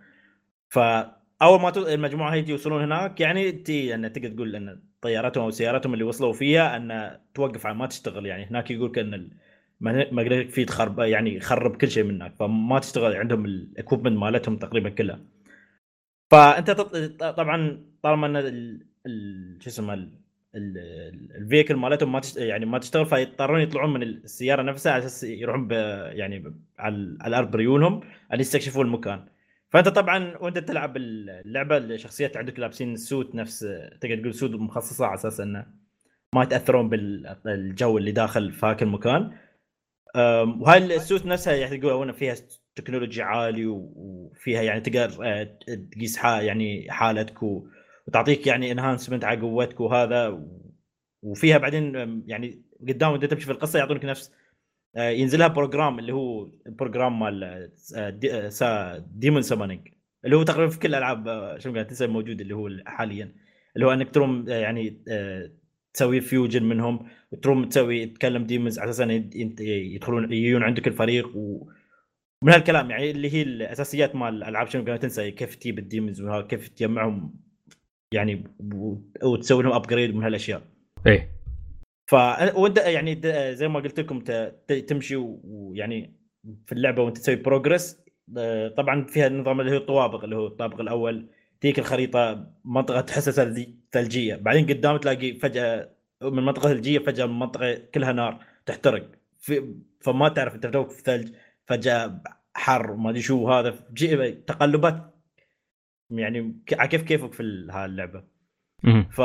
Speaker 6: فاول ما المجموعه هي يوصلون هناك يعني تي ان تقدر تقول ان طياراتهم او سياراتهم اللي وصلوا فيها ان توقف على ما تشتغل يعني هناك يقول كان ماجنتيك فيد خرب يعني يخرب كل شيء منك فما تشتغل عندهم الاكويبمنت مالتهم تقريبا كلها. فانت طبعا طالما ان شو اسمه الفيكل مالتهم ما تشتغل يعني ما تشتغل فيضطرون يطلعون من السياره نفسها على اساس يروحون يعني على الارض بريونهم ان يستكشفوا المكان. فانت طبعا وانت تلعب اللعبه الشخصيات عندك لابسين سوت نفس تقدر تقول سوت مخصصه على اساس انه ما يتاثرون بالجو اللي داخل في هاك المكان. وهاي السوت نفسها يعني تقول فيها تكنولوجيا عالي وفيها يعني تقدر تقيس يعني حالتك وتعطيك يعني انهانسمنت على قوتك وهذا. وفيها بعدين يعني قدام وانت تمشي في القصه يعطونك نفس ينزلها بروجرام اللي هو بروجرام مال ديمون سامونينج اللي هو تقريبا في كل الالعاب شنو قاعد تنسى موجود اللي هو حاليا اللي هو انك تروم يعني تسوي فيوجن منهم وتروم تسوي تكلم ديمونز على اساس يدخلون يجون عندك الفريق ومن هالكلام يعني اللي هي الاساسيات مال الالعاب شنو قاعد تنسى كيف تجيب الديمونز وكيف تجمعهم يعني وتسوي لهم ابجريد من هالاشياء.
Speaker 1: ايه
Speaker 6: ف وانت يعني زي ما قلت لكم تمشي ويعني في اللعبه وانت تسوي بروجرس طبعا فيها النظام اللي هو الطوابق اللي هو الطابق الاول تيك الخريطه منطقه تحسها ثلجيه بعدين قدام تلاقي فجاه من منطقه ثلجيه فجاه منطقه كلها نار تحترق في فما تعرف انت توك في ثلج فجاه حر ما ادري شو هذا تقلبات يعني كيف كيفك في هاللعبه. ف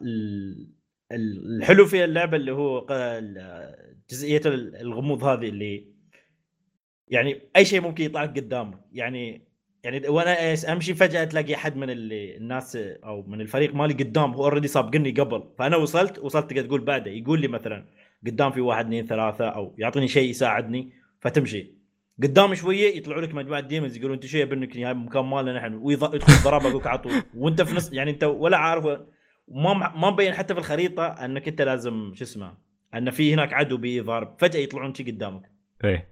Speaker 6: الحلو في اللعبه اللي هو جزئيه الغموض هذه اللي يعني اي شيء ممكن يطلع قدامك يعني يعني وانا امشي فجاه تلاقي احد من اللي الناس او من الفريق مالي قدام هو اوريدي سابقني قبل، فانا وصلت وصلت تقدر تقول بعده يقول لي مثلا قدام في واحد اثنين ثلاثه او يعطيني شيء يساعدني فتمشي قدام شويه يطلعوا لك مجموعه ديمونز يقولون انت شيء بانك يا مكان مالنا نحن ويدخل ضربك على طول وانت في نص يعني انت ولا عارف ما ما مبين حتى في الخريطه انك انت لازم شو اسمه ان في هناك عدو بيضرب فجاه يطلعون شيء قدامك.
Speaker 1: ايه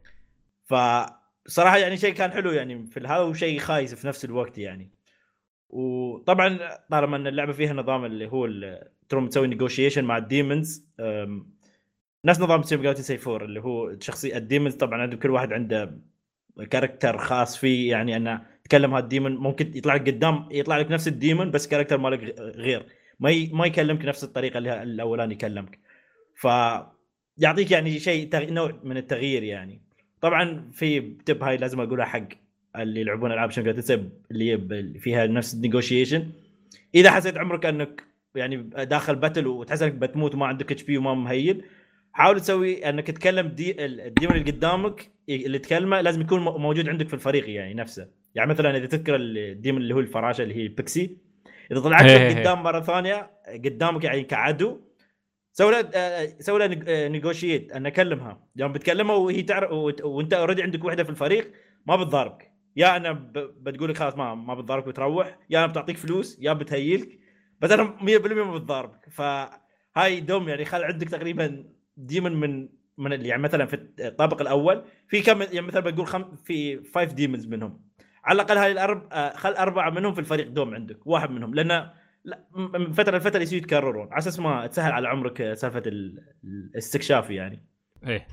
Speaker 6: فصراحه يعني شيء كان حلو يعني في هذا وشيء خايس في نفس الوقت يعني. وطبعا طالما ان اللعبه فيها نظام اللي هو تروم تسوي نيغوشيشن مع الديمونز نفس نظام سيم جاوتي سي فور اللي هو شخصيه الديمونز طبعا عنده كل واحد عنده كاركتر خاص فيه يعني انه تكلم هذا الديمون ممكن يطلع لك قدام يطلع لك نفس الديمون بس كاركتر مالك غير ما ي... ما يكلمك نفس الطريقه اللي الاولاني يكلمك ف يعطيك يعني شيء تغ... نوع من التغيير يعني. طبعا في تب هاي لازم اقولها حق اللي يلعبون العاب شامبيون تسب اللي فيها نفس النيغوشيشن اذا حسيت عمرك انك يعني داخل باتل وتحس انك بتموت وما عندك اتش بي وما مهيل حاول تسوي انك تتكلم دي الديمون اللي قدامك اللي تكلمه لازم يكون موجود عندك في الفريق يعني نفسه. يعني مثلا اذا تذكر الديمون اللي هو الفراشه اللي هي بيكسي اذا طلعت لك قدام مره ثانيه قدامك يعني كعدو سوي له سوي له نيغوشيت ان اكلمها يوم يعني بتكلمها وهي تعرف وانت اوريدي عندك وحده في الفريق ما بتضاربك يا انا بتقول لك خلاص ما ما بتضاربك وتروح يا انا بتعطيك فلوس يا بتهيلك بس انا مية بالمية ما بتضاربك. فهاي دوم يعني خل عندك تقريبا ديمون من من اللي يعني مثلا في الطابق الاول في كم يعني مثلا بقول خم في خمسة ديمونز منهم على الاقل هاي الاربع خل اربعه منهم في الفريق دوم عندك واحد منهم لان من فتره لفتره يصير يتكررون على اساس ما تسهل على عمرك سالفه الاستكشاف يعني.
Speaker 1: ايه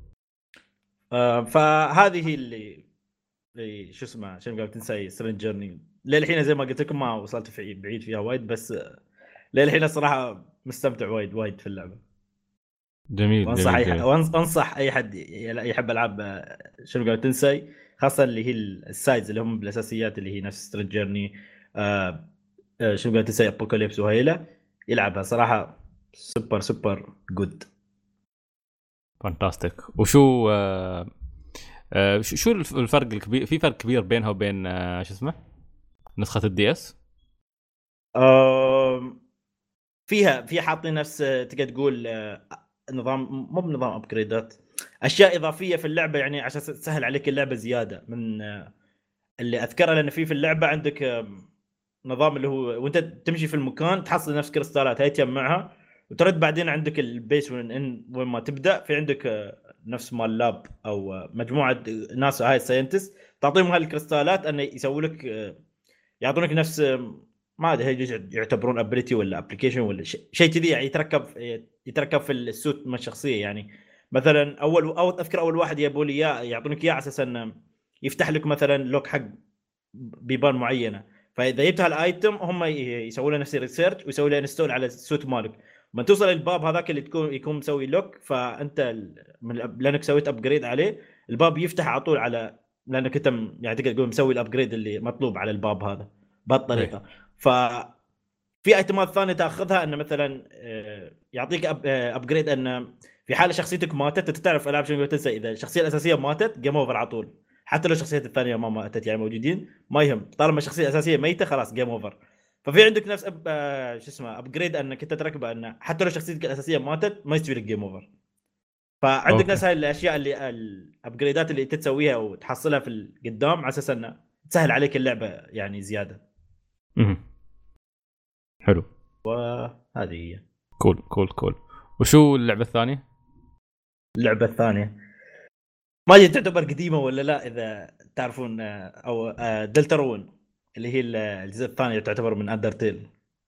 Speaker 6: آه فهذه اللي اللي شو اسمه شنو قاعد تنسى سترينج جيرني للحين زي ما قلت لكم ما وصلت في بعيد فيها وايد بس للحين الصراحه مستمتع وايد وايد في اللعبه.
Speaker 1: جميل
Speaker 6: وانصح
Speaker 1: جميل,
Speaker 6: أي
Speaker 1: جميل.
Speaker 6: وانصح اي حد يحب العاب شنو قاعد تنسى خاصه اللي هي السايدز اللي هم بالاساسيات اللي هي نفس سترينج جيرني آه شنو قاعد تسوي ابوكاليبس وهيله يلعبها صراحه سوبر سوبر جود
Speaker 1: فانتاستيك. وشو آه آه شو الفرق الكبير في فرق كبير بينها وبين آه شو اسمه نسخه الدي اس؟
Speaker 6: آه فيها في حاطين نفس تقدر تقول آه نظام مو بنظام ابجريدات اشياء اضافيه في اللعبه يعني عشان تسهل عليك اللعبه زياده من آه اللي اذكره لان في في اللعبه عندك آه نظام اللي هو وانت تمشي في المكان تحصل نفس كريستالات هاي تجمعها وترد بعدين عندك البيس وين وين ما تبدا في عندك نفس مال لاب او مجموعه ناس هاي الساينتست تعطيهم هاي الكريستالات انه يسوي لك يعطونك نفس ما ادري يعتبرون ابيليتي ولا ابلكيشن ولا شيء كذي يعني يتركب يتركب في السوت من الشخصيه. يعني مثلا اول او اذكر اول واحد يبوا لي اياه يعطونك اياه على اساس انه يفتح لك مثلا لوك حق بيبان معينه فاذا جبت هالايتم هم يسوون له نفس الريسيرش ويسوي له انستول على السوت مالك ما توصل للباب هذاك اللي تكون يكون مسوي لوك فانت من لانك سويت ابجريد عليه الباب يفتح على طول على لانك انت يعني تقدر تقول مسوي الابجريد اللي مطلوب على الباب هذا بهالطريقه. ف في ايتمات ثانيه تاخذها انه مثلا يعطيك ابجريد انه في حاله شخصيتك ماتت انت تعرف العاب شنو تنسى اذا الشخصيه الاساسيه ماتت جيم اوفر على طول حتى لو الشخصيات الثانيه ما ماتت يعني موجودين ما يهم طالما الشخصيه الاساسيه ميته خلاص جيم اوفر. ففي عندك نفس أب... آه... شو اسمه ابجريد انك انت تركبه انه حتى لو شخصيتك الاساسيه ماتت ما يستوي لك جيم اوفر. فعندك أوكي. نفس هاي الاشياء اللي الابجريدات اللي انت تسويها وتحصلها في القدام على اساس انه تسهل عليك اللعبه يعني زياده.
Speaker 1: اها حلو
Speaker 6: وهذه هي
Speaker 1: كول كول كول. وشو اللعبه الثانيه؟
Speaker 6: اللعبه الثانيه ما ادري تعتبر قديمه ولا لا اذا تعرفون او دلترون اللي هي الجزء الثاني تعتبر من اندرتيل.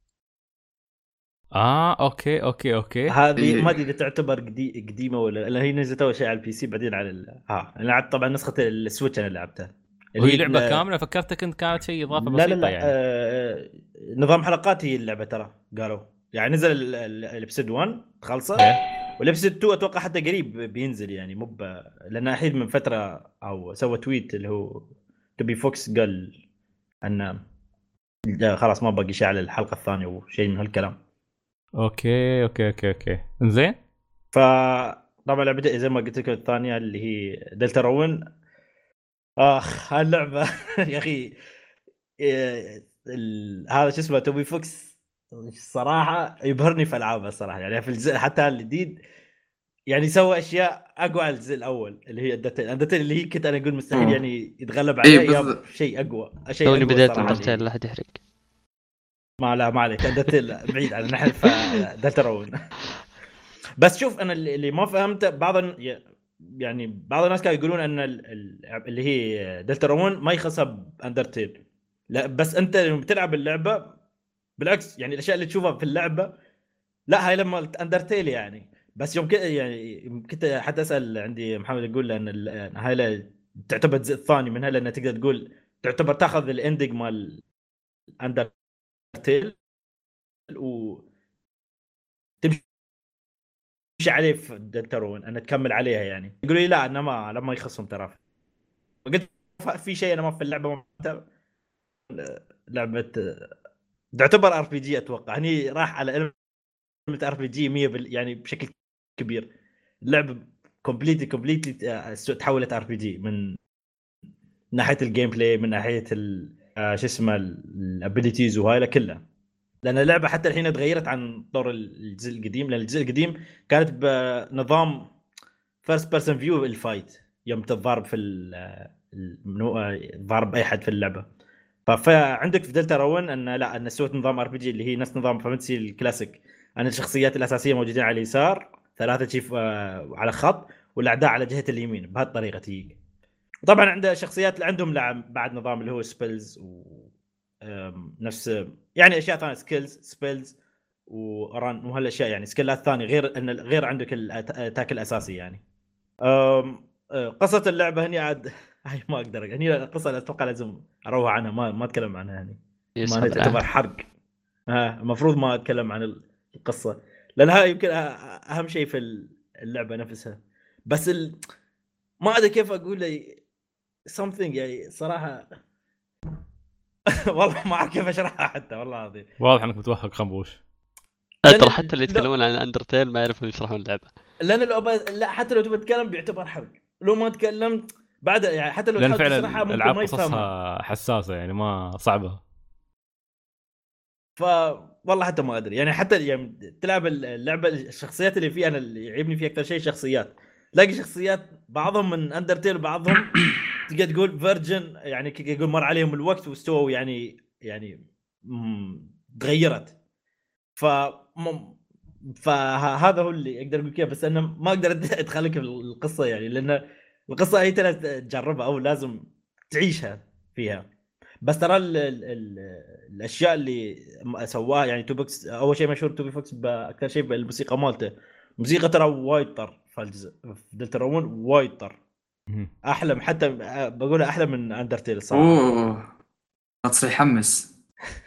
Speaker 1: اه اوكي اوكي اوكي
Speaker 6: هذه ما ادري اذا تعتبر قديمه ولا لا هي نزلت اول شيء على البي سي بعدين على ال... اه انا لعبت طبعا نسخه السويتش انا لعبتها
Speaker 1: اللي هي لعبه ل... كامله فكرتك انت كانت شيء اضافه بسيطه.
Speaker 6: لا لا
Speaker 1: يعني
Speaker 6: آه... نظام حلقات هي اللعبه ترى قالوا يعني نزل الابسود واحد خلصه والابسود اثنين اتوقع حتى قريب بينزل يعني مو ب... لان الحين من فتره او سوى تويت اللي هو توبي فوكس قال ان خلاص ما باقي شيء على الحلقه الثانيه وشيء من هالكلام.
Speaker 1: اوكي اوكي اوكي اوكي زين.
Speaker 6: فطبعا لعبه زي ما قلت لك الثانيه اللي هي دلتا روين اخ هاللعبه يا اخي إيه، ال... هذا شو اسمه توبي فوكس الصراحه يبهرني في العابه الصراحه، يعني في الجزء حتى الجديد يعني سوى اشياء اقوى على الجزء الاول اللي هي اندرتيل اندرتيل اللي هي كنت انا اقول مستحيل
Speaker 5: أوه.
Speaker 6: يعني يتغلب
Speaker 5: إيه
Speaker 6: عليه، يا
Speaker 5: بالضبط.
Speaker 6: شيء اقوى شيء
Speaker 2: توني
Speaker 6: اقوى
Speaker 2: بديت
Speaker 6: الصراحه
Speaker 2: اندرتيل
Speaker 6: اللي...
Speaker 2: لا حد يحرق.
Speaker 6: ما لا ما عليك اندرتيل بعيد عن نحن فدلترون. بس شوف انا اللي اللي ما فهمته بعض ال- يعني بعض الناس كانوا يقولون ان ال- ال- اللي هي دلترون ما يخصها باندرتيل، لا بس انت لما بتلعب اللعبه بالعكس يعني الاشياء اللي تشوفها في اللعبه لا هاي لما اندرتيل يعني. بس يوم كده يعني كنت حتى اسال عندي محمد يقول لان ال- هاي لا- تعتبر الجزء الثاني منها لان تقدر تقول تعتبر تاخذ الاندنج مال اندرتيل وتمشي عليه في دلترون ان تكمل عليها يعني. يقولوا لي لا انا ما لما يخصهم ترى. قلت في شيء انا ما في اللعبه ما لعبه تعتبر ار بي جي اتوقع هني راح على كلمه ار بي جي مية بال... يعني بشكل كبير. اللعبه كومبليتلي كومبليتلي تحولت ار بي جي من ناحيه الجيم بلاي من ناحيه ال... آه، شو اسمه الابيليتيز وهاي كلها. لان اللعبه حتى الحين تغيرت عن طور الجزء القديم لان الجزء القديم كانت بنظام فيرست بيرسون فيو الفايت يوم تتضارب في المنو ضارب اي حد في اللعبه. فعندك في دلتا رون ان لا ان سويت نظام ار بي جي اللي هي نفس نظام فانتسي الكلاسيك ان الشخصيات الاساسيه موجودين على اليسار ثلاثه شيف على خط والاعداء على جهه اليمين بهالطريقه تيجي. طبعا عنده شخصيات اللي عندهم لعب بعد نظام اللي هو سبيلز و نفس يعني اشياء ثانيه سكيلز سبيلز وران وهالاشياء يعني سكيلات ثانيه غير ان غير عندك الاتاك الاساسي يعني. أم قصه اللعبه هني عاد هاي ما اقدر هني القصه اتوقع لازم اروح عنها ما ما اتكلم عنها يعني ما تعتبر حرق. ها المفروض ما اتكلم عن القصه لان هاي يمكن اهم شيء في اللعبه نفسها. بس ال... ما ادري كيف اقول لي something يعني صراحه والله ما اعرف كيف اشرحها حتى والله العظيم.
Speaker 1: واضح انك متوهق خنبوش.
Speaker 2: ترى حتى اللي يتكلمون عن اندرتيل ما يعرفون يشرحون اللعبه
Speaker 6: لان لو ب... لا حتى لو تبي تتكلم بيعتبر حرق لو ما تكلمت بعد يعني حتى لو
Speaker 1: لان فعلا
Speaker 6: العاب
Speaker 1: قصصها حساسه يعني ما صعبه.
Speaker 6: ف والله حتى ما ادري يعني حتى يعني تلعب اللعبه الشخصيات اللي فيها انا اللي يعجبني فيها اكثر شيء شخصيات تلاقي شخصيات بعضهم من اندرتيل بعضهم تقدر تقول فيرجن يعني يقول مر عليهم الوقت واستووا يعني يعني تغيرت. ف فهذا هو اللي اقدر اقول كيف. بس انا ما اقدر ادخلك في القصه يعني لان القصه هي تجربها او لازم تعيشها فيها. بس ترى ال ال ال الاشياء اللي سواها يعني توبكس اول شيء مشهور توبي فوكس باكثر شيء بالموسيقى مالته. موسيقى ترى وايد طر في الجزء في دلترون وايد طر احلى حتى بقولها احلى من اندرتيل الصراحه.
Speaker 5: اوه تصير يحمس.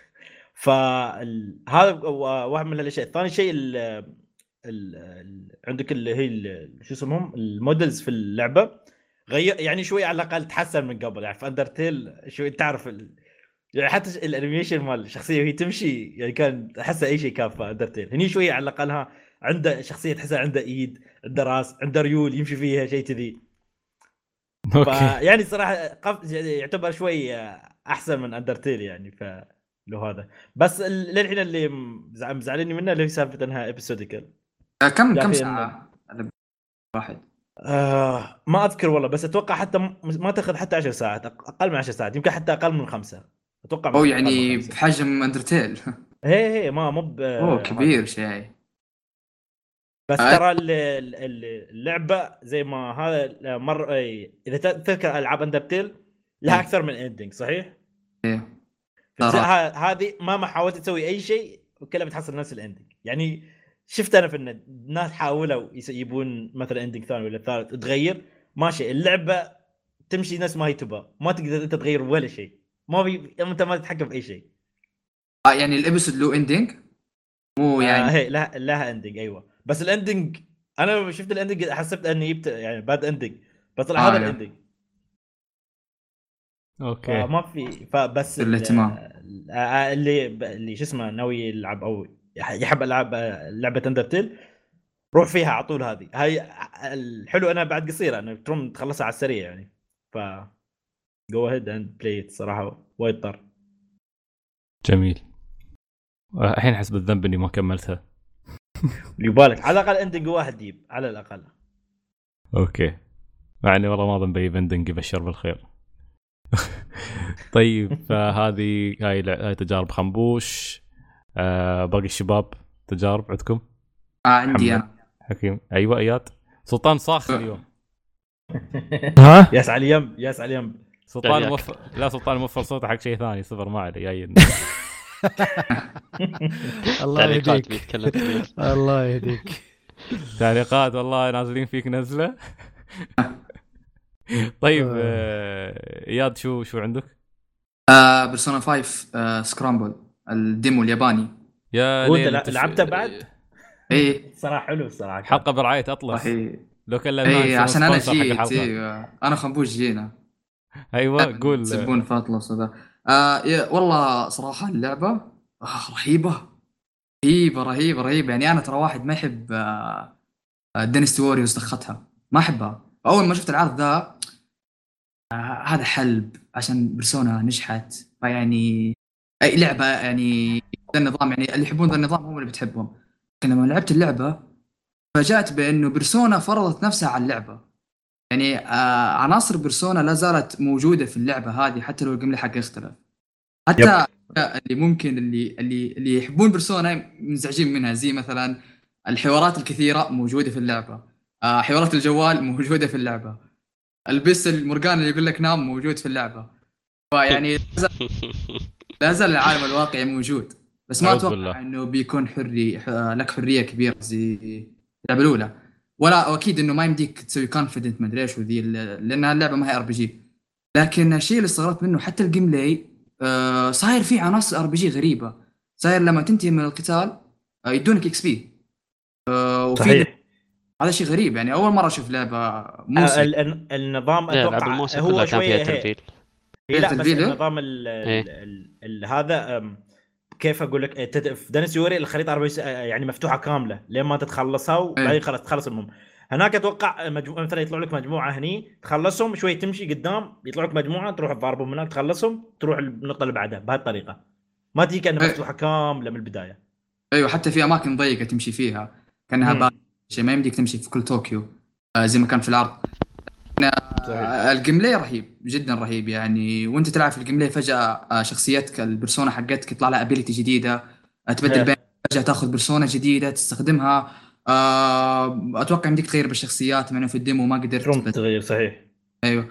Speaker 6: فهذا واحد من الاشياء. الثاني شيء ال ال عندك اللي هي شو اسمهم المودلز في اللعبه غير يعني شوي على الاقل تحسن من قبل يعني في اندرتيل شوي تعرف ال... يعني حتى الانيميشن مال الشخصيه وهي تمشي يعني كان احس اي شيء كان في اندرتيل. هني شوي على الاقل ها عنده شخصيه تحسها عنده ايد عنده راس عنده ريول يمشي فيها شيء كذي. يعني صراحه قف... يعتبر شوي احسن من اندرتيل يعني ف لو هذا. بس للحين اللي مزعلني منه اللي هي سالفه انها ابيسوديكال.
Speaker 5: كم كم ساعه واحد
Speaker 6: آه ما اذكر والله بس اتوقع حتى ما تاخذ حتى عشر ساعات اقل من عشر ساعات يمكن حتى اقل من خمسة اتوقع.
Speaker 5: او يعني بحجم اندرتيل.
Speaker 6: هي هي ما مو ب
Speaker 5: اوه كبير شيء.
Speaker 6: بس أه؟ ترى اللعبه زي ما هذا مره اذا تذكر العاب اندرتيل لها اكثر من اندنج صحيح؟
Speaker 5: ايه
Speaker 6: هذه ما ما حاولت تسوي اي شيء وكلها بتحصل نفس الاندنج يعني. شفت انا في الناس حاولوا يجيبون مثلا اندنج ثاني ولا ثالث تغير ماشي اللعبه تمشي نفس ما هي تبغى ما تقدر انت تغير ولا شيء ما في انت ما تتحكم في اي شيء.
Speaker 5: اه يعني الابيسود له اندنج مو يعني
Speaker 6: آه هي لها لها اندنج ايوه. بس الاندنج انا شفت الاندنج حسبت اني جبت يعني باد اندنج بس طلع آه هذا الاندنج.
Speaker 1: اوكي
Speaker 6: ما في فبس
Speaker 5: الاهتمام
Speaker 6: اللي اللي شو اسمه ناوي يلعب او يحب العاب لعبه اندرتيل روح فيها على طول. هذه هاي الحلو انا بعد قصيره انه تروم تخلصها على السريع يعني. ف جو هيد اند بلاي صراحه وايد طر.
Speaker 1: جميل. الحين حسب الذنب اني ما كملتها.
Speaker 6: يبالك على الاقل اندنج واحد ديب على الاقل.
Speaker 1: اوكي يعني والله ما ظن بي بندنج يبشر بالخير. طيب فهذه هاي هاي تجارب خنبوش. آه باقي الشباب تجارب عندكم؟
Speaker 5: آه عندي انا
Speaker 1: حكيم. ايوه اياد. سلطان صاخ اليوم.
Speaker 3: ها
Speaker 6: ياس على اليم ياس على اليم.
Speaker 1: سلطان موفر. لا سلطان موفر صوته حق شيء ثاني صفر ما عليه جايين.
Speaker 3: الله يهديك
Speaker 2: بيتكلم كثير.
Speaker 3: الله يهديك.
Speaker 1: تعليقات والله نازلين فيك نزله. طيب آه، اياد شو شو عندك؟
Speaker 5: آه بيرسونا خمسة آه سكرامبل الديمو الياباني.
Speaker 1: يا
Speaker 6: وانت
Speaker 1: ليل
Speaker 6: لا-
Speaker 1: تف-
Speaker 6: لعبته بعد؟
Speaker 5: ايه
Speaker 6: صراحه حلو صراحه.
Speaker 1: حلقه برعايه اطلس.
Speaker 5: صحيح.
Speaker 1: لو كان
Speaker 5: ايه عشان انا
Speaker 1: سبونسر حق
Speaker 5: جيت
Speaker 1: الحلقة.
Speaker 5: إيه انا خنبوش جينا
Speaker 1: ايوه قول.
Speaker 5: تسبون فاطلس وذا. آه إيه والله صراحه اللعبه آه رهيبه رهيبه رهيبه رهيبه. يعني انا ترى واحد ما يحب آه دينستي ووريوز دختها ما احبها. اول ما شفت العرض ذا آه هذا حلب عشان بيرسونا نجحت. فيعني اي لعبه يعني ذا النظام يعني اللي يحبون ذا النظام هم اللي بتحبهم. لكن لما لعبت اللعبه فاجأت بانه بيرسونا فرضت نفسها على اللعبه. يعني آه عناصر بيرسونا لا زالت موجوده في اللعبه هذه حتى لو الجيم حقه يختلف. حتى اللي ممكن اللي اللي اللي يحبون بيرسونا منزعجين منها زي مثلا الحوارات الكثيره موجوده في اللعبه. آه حوارات الجوال موجوده في اللعبه. البس المرجان اللي يقول لك نام موجود في اللعبه. فيعني لا زال العالم الواقعي موجود. بس ما
Speaker 1: أعوذ
Speaker 5: اتوقع
Speaker 1: بالله.
Speaker 5: انه بيكون حري لك حريه كبيره زي اللعبه الاولى. ولا اكيد انه ما يمديك تسوي كونفيدنت ما ادري ايش وذي لان اللعبه ما هي ار بي جي. لكن الشيء اللي استغربت منه حتى الجيم بلاي آه صاير فيه عناصر ار بي جي غريبه. صاير لما تنتهي من القتال آه يدونك اكس بي. آه وفي
Speaker 6: صحيح.
Speaker 5: هذا شيء غريب. يعني اول مره اشوف لعبه
Speaker 6: آه،
Speaker 5: موسى
Speaker 6: ال- ال- النظام
Speaker 2: لا،
Speaker 6: اتوقع
Speaker 2: لعب الموسم
Speaker 6: هو
Speaker 2: كلها كان فيها
Speaker 6: شويه هي-
Speaker 2: تنفيذ.
Speaker 6: هي لا
Speaker 5: فيها
Speaker 6: بس
Speaker 5: تنفيذ، إيه؟
Speaker 6: النظام ال
Speaker 2: إيه.
Speaker 6: ال ال ال هذا أم، كيف اقول لك تد- في دانسي ووري الخريطه أربعة وعشرين يعني مفتوحه كامله لين ما تتخلصها وبعدين خلاص تخلص المهم. هناك اتوقع مجموعه مثلا يطلع لك مجموعه هني تخلصهم شوي تمشي قدام يطلع لك مجموعه تروح تضاربهم هناك تخلصهم تروح النقطه اللي بعدها بهالطريقه. ما تجي كانها
Speaker 5: إيه.
Speaker 6: مفتوحه كامله من البدايه.
Speaker 5: ايوه حتى في اماكن ضيقه تمشي فيها كانها
Speaker 6: مم.
Speaker 5: بار شيء ما يمديك تمشي في كل طوكيو آه زي ما كان في العرض.
Speaker 6: صحيح.
Speaker 5: آه الجيم بلاي رهيب جدا رهيب. يعني وانت تلعب في الجيم بلاي فجاه آه شخصيتك البرسونا حقتك يطلع لها ابيليتي جديده آه تبدل
Speaker 6: إيه.
Speaker 5: بين فجاه تاخذ برسونا جديده تستخدمها. آه اتوقع يمديك تغير بالشخصيات مع انه في الديمو ما قدرت
Speaker 6: تروم
Speaker 5: بس.
Speaker 6: تغير صحيح.
Speaker 5: ايوه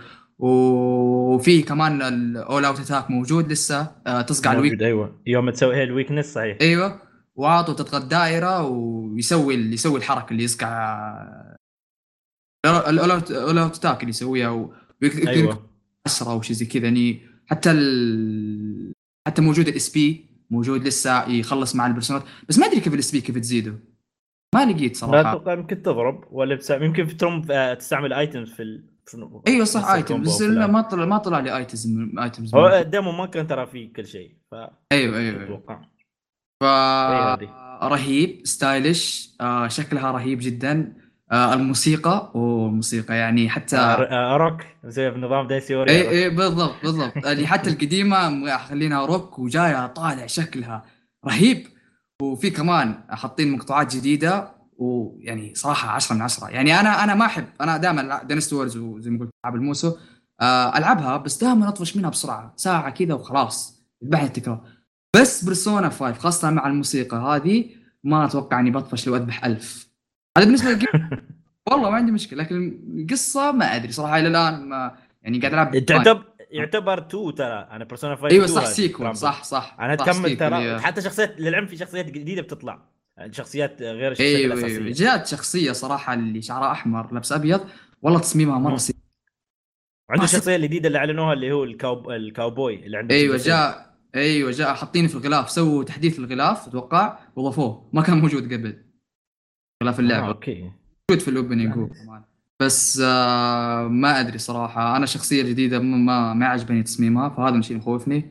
Speaker 5: وفي كمان الاول اوت اتاك موجود لسه آه تصقع الويك.
Speaker 6: موجود ايوه يوم تسوي هي الويكنس صحيح.
Speaker 5: ايوه وعاطوا تضغط دائره ويسوي اللي يسوي الحركه اللي يصقع الاولوت اتاك اللي يسويها ويكتب
Speaker 6: ايوه
Speaker 5: عشرة او شيء زي كذا. يعني حتى ال... حتى موجود الاس بي موجود لسه يخلص مع البرسونات. بس ما ادري كيف الاس بي كيف تزيده ما لقيت
Speaker 6: لا
Speaker 5: صراحه.
Speaker 6: اتوقع يمكن تضرب ولا بس يمكن في تروم آه، تستعمل ايتمز في ال... في-
Speaker 5: ايوه صح
Speaker 6: في
Speaker 5: ايتم
Speaker 6: الكومبو
Speaker 5: بس
Speaker 6: وفي
Speaker 5: لا
Speaker 6: الآيتم.
Speaker 5: ما طلع ما طلع لي ايتمز ايتمز
Speaker 6: هو الديمو ما كان ترى فيه كل شيء ف
Speaker 5: ايوه ايوه, أيوة.
Speaker 6: اتوقع
Speaker 5: ف
Speaker 6: إيه هذه.
Speaker 5: رهيب ستايلش آه شكلها رهيب جدا. آه الموسيقى والموسيقى يعني حتى
Speaker 6: آه، روك زي بنظام دايسي ووري.
Speaker 5: اي اي بالضبط بالضبط اللي حتى القديمه خليناها روك وجايه طالع شكلها رهيب. وفي كمان حاطين مقطوعات جديده ويعني صراحه عشرة من عشرة. يعني انا انا ما احب انا دائما دينستي وورز وزي ما قلت العاب الموسو آه العبها بس دائما اطفش منها بسرعه ساعه كذا وخلاص يذبحني التكرار. بس برسونا خمسة خاصه مع الموسيقى هذه ما اتوقع اني بطفش لو اذبح ألف. هذا بالنسبه للجيم والله ما عندي مشكله. لكن القصه ما ادري صراحه الى الان ما يعني قاعد العب
Speaker 6: تعتبر يعتبر تو ترى انا بيرسونا خمسة
Speaker 5: ايوه
Speaker 6: تو
Speaker 5: صح
Speaker 6: هذه
Speaker 5: سيكول
Speaker 6: ترامبل.
Speaker 5: صح صح
Speaker 6: انا
Speaker 5: صح
Speaker 6: تكمل
Speaker 5: سيكول،
Speaker 6: ترى
Speaker 5: إيه.
Speaker 6: حتى شخصيات للعلم في شخصيات جديده بتطلع شخصيات غير الشخصيات
Speaker 5: ايوه
Speaker 6: الاساسيه.
Speaker 5: ايوه جات شخصيه صراحه اللي شعرها احمر لابس ابيض والله تصميمها مره
Speaker 6: مم.
Speaker 5: سيء.
Speaker 6: عنده
Speaker 5: ما
Speaker 6: الشخصيه الجديده اللي اعلنوها اللي هو الكاوب... الكاوبوي اللي عنده
Speaker 5: ايوه
Speaker 6: سلسلة.
Speaker 5: جاء ايوه جاء حاطينه في الغلاف سووا تحديث للغلاف اتوقع وضافوه ما كان موجود قبل غلاف اللعبه
Speaker 6: آه، اوكي
Speaker 5: موجود في الاوبننج هو كمان. بس آه ما ادري صراحه انا الشخصيه الجديده ما ما عجبني تصميمها فهذا الشيء يخوفني.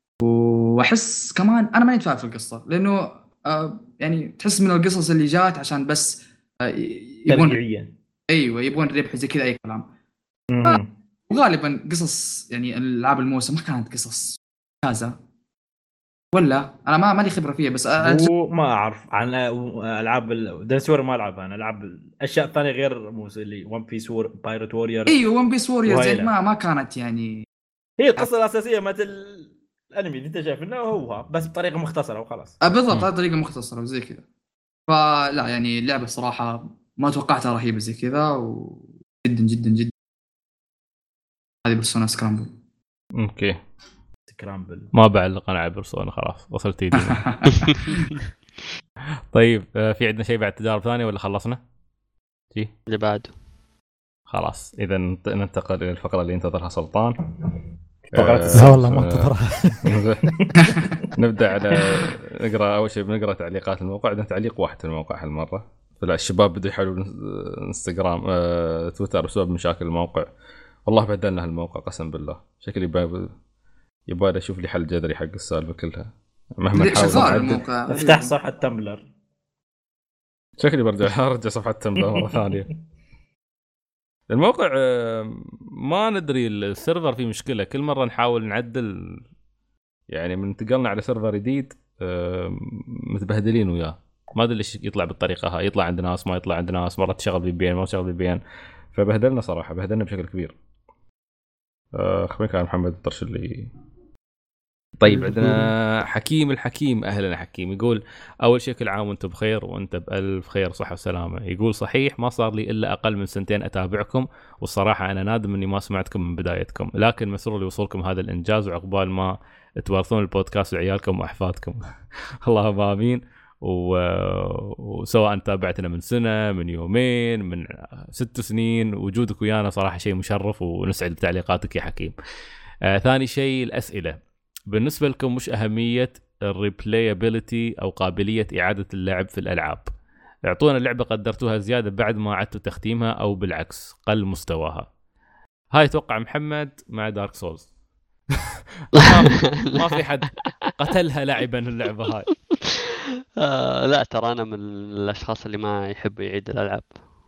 Speaker 5: واحس كمان انا ماني فاهم في القصه لانه آه يعني تحس من القصص اللي جات عشان بس آه يبون
Speaker 6: ترقيعيا.
Speaker 5: ايوه يبون ربح زي كذا اي كلام.
Speaker 6: مم.
Speaker 5: وغالبا قصص يعني العاب الموسم ما كانت قصص ممتازه، ولا انا ما مالي خبره فيها بس أجزاء
Speaker 6: وما اعرف عن العاب دنسور، ما العب انا العاب الاشياء الثانيه غير موس اللي ون بيس وور بايرت ووريرز.
Speaker 5: ايوه ون بيس ووريرز
Speaker 6: وهاي لا.
Speaker 5: ما ما كانت يعني
Speaker 6: هي القصه الاساسيه مثل الانمي اللي انت شايف انه هو بس بطريقه مختصره وخلاص.
Speaker 5: آه، بالضبط
Speaker 1: مم.
Speaker 5: هذه طريقه مختصره وزي كذا. فلا يعني اللعبه صراحه ما توقعتها رهيبه زي كذا، وجدا جدا جدا هذه بيرسونا سكرامبل.
Speaker 1: اوكي
Speaker 6: سكرامبل
Speaker 1: ما بعلق انا على بيرسونا، خلاص وصلت ايدي. طيب آه، في عندنا شيء بعد تجارب ثانيه ولا خلصنا؟ جي
Speaker 2: اللي بعده
Speaker 1: خلاص اذا ننت- ننتقل الى الفقره اللي ينتظرها سلطان.
Speaker 6: فقرة
Speaker 1: آه،
Speaker 3: لا والله ما
Speaker 1: آه،
Speaker 3: انتظرها.
Speaker 1: نبدا على نقرا اول شيء بنقرا تعليقات الموقع. عندنا تعليق واحد في الموقع هالمره. فلا الشباب بدوا يحلوا انستغرام آه، تويتر بسبب مشاكل الموقع. والله بدلنا هالموقع قسم بالله. شكلي يبغى يبغى اشوف لي حل جذري حق السالفه كلها مهما نحاول
Speaker 5: شغال
Speaker 1: نعدل.
Speaker 5: الموقع.
Speaker 6: افتح صفحه تمبلر.
Speaker 1: شكلي برجع ارجع صفحه تمبلر مره ثانيه. الموقع آه، ما ندري السيرفر فيه مشكله. كل مره نحاول نعدل يعني من انتقلنا على سيرفر جديد آه، متبهدلين وياه. ما ادري ليش يطلع بالطريقه هاي. يطلع عند ناس ما يطلع عند ناس، مره تشغل في بي ان ما تشغل في بي ان. فبهدلنا صراحه، بهدلنا بشكل كبير. آه، اخبرك عن محمد الطرش اللي طيب. عندنا حكيم الحكيم، اهلا حكيم. يقول اول شيء كل عام وانتم بخير وانت بالف خير صحه وسلامه. يقول صحيح ما صار لي الا اقل من سنتين اتابعكم، والصراحه انا نادم اني ما سمعتكم من بدايتكم، لكن مسرور لوصولكم هذا الانجاز، وعقبال ما تورثون البودكاست لعيالكم واحفادكم. اللهم امين. و... وسواء تابعتنا من سنه من يومين من ست سنين، وجودك ويانا صراحه شيء مشرف، ونسعد بتعليقاتك يا حكيم. آه، ثاني شيء الاسئله. بالنسبة لكم مش أهمية الريبلايابيليتي أو قابلية إعادة اللعب في الألعاب؟ اعطونا لعبة قدرتوها زيادة بعد ما عدتوا تختيمها، أو بالعكس قل مستواها. هاي توقع محمد مع دارك سولز. ما في حد قتلها لعبا اللعبة هاي.
Speaker 2: آه لا ترى أنا من الأشخاص اللي ما يحبوا يعيد الألعاب.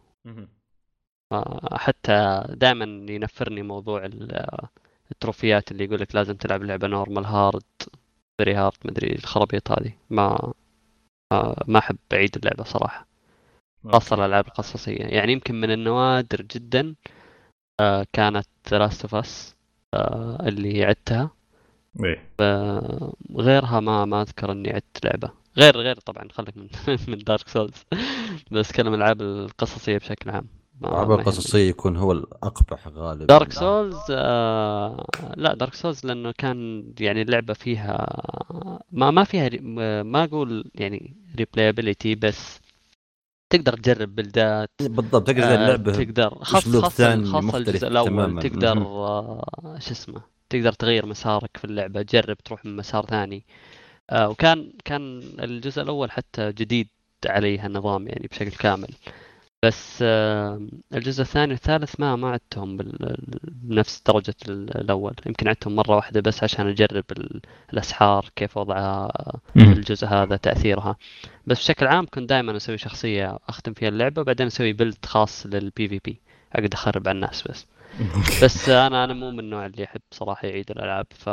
Speaker 2: آه حتى دائما ينفرني موضوع التروفيات اللي يقولك لازم تلعب لعبة نورمال هارد بري هارد مدري الخرابيط هذه. ما آه ما أحب أعيد اللعبة صراحة، خاصة الألعاب القصصية. يعني يمكن من النوادر جدا آه كانت لاست اوف اس آه اللي عدتها.
Speaker 1: إيه.
Speaker 2: غيرها ما ما أذكر إني عدت لعبة غير غير طبعا خليك من من دارك سولز. بس كلام الألعاب القصصية بشكل عام.
Speaker 4: الألعاب القصصية يكون هو الأقبح غالبا.
Speaker 2: دارك سولز آه لا دارك سولز لأنه كان يعني اللعبة فيها ما ما فيها ما أقول يعني ريبلايابيليتي، بس تقدر تجرب بلدات
Speaker 4: بالضبط. تقدر
Speaker 2: آه
Speaker 4: اللعبة
Speaker 2: تقدر خاصة خاصة خاصة الجزء الأول
Speaker 4: تماماً.
Speaker 2: تقدر آه شو اسمه تقدر تغير مسارك في اللعبة، تجرب تروح من مسار ثاني. آه وكان كان الجزء الأول حتى جديد عليه النظام يعني بشكل كامل. بس آه الجزء الثاني والثالث ما ما عدتهم بنفس درجة الأول. يمكن عدتهم مرة واحدة بس عشان أجرب الأسحار كيف وضعها في الجزء هذا تأثيرها. بس بشكل عام كنت دائما أسوي شخصية أختم فيها اللعبة، وبعدين أسوي بيلد خاص للبي في بي أقدر أخرب على الناس. بس بس أنا أنا مو من النوع اللي يحب صراحة يعيد الألعاب، ف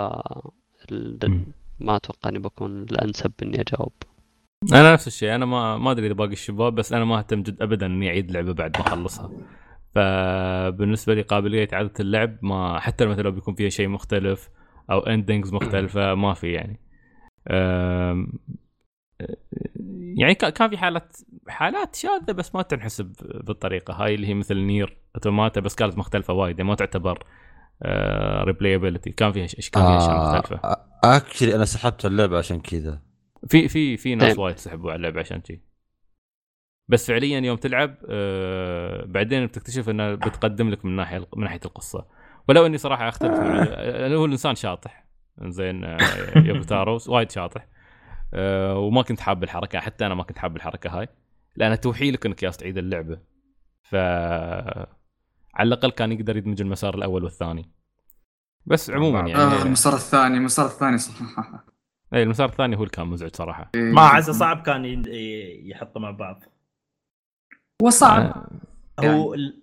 Speaker 2: ما أتوقع أني بكون الأنسب إني أجاوب.
Speaker 1: انا نفس الشيء. انا ما ما ادري اذا باقي الشباب، بس انا ما اهتم جد ابدا اني اعيد لعبه بعد ما اخلصها. فبالنسبه لي قابليه اعاده اللعب ما حتى مثلا لو بيكون فيها شيء مختلف او اندينجز مختلفه ما في يعني. يعني كان في حالات حالات شاذه بس ما تنحسب بالطريقه هاي اللي هي مثل نير اوتوماتا، بس كانت مختلفه وايد ما تعتبر ريبلايابيلتي. كان فيها اشكال فيها اشياء مختلفه.
Speaker 4: اكشلي انا سحبت اللعبه عشان كذا.
Speaker 1: في في في ناس وايد سحبوا على اللعبه عشان شيء، بس فعليا يوم تلعب آه بعدين بتكتشف انها بتقدم لك من ناحيه من ناحيه القصه. ولو اني صراحه اختلف آه هو الانسان شاطح زين آه يوبوتارو وايد شاطح آه وما كنت حاب الحركه. حتى انا ما كنت حاب الحركه هاي لانها توحي لك انك ياس تعيد اللعبه. ف على الاقل كان يقدر يدمج المسار الاول والثاني. بس عموما يعني
Speaker 5: آه المسار الثاني المسار الثاني صراحه
Speaker 1: اي المسار الثاني هو اللي كان مزعج صراحه.
Speaker 6: ما عزه صعب كان يحطوا مع بعض.
Speaker 5: هو صعب
Speaker 6: هو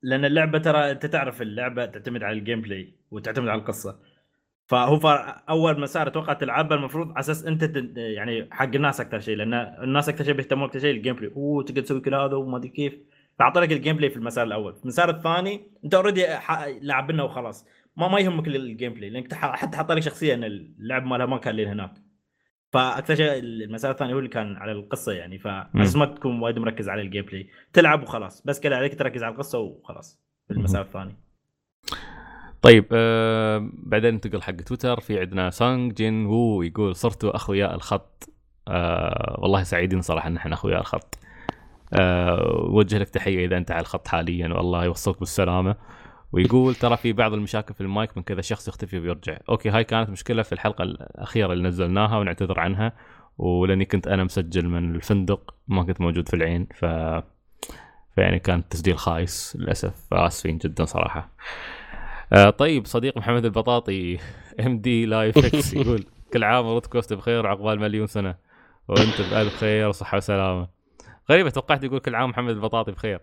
Speaker 6: لان اللعبه ترى انت تعرف اللعبه تعتمد على الجيم بلاي وتعتمد على القصه، فهو فار اول مسار اتوقع تلعبها المفروض على اساس انت تد... يعني حق الناس اكثر شيء، لان الناس اكثر شيء بيهتموا اكثر شيء الجيم بلاي، اوه تقدر تسوي كل هذا وما ادري كيف، فاعطى لك الجيم بلاي في المسار الاول. في المسار الثاني انت اوريدي ح... لعبنا وخلاص، ما ما يهمك الجيم بلاي لانك تح... حتى حط لك شخصيه ان اللعب مالها ما كان لين هناك، فاكثر شيء المسار الثاني هو اللي كان على القصه يعني، فعشان ما تكون وايد مركز على الجيم بلاي تلعب وخلاص، بس كذا عليك تركز على القصه وخلاص في المسار الثاني.
Speaker 1: طيب آه بعدين ننتقل حق تويتر. في عندنا سانج جين وو يقول صرتوا اخويا الخط. آه والله سعيدين صراحه ان احنا اخويا الخط. آه وجه لك تحيه اذا انت على الخط حاليا والله يوصلك بالسلامه. ويقول ترى في بعض المشاكل في المايك من كذا شخص يختفي ويرجع. اوكي هاي كانت مشكله في الحلقه الاخيره اللي نزلناها ونعتذر عنها، ولاني كنت انا مسجل من الفندق ما كنت موجود في العين، ف فيعني كان تسجيل خايس للاسف، اسفين جدا صراحه. آه طيب صديق محمد البطاطي ام دي لايف اكس يقول كل عام ورود كوست بخير وعقبال مليون سنه وانت بألف خير وصحه وسلامه. غريبه توقعت يقول كل عام محمد البطاطي بخير.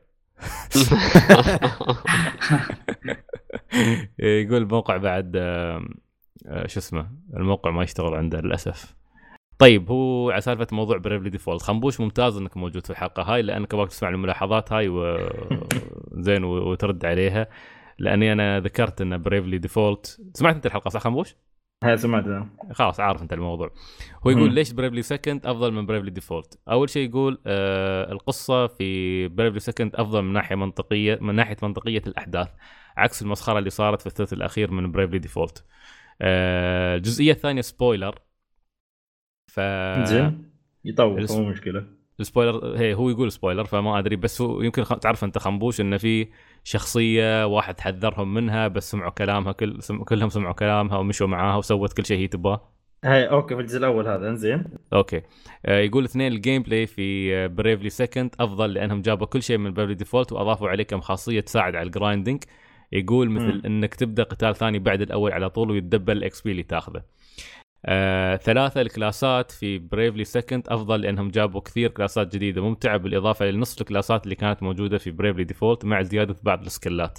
Speaker 1: يقول الموقع بعد آه آه شو اسمه الموقع ما يشتغل عنده للاسف. طيب هو على سالفه موضوع بريفلي ديفولت، خنبوش ممتاز انك موجود في الحلقه هاي لانك باك تسمع الملاحظات هاي وزين وترد عليها، لاني انا ذكرت ان بريفلي ديفولت. سمعت انت الحلقه صح خنبوش؟
Speaker 6: هي سمعتها
Speaker 1: خلاص عارف انت الموضوع. هو يقول م. ليش بريفلي سكند افضل من بريفلي ديفولت؟ اول شيء يقول آه القصه في بريفلي سكند افضل من ناحيه منطقيه، من ناحيه منطقيه الاحداث عكس المسخره اللي صارت في الثلث الاخير من بريفلي ديفولت. آه الجزئيه الثانيه سبويلر، ف
Speaker 6: زين يطول الس... مو مشكله
Speaker 1: السبويلر هي هو يقول سبويلر فما ادري، بس هو يمكن خ... تعرف انت خنبوش انه في شخصيه واحد حذرهم منها بس سمعوا كلامها، كل سم... كلهم سمعوا كلامها ومشوا معاها وسوت كل شيء هي تبغاه.
Speaker 6: هاي اوكي في الجزء الاول هذا انزين.
Speaker 1: اوكي آه يقول اثنين الجيم بلاي في بريفلي سكند افضل لانهم جابوا كل شيء من بريفلي ديفولت واضافوا عليه كم خاصيه تساعد على الجرايندنج. يقول مثل م. انك تبدا قتال ثاني بعد الاول على طول ويتدبل الاكس بي اللي تاخذه. آه، ثلاثة الكلاسات في بريفلي سكند أفضل لأنهم جابوا كثير كلاسات جديدة ممتعة بالإضافة لنصف الكلاسات اللي كانت موجودة في بريفلي ديفولت مع زيادة بعض السكيلات.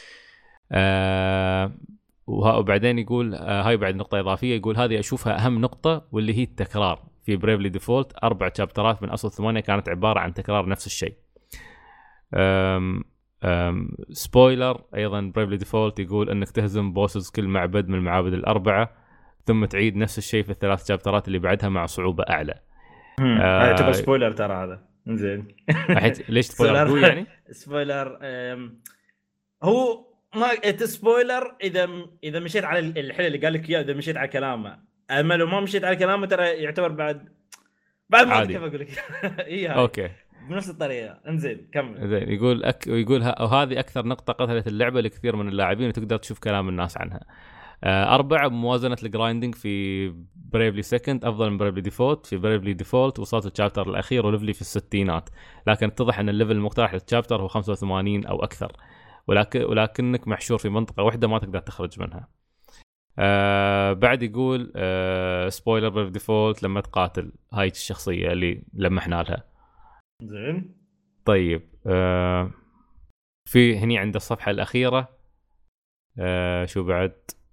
Speaker 1: آه، وبعدين يقول آه، هاي بعد نقطة إضافية، يقول هذه أشوفها أهم نقطة واللي هي التكرار في بريفلي ديفولت. أربع شابترات من أصل ثمانية كانت عبارة عن تكرار نفس الشيء. أم أم سبويلر أيضا بريفلي ديفولت يقول أنك تهزم بوسز كل معبد من المعابد الأربعة ثم تعيد نفس الشيء في الثلاث شابترات اللي بعدها مع صعوبة أعلى.
Speaker 6: آه تبغى سبويلر ترى هذا إنزين.
Speaker 1: ليش سبويلر يعني؟
Speaker 6: سبويلر هو ما سبويلر إذا إذا مشيت على الحل اللي قال لك إياه، إذا مشيت على كلامه، أما لو ما مشيت على كلامه ترى يعتبر بعد بعد ما كيف أقول لك. إيه
Speaker 1: أوكي
Speaker 6: بنفس الطريقة. إنزين كمل.
Speaker 1: زين يقول أك... يقول ه... وهذه أكثر نقطة قتلت اللعبة لكثير من اللاعبين وتقدر تشوف كلام الناس عنها. أربعة موازنة الجرايندنج في بريفلي سكند أفضل من بريفلي ديفولت. في بريفلي ديفولت وصلت الشابتر الأخير وليفلي في الستينات، لكن اتضح أن الليفل المقترح للشابتر هو خمسة وثمانين أو أكثر، ولكن ولكنك محشور في منطقة واحدة ما تقدر تخرج منها. آه بعد يقول آه سبويلر بريفلي ديفولت لما تقاتل هاي الشخصية اللي لمحنا لها.
Speaker 6: زين
Speaker 1: طيب آه في هني عند الصفحة الأخيرة آه شو بعد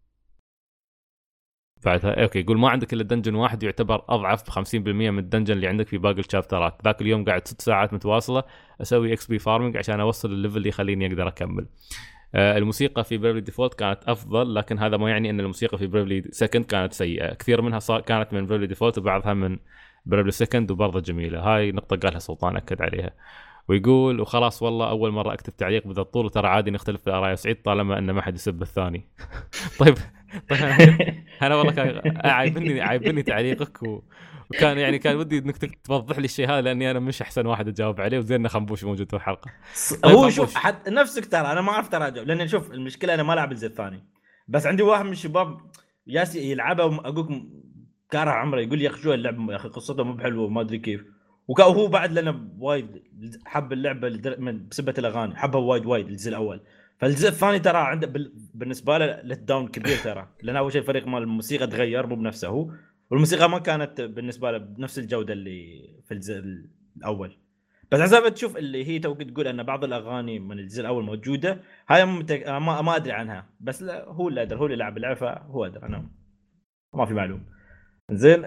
Speaker 1: بعدها اوكي يقول ما عندك الا دنجن واحد يعتبر اضعف ب خمسين بالمية من الدنجن اللي عندك في باقي الشابترات. ذاك اليوم قاعد ست ساعات متواصله اسوي اكس بي فارمنج عشان اوصل الليفل اللي يخليني اقدر اكمل. آه الموسيقى في بريفلي ديفولت كانت افضل، لكن هذا ما يعني ان الموسيقى في بريفلي سكند كانت سيئه. كثير منها صار كانت من بريفلي ديفولت وبعضها من بريفلي سكند وبرضه جميله. هاي نقطه قالها سلطان اكد عليها. ويقول وخلاص والله اول مره اكتب تعليق بذا الطول وترى عادي نختلف في الاراء سعيد طالما ان ما حد يسب الثاني. طيب طيب انا والله كان عايبني عايبني تعليقك و... وكان يعني كان ودي انك توضح لي الشيء هذا لاني انا مش احسن واحد اجاوب عليه، وزين خنبوش موجود في الحلقه.
Speaker 6: طيب هو شوف حد نفسك ترى انا ما اعرف ترى اجاوب، لان شوف المشكله انا ما لعب الجزء الثاني، بس عندي واحد من الشباب ياسي يلعبها واقولك كاره عمره يقول لي يا اخي شو اللعبه يا اخي قصتها مو بحلوه وما ادري كيف، وهو بعد لنا وايد حب اللعبه بسبه الاغاني، حبها وايد وايد الجزء الاول. فالجزء الثاني ترى عنده بالنسبه له لت داون كبير ترى، لان اول شيء الفريق مال الموسيقى تغير مو بنفسه هو، والموسيقى ما كانت بالنسبه له بنفس الجوده اللي في الجزء الاول. بس حسب تشوف اللي هي توقيت تقول ان بعض الاغاني من الجزء الاول موجوده، هاي متك... ما ما ادري عنها، بس لا هو اللي ادري، هو اللي لعب اللعبه هو ادري، انا ما في معلوم. زين.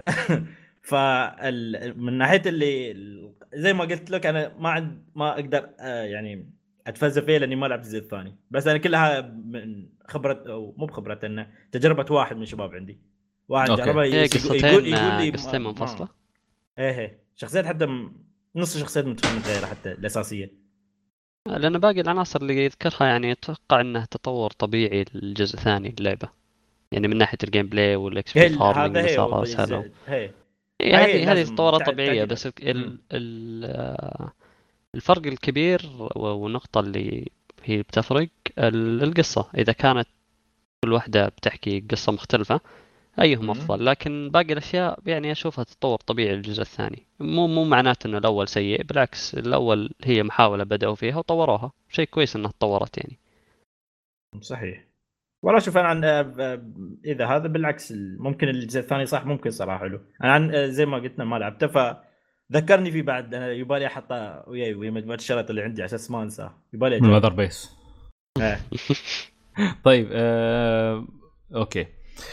Speaker 6: فال من ناحيه اللي زي ما قلت لك انا ما عند ما اقدر آه يعني اتفلسف فيه لاني ما لعبت الجزء الثاني، بس انا كلها من خبره او مو بخبره، انه تجربه واحد من الشباب عندي، واحد
Speaker 1: أوكي.
Speaker 6: جربها
Speaker 2: هي
Speaker 6: يقول
Speaker 2: قصتين
Speaker 6: يقول, يقول لي
Speaker 2: قصتين
Speaker 6: ما-
Speaker 2: منفصله.
Speaker 6: ايه ايه شخصيات حتى م- نص شخصيات متغيره حتى الاساسيه.
Speaker 2: لان باقي العناصر اللي يذكرها يعني اتوقع انه تطور طبيعي للجزء الثاني اللعبه، يعني من ناحيه الجيم بلاي والاكس بي
Speaker 6: هي
Speaker 2: فارمنج
Speaker 6: هذا
Speaker 2: اللي
Speaker 6: هي
Speaker 2: صار
Speaker 6: هو
Speaker 2: اسهل.
Speaker 6: الز- هي
Speaker 2: هي
Speaker 6: هي
Speaker 2: هذه هذه
Speaker 6: لازم
Speaker 2: تطورات
Speaker 6: تع-
Speaker 2: طبيعيه،
Speaker 6: تعدل.
Speaker 2: بس ال
Speaker 6: مم.
Speaker 2: ال الفرق الكبير والنقطه اللي هي بتفرق ال- القصه، اذا كانت كل واحده بتحكي قصه مختلفه ايهم
Speaker 6: مم.
Speaker 2: افضل، لكن باقي الاشياء يعني اشوفها تطور طبيعي للجزء الثاني. مو مو معناته انه الاول سيء، بالعكس الاول هي محاوله بداوا فيها وطوروها، شيء كويس انها تطورت يعني.
Speaker 6: صحيح. والله شوف انا عن آه، آه، اذا هذا بالعكس ممكن الجزء الثاني صح ممكن صراحه حلو. انا عن آه، زي ما قلت ما لعبته، فذكرني فيه بعد، انا يبالي احطه وياي ويا مجموعه الشرط اللي عندي على اساس ما انساه، يبالي
Speaker 1: من
Speaker 6: أجرب.
Speaker 1: ماذر بيس.
Speaker 6: إيه.
Speaker 1: طيب آه... اوكي.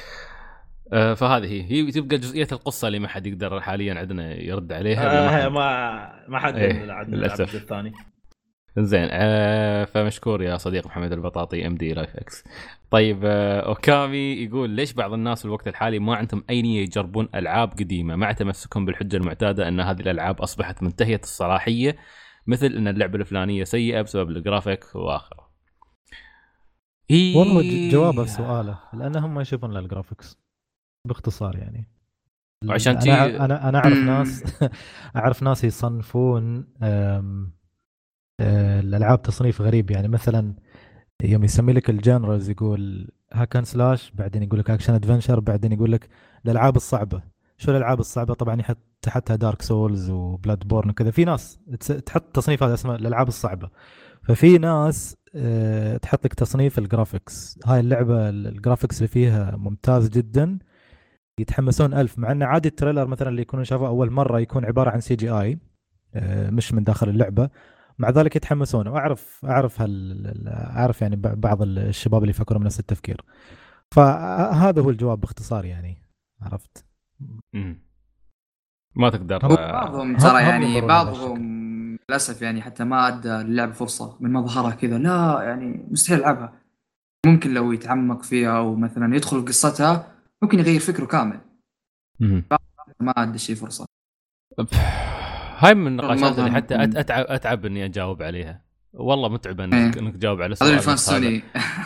Speaker 1: آه فهذه هي هي تبقى جزئيه القصه اللي ما حد يقدر حاليا عندنا يرد عليها. ولا ما
Speaker 6: آه
Speaker 1: حد؟
Speaker 6: ما ما حد
Speaker 1: إيه،
Speaker 6: لعب
Speaker 1: للأسف.
Speaker 6: الجزء الثاني.
Speaker 1: زين. آه فمشكور يا صديق محمد البطاطي ام دي لايف اكس. طيب آه اوكامي يقول ليش بعض الناس في الوقت الحالي ما عندهم اي نيه يجربون العاب قديمه مع تمسكهم بالحجه المعتاده ان هذه الالعاب اصبحت منتهيه الصلاحيه، مثل ان اللعبه الفلانيه سيئه بسبب الجرافيك واخره. هي
Speaker 3: والله ج- جوابه سؤاله لانهم ما يشوفون الجرافيكس باختصار يعني.
Speaker 1: وعشان
Speaker 3: انا
Speaker 1: تي-
Speaker 3: انا انا اعرف
Speaker 5: مم.
Speaker 3: ناس اعرف ناس يصنفون أم، أه، الالعاب تصنيف غريب، يعني مثلا يوم يسمي لك الجانرز يقول هاكن سلاش، بعدين يقول لك اكشن ادفنشر، بعدين يقول لك الالعاب الصعبه. شو الالعاب الصعبه؟ طبعا يحط تحتها دارك سولز وبلاد بورن وكذا. في ناس تس- تحط تصنيف هذا اسمه الالعاب الصعبه. ففي ناس أه، تحط لك تصنيف الجرافيكس. هاي اللعبه الجرافيكس اللي فيها ممتاز جدا، يتحمسون ألف، مع انه عادي التريلر مثلا اللي يكونوا شافوه اول مره يكون عباره عن سي جي اي مش من داخل اللعبه، مع ذلك يتحمسون. واعرف اعرف هال اعرف يعني ب- بعض الشباب اللي يفكرون بنفس التفكير. فهذا هو الجواب باختصار يعني. عرفت؟
Speaker 1: مم. ما تقدر.
Speaker 3: هم-
Speaker 1: آه،
Speaker 5: بعضهم
Speaker 3: هم-
Speaker 5: ترى
Speaker 3: هم
Speaker 5: يعني
Speaker 3: ينظرون
Speaker 5: بعضهم للاسف يعني حتى ما ادى اللعبه فرصه من مظهرها كذا، لا يعني مستحيل يلعبها. ممكن لو يتعمق فيها او مثلا يدخل في قصتها ممكن يغير فكره كامل.
Speaker 1: مم.
Speaker 5: ما ادى شيء فرصه.
Speaker 1: هاي من النقاشات اللي
Speaker 5: المظهر
Speaker 1: حتى
Speaker 5: ممكن.
Speaker 1: أت- اتعب اتعب اني اجاوب عليها. والله متعب
Speaker 5: إيه.
Speaker 1: انك انك تجاوب على
Speaker 5: هذا
Speaker 1: سؤال
Speaker 5: اللي فان
Speaker 1: نفس هذا.
Speaker 5: سوني.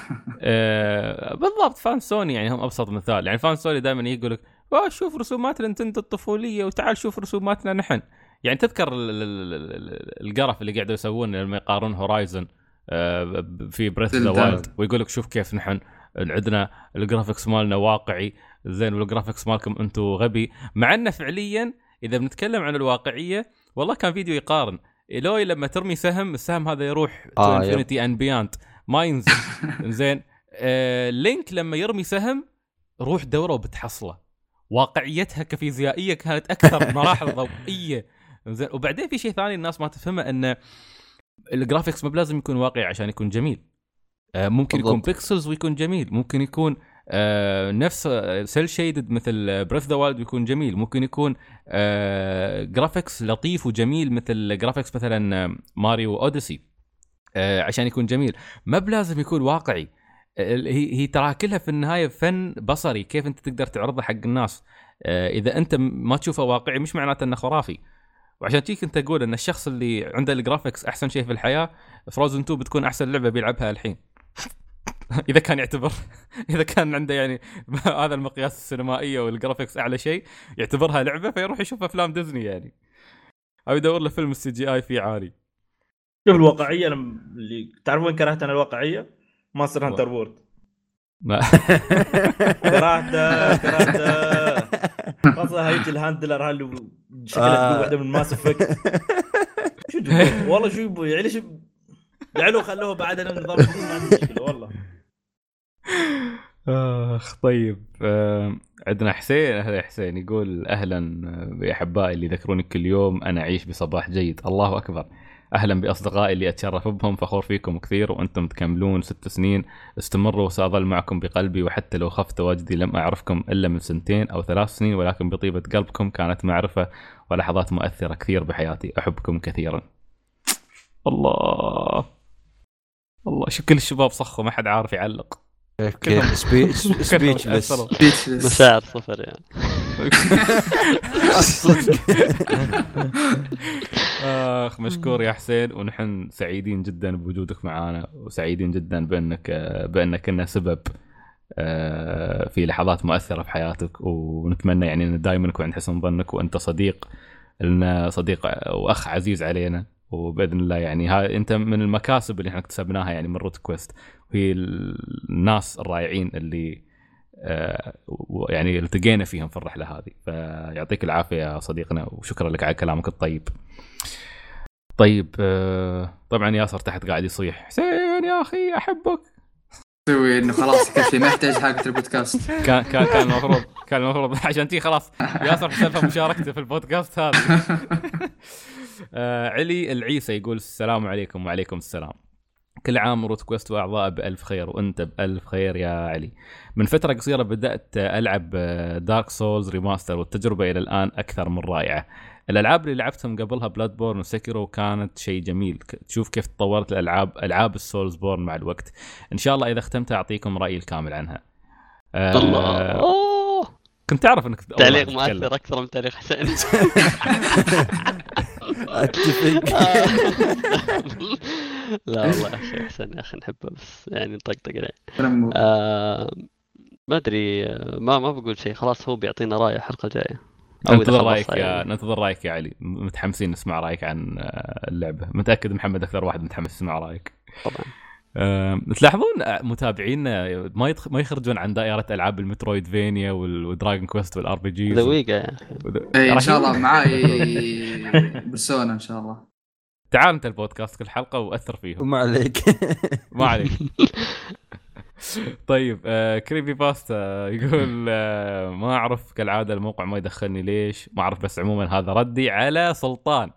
Speaker 1: آه بالضبط، فان سوني يعني هم ابسط مثال. يعني فان سوني دائما يقول لك آه شوف رسومات نينتندو الطفوليه وتعال شوف رسوماتنا نحن. يعني تذكر ال- ال- ال- القرف اللي قاعدوا يسوون لما يقارن هورايزن آه في بريث ذا
Speaker 5: زلدة.
Speaker 1: وايلد، ويقول لك شوف كيف نحن عندنا الجرافيكس مالنا واقعي زين والجرافيكس مالكم انتم غبي. مع انه فعليا اذا بنتكلم عن الواقعيه، والله كان فيديو يقارن إلوي لما ترمي سهم، السهم هذا يروح تو
Speaker 4: آه، يب.
Speaker 1: انفينيتي اند بياند ما ينزل. زين. آه لينك لما يرمي سهم روح دوره وبتحصله. واقعيتها كفيزيائيه كانت اكثر مراحل ضوئيه. زين. وبعدين في شيء ثاني الناس ما تفهمه، ان الجرافيكس ما بلازم يكون واقعي عشان يكون جميل. آه ممكن
Speaker 4: بالضبط.
Speaker 1: يكون بيكسلز ويكون جميل، ممكن يكون آه نفس سيل شيدد مثل بريث ذا وايلد ويكون جميل، ممكن يكون آه جرافيكس لطيف وجميل مثل جرافيكس مثلا ماريو اوديسي آه عشان يكون جميل. ما بلازم يكون واقعي. آه هي هي ترى كلها في النهايه فن بصري، كيف انت تقدر تعرضه حق الناس. آه اذا انت ما تشوفه واقعي مش معناته انه خرافي. وعشان تيجي كنت اقول ان الشخص اللي عنده الجرافيكس احسن شيء في الحياه، فروزن تو بتكون احسن لعبه بيلعبها الحين. اذا كان يعتبر اذا كان عنده يعني هذا المقياس السينمائيه والجرافيكس اعلى شيء يعتبرها لعبه، فيروح يشوف افلام ديزني يعني، او يدور له فيلم السي جي اي فيه عالي.
Speaker 6: شوف الواقعيه لما اللي تعرفون كرهت انا الواقعيه ماستر هانتر وورد.
Speaker 1: ما
Speaker 6: كرهته كرهته خاصة هيجي الهاندلر هاللي شكله تقول واحدة من ماس افكت. شو جبوه؟ والله شو يبوا يعني شو جعلوا خلوه بعد النظام الجديد ما عندي مشكلة والله.
Speaker 1: اخ طيب. آه عندنا حسين. اهلا حسين، يقول اهلا باحبائي اللي يذكروني كل يوم انا اعيش بصباح جيد. الله اكبر. اهلا باصدقائي اللي اتشرف بهم، فخور فيكم كثير وانتم تكملون ست سنين. استمروا وساظل معكم بقلبي، وحتى لو خفت تواجدي لم اعرفكم الا من سنتين او ثلاث سنين، ولكن بطيبة قلبكم كانت معرفة ولحظات مؤثرة كثير بحياتي. احبكم كثيرا. الله الله، شو كل الشباب صخوا ما حد عارف يعلق.
Speaker 4: كيف سبيتش سبيتش
Speaker 2: مشاعر صفر يعني.
Speaker 1: اخ مشكور يا حسين، ونحن سعيدين جدا بوجودك معنا، وسعيدين جدا بانك بانك كنا سبب في لحظات مؤثره في حياتك، ونتمنى يعني ان دائما نكون عند حسن ظنك، وانت صديق لنا، صديق واخ عزيز علينا. وباذن الله يعني هاي انت من المكاسب اللي احنا اكتسبناها يعني من روت كويست، وهي الناس الرائعين اللي آه يعني التقينا فيهم في الرحله هذه. فيعطيك العافيه يا صديقنا، وشكرا لك على كلامك الطيب. طيب آه طبعا ياسر تحت قاعد يصيح حسين يا اخي احبك،
Speaker 5: سوي انه خلاص كل شيء ما يحتاج حلقه البودكاست.
Speaker 1: كان كان كان المفروض كان المفروض عشان تي خلاص ياسر حسب مشاركته في البودكاست هذا. آه علي العيسى يقول السلام عليكم. وعليكم السلام. كل عام روت كويست واعضاء بألف خير، وانت بألف خير يا علي. من فترة قصيرة بدأت ألعب دارك سولز ريماستر، والتجربة إلى الآن أكثر من رائعة. الألعاب اللي لعبتهم قبلها بلاد بورن وسكيرو كانت شيء جميل. تشوف كيف تطورت الألعاب ألعاب السولز بورن مع الوقت. إن شاء الله إذا ختمتها أعطيكم رأيي الكامل عنها.
Speaker 2: آه الله،
Speaker 1: كنت تعرف إنك
Speaker 2: تعليق مؤثر أكثر من تعليق حسين.
Speaker 4: اتفق.
Speaker 2: لا والله يا اخي حسن يا اخي نحبه، بس يعني نطقطق عليه. آه ما ادري، ما ما بقول شيء، خلاص هو بيعطينا راي الحلقه الجايه.
Speaker 1: ننتظر رايك يا ننتظر رايك يا علي، متحمسين نسمع رايك عن اللعبه. متاكد محمد اكثر واحد متحمس يسمع رايك
Speaker 2: طبعا.
Speaker 1: أه، تلاحظون متابعينا ما يدخ... ما يخرجون عن دائره العاب المترويد فينيا والدراجون كويست والار بي جي
Speaker 2: ذويقه يا اخي.
Speaker 5: اي ان شاء الله معاي بيرسونا ان شاء الله.
Speaker 1: تعال انت البودكاست كل حلقه واثر فيهم.
Speaker 4: وما عليك
Speaker 1: ما عليك. طيب آه كريبي باستا يقول آه ما اعرف كالعاده الموقع ما يدخلني ليش ما اعرف، بس عموما هذا ردي على سلطان.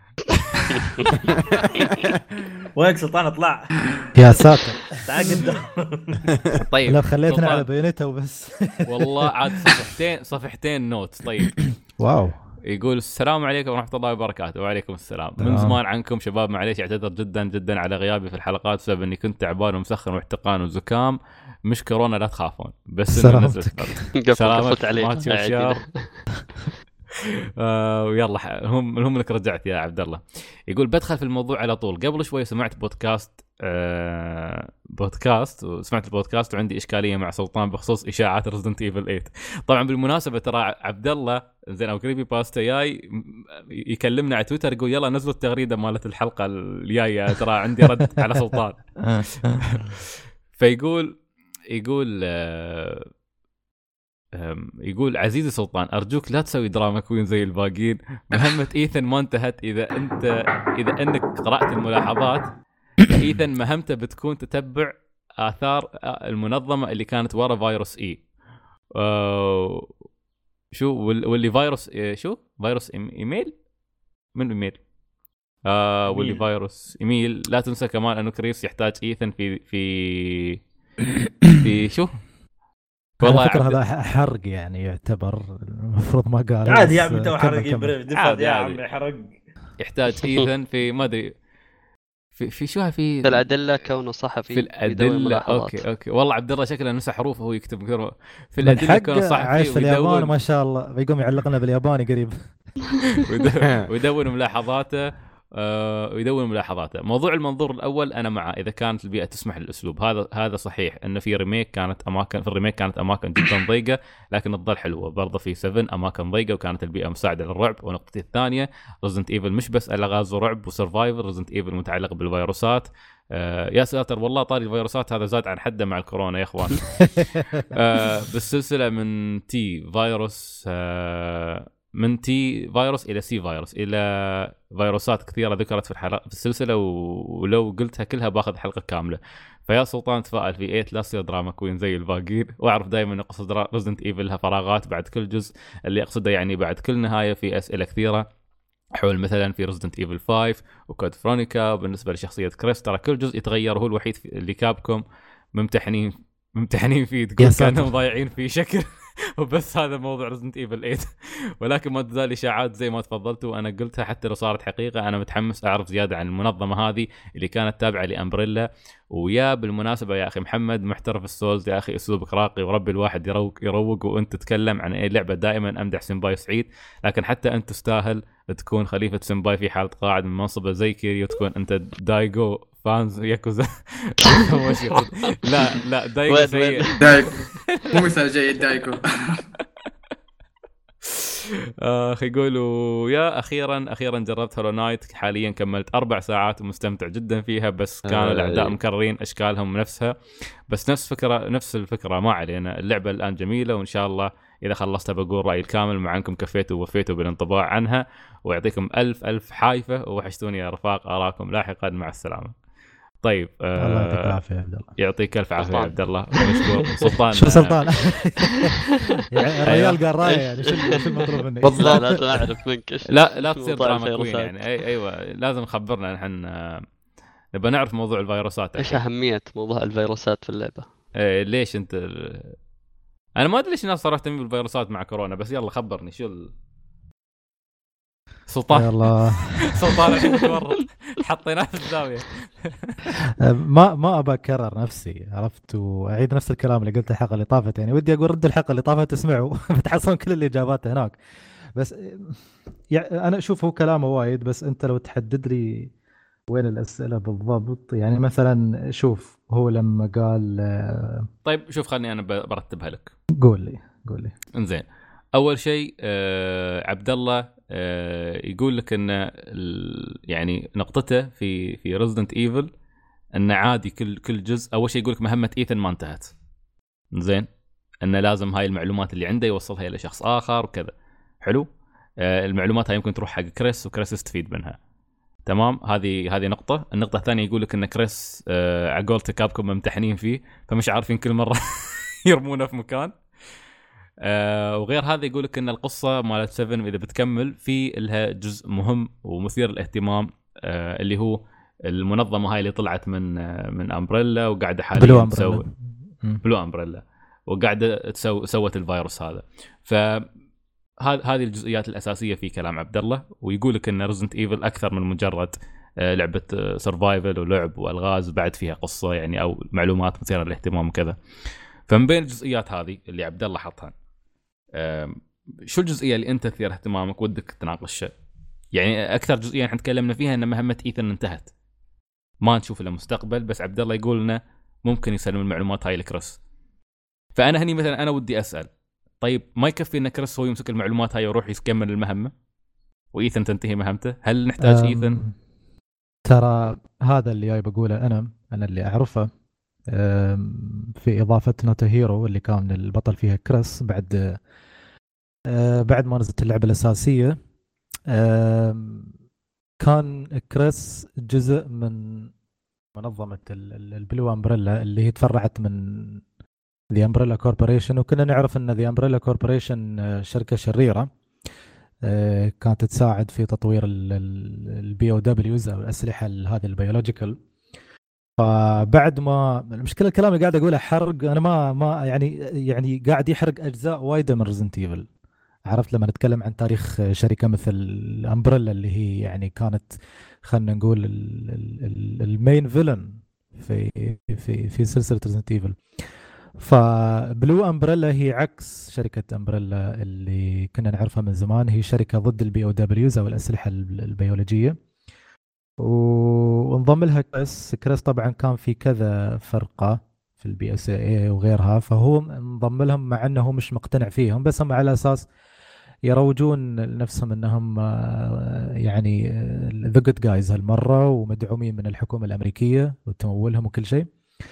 Speaker 6: وينك سلطان؟ اطلع
Speaker 3: يا ساتر.
Speaker 6: تعال قدام.
Speaker 1: طيب
Speaker 3: لو خليتنا على بيانته وبس.
Speaker 1: والله عاد صفحتين صفحتين نوت. طيب
Speaker 3: واو.
Speaker 1: يقول السلام عليكم ورحمة الله وبركاته. وعليكم السلام. من زمان عنكم شباب، معليش اعتذر جدا جدا على غيابي في الحلقات بسبب اني كنت تعبان ومسخن واحتقان وزكام، مش كورونا لا تخافون، بس انه نزلت
Speaker 2: قفلت عليك.
Speaker 1: آه ويلا هم هم انك رجعت يا عبد الله. يقول بدخل في الموضوع على طول. قبل شوي سمعت بودكاست آه بودكاست وسمعت البودكاست وعندي اشكاليه مع سلطان بخصوص اشاعات ريزدنت ايفل ثمانية. طبعا بالمناسبه ترى عبد الله زين او كريبي باستا جاي يكلمنا على تويتر يقول يلا نزلوا التغريده مالت الحلقه الجايه ترى عندي رد على سلطان. فيقول يقول آه يقول عزيزي سلطان أرجوك لا تسوي دراما كوين زي الباقين. مهمة إيثن ما انتهت إذا أنت إذا أنك قرأت الملاحظات. إيثن مهمته بتكون تتبع آثار المنظمة اللي كانت ورا فيروس إي. أه شو واللي فيروس شو فيروس إيميل من إيميل آه واللي فيروس إيميل. لا تنسى كمان أنه كريس يحتاج إيثن في في في شو
Speaker 3: والله فكرة هذا حرق يعني يعتبر المفروض ما قال
Speaker 6: عادي يا عمي تو حرق دفاع يا عمي حرق.
Speaker 1: يحتاج إيثن في ما ادري في في شو في
Speaker 2: في الأدلة كونه صحفي
Speaker 1: في الأدلة. اوكي اوكي والله عبد الله شكله نسى حروف وهو يكتب في الأدلة كونه صحفي
Speaker 3: عايش في اليابان ما شاء الله بيقوم يعلق لنا بالياباني قريب.
Speaker 1: ويدون ملاحظاته آه ويدون ملاحظاته. موضوع المنظور الأول أنا معه إذا كانت البيئة تسمح للأسلوب هذا. هذا صحيح إن في ريميك كانت أماكن في الريميك كانت أماكن جدا ضيقة لكن تظل حلوة. برضه في سفن أماكن ضيقة وكانت البيئة مساعدة للرعب. ونقطتي الثانية ريزدنت إيفل مش بس ألغاز ورعب وسرفايفر. ريزدنت إيفل متعلق بالفيروسات. آه يا ساتر والله طاري الفيروسات هذا زاد عن حده مع الكورونا يا إخوان. آه بالسلسلة من تي فيروس آه من تي فيروس الى سي فيروس الى فيروسات كثيره ذكرت في الحلقه في السلسله، ولو قلتها كلها باخذ حلقه كامله. فيا سلطان تفائل في ثمانية لا تصير دراما كوين زي الباقيين، واعرف دائما اقصد ريزدنت ايفل لها فراغات بعد كل جزء، اللي اقصده يعني بعد كل نهايه في اسئله كثيره حول مثلا في ريزدنت ايفل خمسة وكود فرونيكا. وبالنسبه لشخصيه كريس ترى كل جزء يتغير، وهو الوحيد اللي كابكم ممتحنين ممتحنين فيه، تقول كانهم ضايعين فيه شكل وبس. هذا موضوع ريزدنت ايفل ثمانية. ولكن ما تزال اشاعات زي ما تفضلتوا، وانا قلتها حتى لو صارت حقيقه انا متحمس اعرف زياده عن المنظمه هذه اللي كانت تابعه لامبريلا. ويا بالمناسبه يا اخي محمد محترف السولز يا اخي، اسلوبك راقي وربي الواحد يروق يروق وانت تتكلم عن اي لعبه. دائما امدح سمباي سعيد، لكن حتى انت تستاهل تكون خليفه سمباي في حاله قاعد من منصبه زي كيريو، تكون انت دايجو فانز ياكوزا. لا لا دايجو سيء،
Speaker 5: دايجو مو مثال جيد دايجو.
Speaker 1: اخ يقولوا يا اخيرا اخيرا جربت هولو نايت، حاليا كملت اربع ساعات ومستمتع جدا فيها، بس كانوا الاعداء مكررين اشكالهم نفسها، بس نفس فكره نفس الفكره ما علينا. اللعبه الان جميله، وان شاء الله اذا خلصتها بقول رايي الكامل، مع انكم كفيتوا ووفيتوا بالانطباع عنها، ويعطيكم الف الف حايفه، ووحشتوني يا رفاق، اراكم لاحقا، مع السلامه. طيب آه
Speaker 3: الله يعطيك العافيه يا عبد الله.
Speaker 1: يعطيك الف عافيه يا عبد الله، مشكور. سلطان
Speaker 3: شو سلطان يعني الرجال قال رايه، يعني شو شو المطلوب مني؟
Speaker 2: والله لا اعرف منك.
Speaker 1: لا لا تصير دراما كوين يعني. اي ايوه لازم خبرنا نحن، نبغى نعرف موضوع الفيروسات.
Speaker 2: ايش اهميه موضوع الفيروسات في اللعبه؟
Speaker 1: إيه ليش انت ال... انا ما ادري ليش الناس صارت تهتم بالفيروسات مع كورونا، بس يلا خبرني شو ال... سلطان
Speaker 3: يلا
Speaker 1: سلطان الحين تورط حطيناه في الزاويه.
Speaker 3: ما ما ابى اكرر نفسي، عرفت، واعيد نفس الكلام اللي قلته الحلقه اللي طافت. يعني ودي اقول رد الحلقه اللي طافت اسمعوا بتحصلون كل الاجابات هناك. بس يعني انا اشوف هو كلامه وايد، بس انت لو تحدد لي وين الاسئله بالضبط. يعني مثلا شوف هو لما قال
Speaker 1: طيب شوف خلني انا برتبها لك.
Speaker 3: قول لي قول لي
Speaker 1: انزين. اول شيء آه عبد الله آه يقول لك ان يعني نقطته في في ريزدنت ايفل ان عادي كل كل جزء. اول شيء يقول لك مهمه ايثن ما انتهت، زين، انه لازم هاي المعلومات اللي عنده يوصلها الى شخص اخر وكذا. حلو. آه المعلومات هاي يمكن تروح حق كريس، وكريس يستفيد منها. تمام. هذه هذه نقطه. النقطه الثانيه يقول لك ان كريس آه عقولته كابكم ممتحنين فيه، فمش عارفين كل مره يرمونه في مكان. آه وغير هذا يقول لك ان القصه مالت سفن اذا بتكمل في لها جزء مهم ومثير للاهتمام، آه اللي هو المنظمه هاي اللي طلعت من آه من امبريلا، وقاعده حاليا تسوي بلو امبريلا، وقاعده تسوي سوت الفيروس هذا. ف هذه الجزئيات الاساسيه في كلام عبد الله. ويقول لك ان ريزدنت ايفل اكثر من مجرد آه لعبه سرفايفل ولعب والغاز، بعد فيها قصه يعني او معلومات مثيره للاهتمام وكذا. فمن بين الجزئيات هذه اللي عبد الله حطها، شو الجزئيه اللي انت تثير اهتمامك ودك تناقش؟ يعني اكثر جزئيه احنا تكلمنا فيها ان مهمه ايثن انتهت، ما نشوف الا مستقبل، بس عبد الله يقول لنا ممكن يسلم المعلومات هاي لكريس. فانا هني مثلا انا ودي اسال، طيب ما يكفي ان كريس هو يمسك المعلومات هاي ويروح يكمل المهمه وايثن تنتهي مهمته؟ هل نحتاج ايثن؟
Speaker 3: ترى هذا اللي جاي بقوله انا انا اللي اعرفه في اضافه نوتو هيرو اللي كان البطل فيها كريس بعد بعد ما نزلت اللعبه الاساسيه. كان كريس جزء من منظمه البلو امبريلا اللي هي تفرعت من ذا امبريلا كوربوريشن، وكنا نعرف ان ذا امبريلا كوربوريشن شركه شريره كانت تساعد في تطوير البي او دبليوز او الاسلحه هذه البيولوجيكال. فبعد ما المشكله الكلام اللي قاعد اقوله حرق، انا ما ما يعني يعني قاعد يحرق اجزاء وايده من ريزنت ايفل. عرفت لما نتكلم عن تاريخ شركه مثل امبريلا اللي هي يعني كانت خلينا نقول المين فيلن في في في سلسله ريزنت ايفل. فبلو امبريلا هي عكس شركه امبريلا اللي كنا نعرفها من زمان، هي شركه ضد البي او دبليوز او الاسلحه البيولوجيه، وانضم لها كريس. كريس طبعا كان في كذا فرقه في البي اس اي وغيرها، فهو انضم لهم مع انه هو مش مقتنع فيهم، بس هم على اساس يروجون لنفسهم انهم يعني ذا جود جايز هالمره، ومدعومين من الحكومه الامريكيه وتمولهم وكل شيء.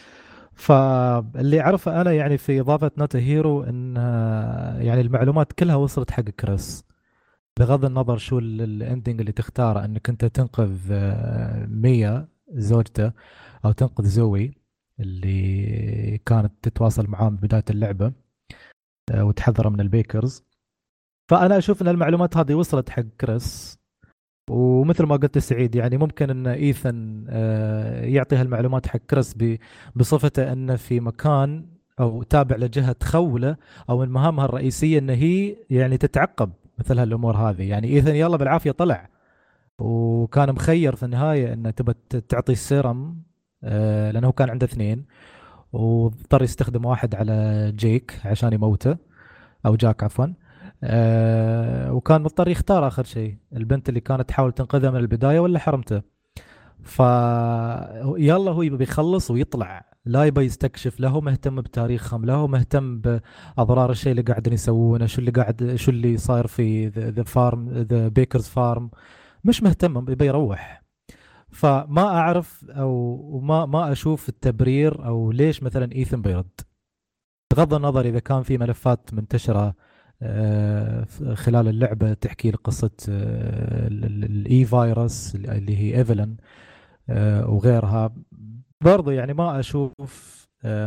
Speaker 3: فاللي اعرفه انا يعني في اضافه نوتو هيرو ان يعني المعلومات كلها وصلت حق كريس، بغض النظر شو الاندنج اللي تختاره، انك انت تنقذ ميا زوجته او تنقذ زوي اللي كانت تتواصل معاه بداية اللعبة وتحذره من البيكرز. فانا اشوف ان المعلومات هذه وصلت حق كريس، ومثل ما قلت سعيد يعني ممكن ان ايثن يعطي هالمعلومات حق كريس بصفته انه في مكان او تابع لجهه تخوله، او من مهامها الرئيسيه ان هي يعني تتعقب مثل هالامور هذه. يعني ايثن يلا بالعافيه طلع وكان مخير في النهايه انه تبى تعطي السيرم لانه كان عنده اثنين، واضطر يستخدم واحد على جيك عشان يموته او جاك عفوا. أه وكان مضطر يختار آخر شيء البنت اللي كانت تحاول تنقذها من البداية ولا حرمته. فيلا هو يبي بيخلص ويطلع، لا يبي يستكشف، لا هو مهتم بتاريخهم، لا هو مهتم بأضرار الشيء اللي قاعدين يسوونه، شو اللي قاعد شو اللي صاير في ذا فارم ذا بيكرز فارم، مش مهتم، يبي يروح. فما أعرف أو ما ما أشوف التبرير أو ليش مثلا إيثن بيرد، بغض النظر إذا كان في ملفات منتشرة خلال اللعبة تحكي قصة الاي فيروس اللي هي ايفلين وغيرها. برضو يعني ما اشوف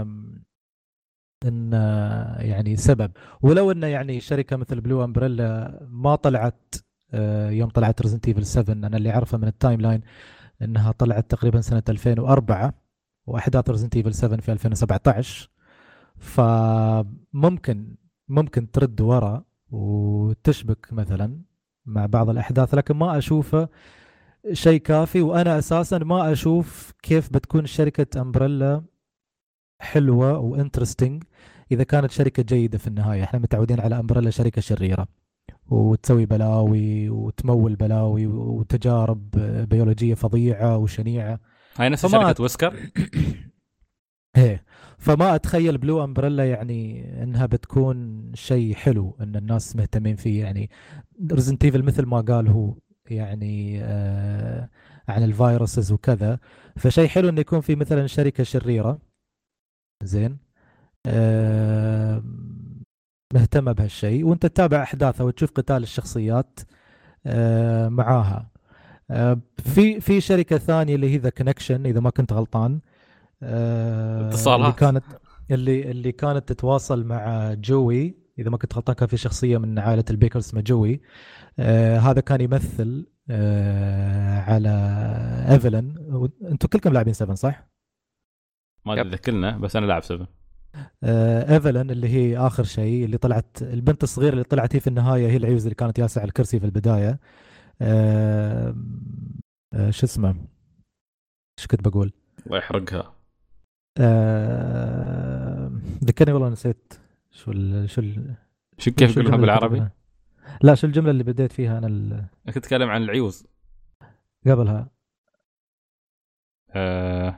Speaker 3: ان يعني سبب، ولو ان يعني شركة مثل بلو امبريلا ما طلعت يوم طلعت ريزنت ايفل سبعة، انا اللي اعرفه من التايم لاين انها طلعت تقريبا سنة ألفين وأربعة واحداث ريزنت ايفل سبعة في ألفين وسبعة عشر، فممكن ممكن ترد ورا وتشبك مثلا مع بعض الأحداث، لكن ما أشوفه شيء كافي. وأنا أساسا ما أشوف كيف بتكون شركة أمبريلا حلوة وإنترستينج إذا كانت شركة جيدة. في النهاية احنا متعودين على أمبريلا شركة شريرة وتسوي بلاوي وتمول بلاوي وتجارب بيولوجية فظيعة وشنيعة.
Speaker 1: هاي نفس شركة ويسكر.
Speaker 3: ايه، فما اتخيل بلو امبريلا يعني انها بتكون شيء حلو ان الناس مهتمين فيه. يعني ريزنت ايفل مثل ما قال هو يعني آه عن الفيروسز وكذا، فشيء حلو انه يكون في مثلا شركة شريرة زين آه مهتمة بهالشيء، وانت تتابع احداثها وتشوف قتال الشخصيات آه معاها. آه في في شركة ثانية اللي هي ذا كونكشن اذا ما كنت غلطان،
Speaker 1: اتصالات
Speaker 3: اللي كانت اللي اللي كانت تتواصل مع جوي اذا ما كنت غلطان. كان في شخصيه من عائله البيكرز اسمه جوي، آه هذا كان يمثل آه على ايفلين. انتم كلكم لاعبين سبعة صح؟
Speaker 1: ما ادري ذكرنا بس انا لاعب سبعة.
Speaker 3: آه ايفلين اللي هي اخر شيء اللي طلعت البنت الصغيره اللي طلعت هي في النهايه، هي العيوز اللي كانت جالسه على الكرسي في البدايه. آه آه شو اسمه ايش كنت بقول؟
Speaker 1: الله يحرقها.
Speaker 3: آه... ذكرني والله نسيت شو ال... شو ال...
Speaker 1: شو كيف يقولونها بالعربي؟
Speaker 3: لا شو الجملة اللي بديت فيها أنا ال...
Speaker 1: كنت أتكلم عن العيوز
Speaker 3: قبلها.
Speaker 1: آه...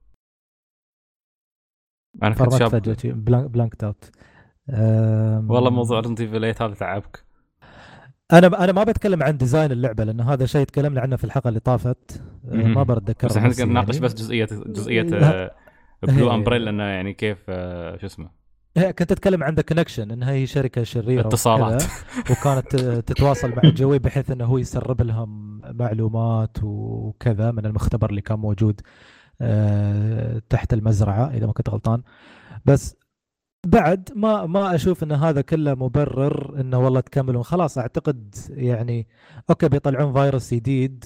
Speaker 1: أنا كنت شاب
Speaker 3: فجأة بلانك بلانكت أوت. آه...
Speaker 1: والله موضوع ريزنت ايفل هذا تعبك.
Speaker 3: أنا أنا ما بتكلم عن ديزاين اللعبة لأن هذا شيء تكلمنا عنه في الحلقة اللي طافت. آه ما بتذكر
Speaker 1: بس احنا نناقش يعني. بس جزئية جزئية بلو امبريلا انه يعني كيف آه شو اسمه.
Speaker 3: كنت اتكلم عن ذا كونكشن انها هي شركه شريره
Speaker 1: اتصالات
Speaker 3: وكانت تتواصل مع جوي بحيث انه هو يسرب لهم معلومات وكذا من المختبر اللي كان موجود أه تحت المزرعه اذا ما كنت غلطان. بس بعد ما ما اشوف ان هذا كله مبرر انه والله تكملون خلاص. اعتقد يعني اوكي بيطلعون فيروس جديد،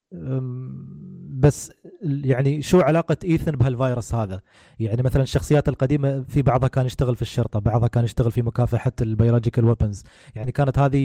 Speaker 3: بس يعني شو علاقة إيثن بهالفيروس هذا؟ يعني مثلا الشخصيات القديمة في بعضها كان يشتغل في الشرطة، بعضها كان يشتغل في مكافحة البيولوجيكال ويبنز، يعني كانت هذه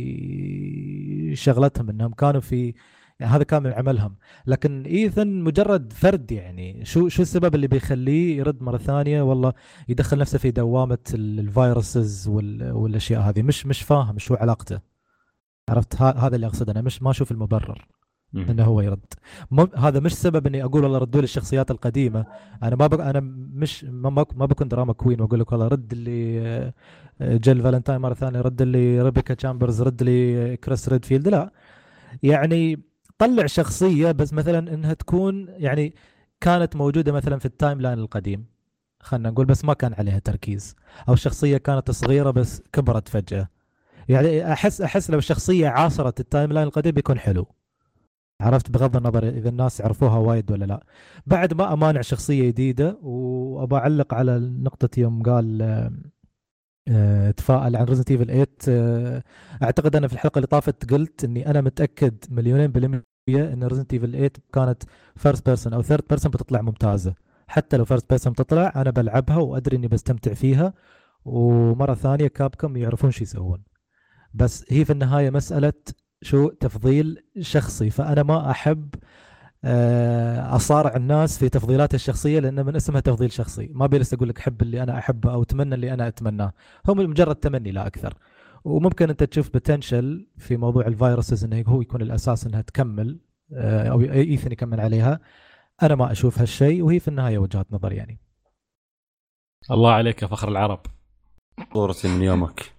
Speaker 3: شغلتهم انهم كانوا في يعني هذا كان من عملهم. لكن إيثن مجرد فرد، يعني شو شو السبب اللي بيخليه يرد مرة ثانية والله يدخل نفسه في دوامة الفيروسز والاشياء هذه؟ مش مش فاهم شو علاقته. عرفت؟ هذا اللي اقصده انا، مش ما اشوف المبرر انه هو يرد. هذا مش سبب اني اقول والله ردوا لي الشخصيات القديمه. انا ما بق... انا مش ما, ما بكون دراما كوين واقول لك والله رد لي جيل فالنتاين مره ثانيه، رد لي ريبيكا تشامبرز، رد لي كريس ريدفيلد. لا يعني طلع شخصيه بس مثلا انها تكون يعني كانت موجوده مثلا في التايم لاين القديم خلينا نقول، بس ما كان عليها تركيز، او شخصيه كانت صغيره بس كبرت فجاه. يعني احس احس لو الشخصيه عاصرت التايم لاين القديم بيكون حلو، عرفت، بغض النظر اذا الناس عرفوها وايد ولا لا. بعد ما امانع شخصيه جديده. وابى اعلق على نقطه يوم قال اه تفائل عن ريزنت ايفل ثمانية. اه اعتقد انا في الحلقه اللي طافت قلت اني انا متاكد مليونين بالميه ان ريزنت ايفل ثمانية كانت فيرست بيرسون او ثيرد بيرسون بتطلع ممتازه. حتى لو فيرست بيرسون بتطلع انا بلعبها وادري اني بستمتع فيها. ومره ثانيه كابكم يعرفون شو يسوون، بس هي في النهايه مساله شو تفضيل شخصي. فانا ما احب اصارع الناس في تفضيلاتها الشخصيه، لان من اسمها تفضيل شخصي. ما بيلس اقول لك احب اللي انا احبه او اتمنى اللي انا اتمناه، هم مجرد تمني لا اكثر. وممكن انت تشوف بوتنشل في موضوع الفيروسز انه هو يكون الاساس انها تكمل او ايثن يكمل عليها. انا ما اشوف هالشيء، وهي في النهايه وجهات نظر يعني.
Speaker 1: الله عليك يا فخر العرب،
Speaker 4: صورتي من يومك.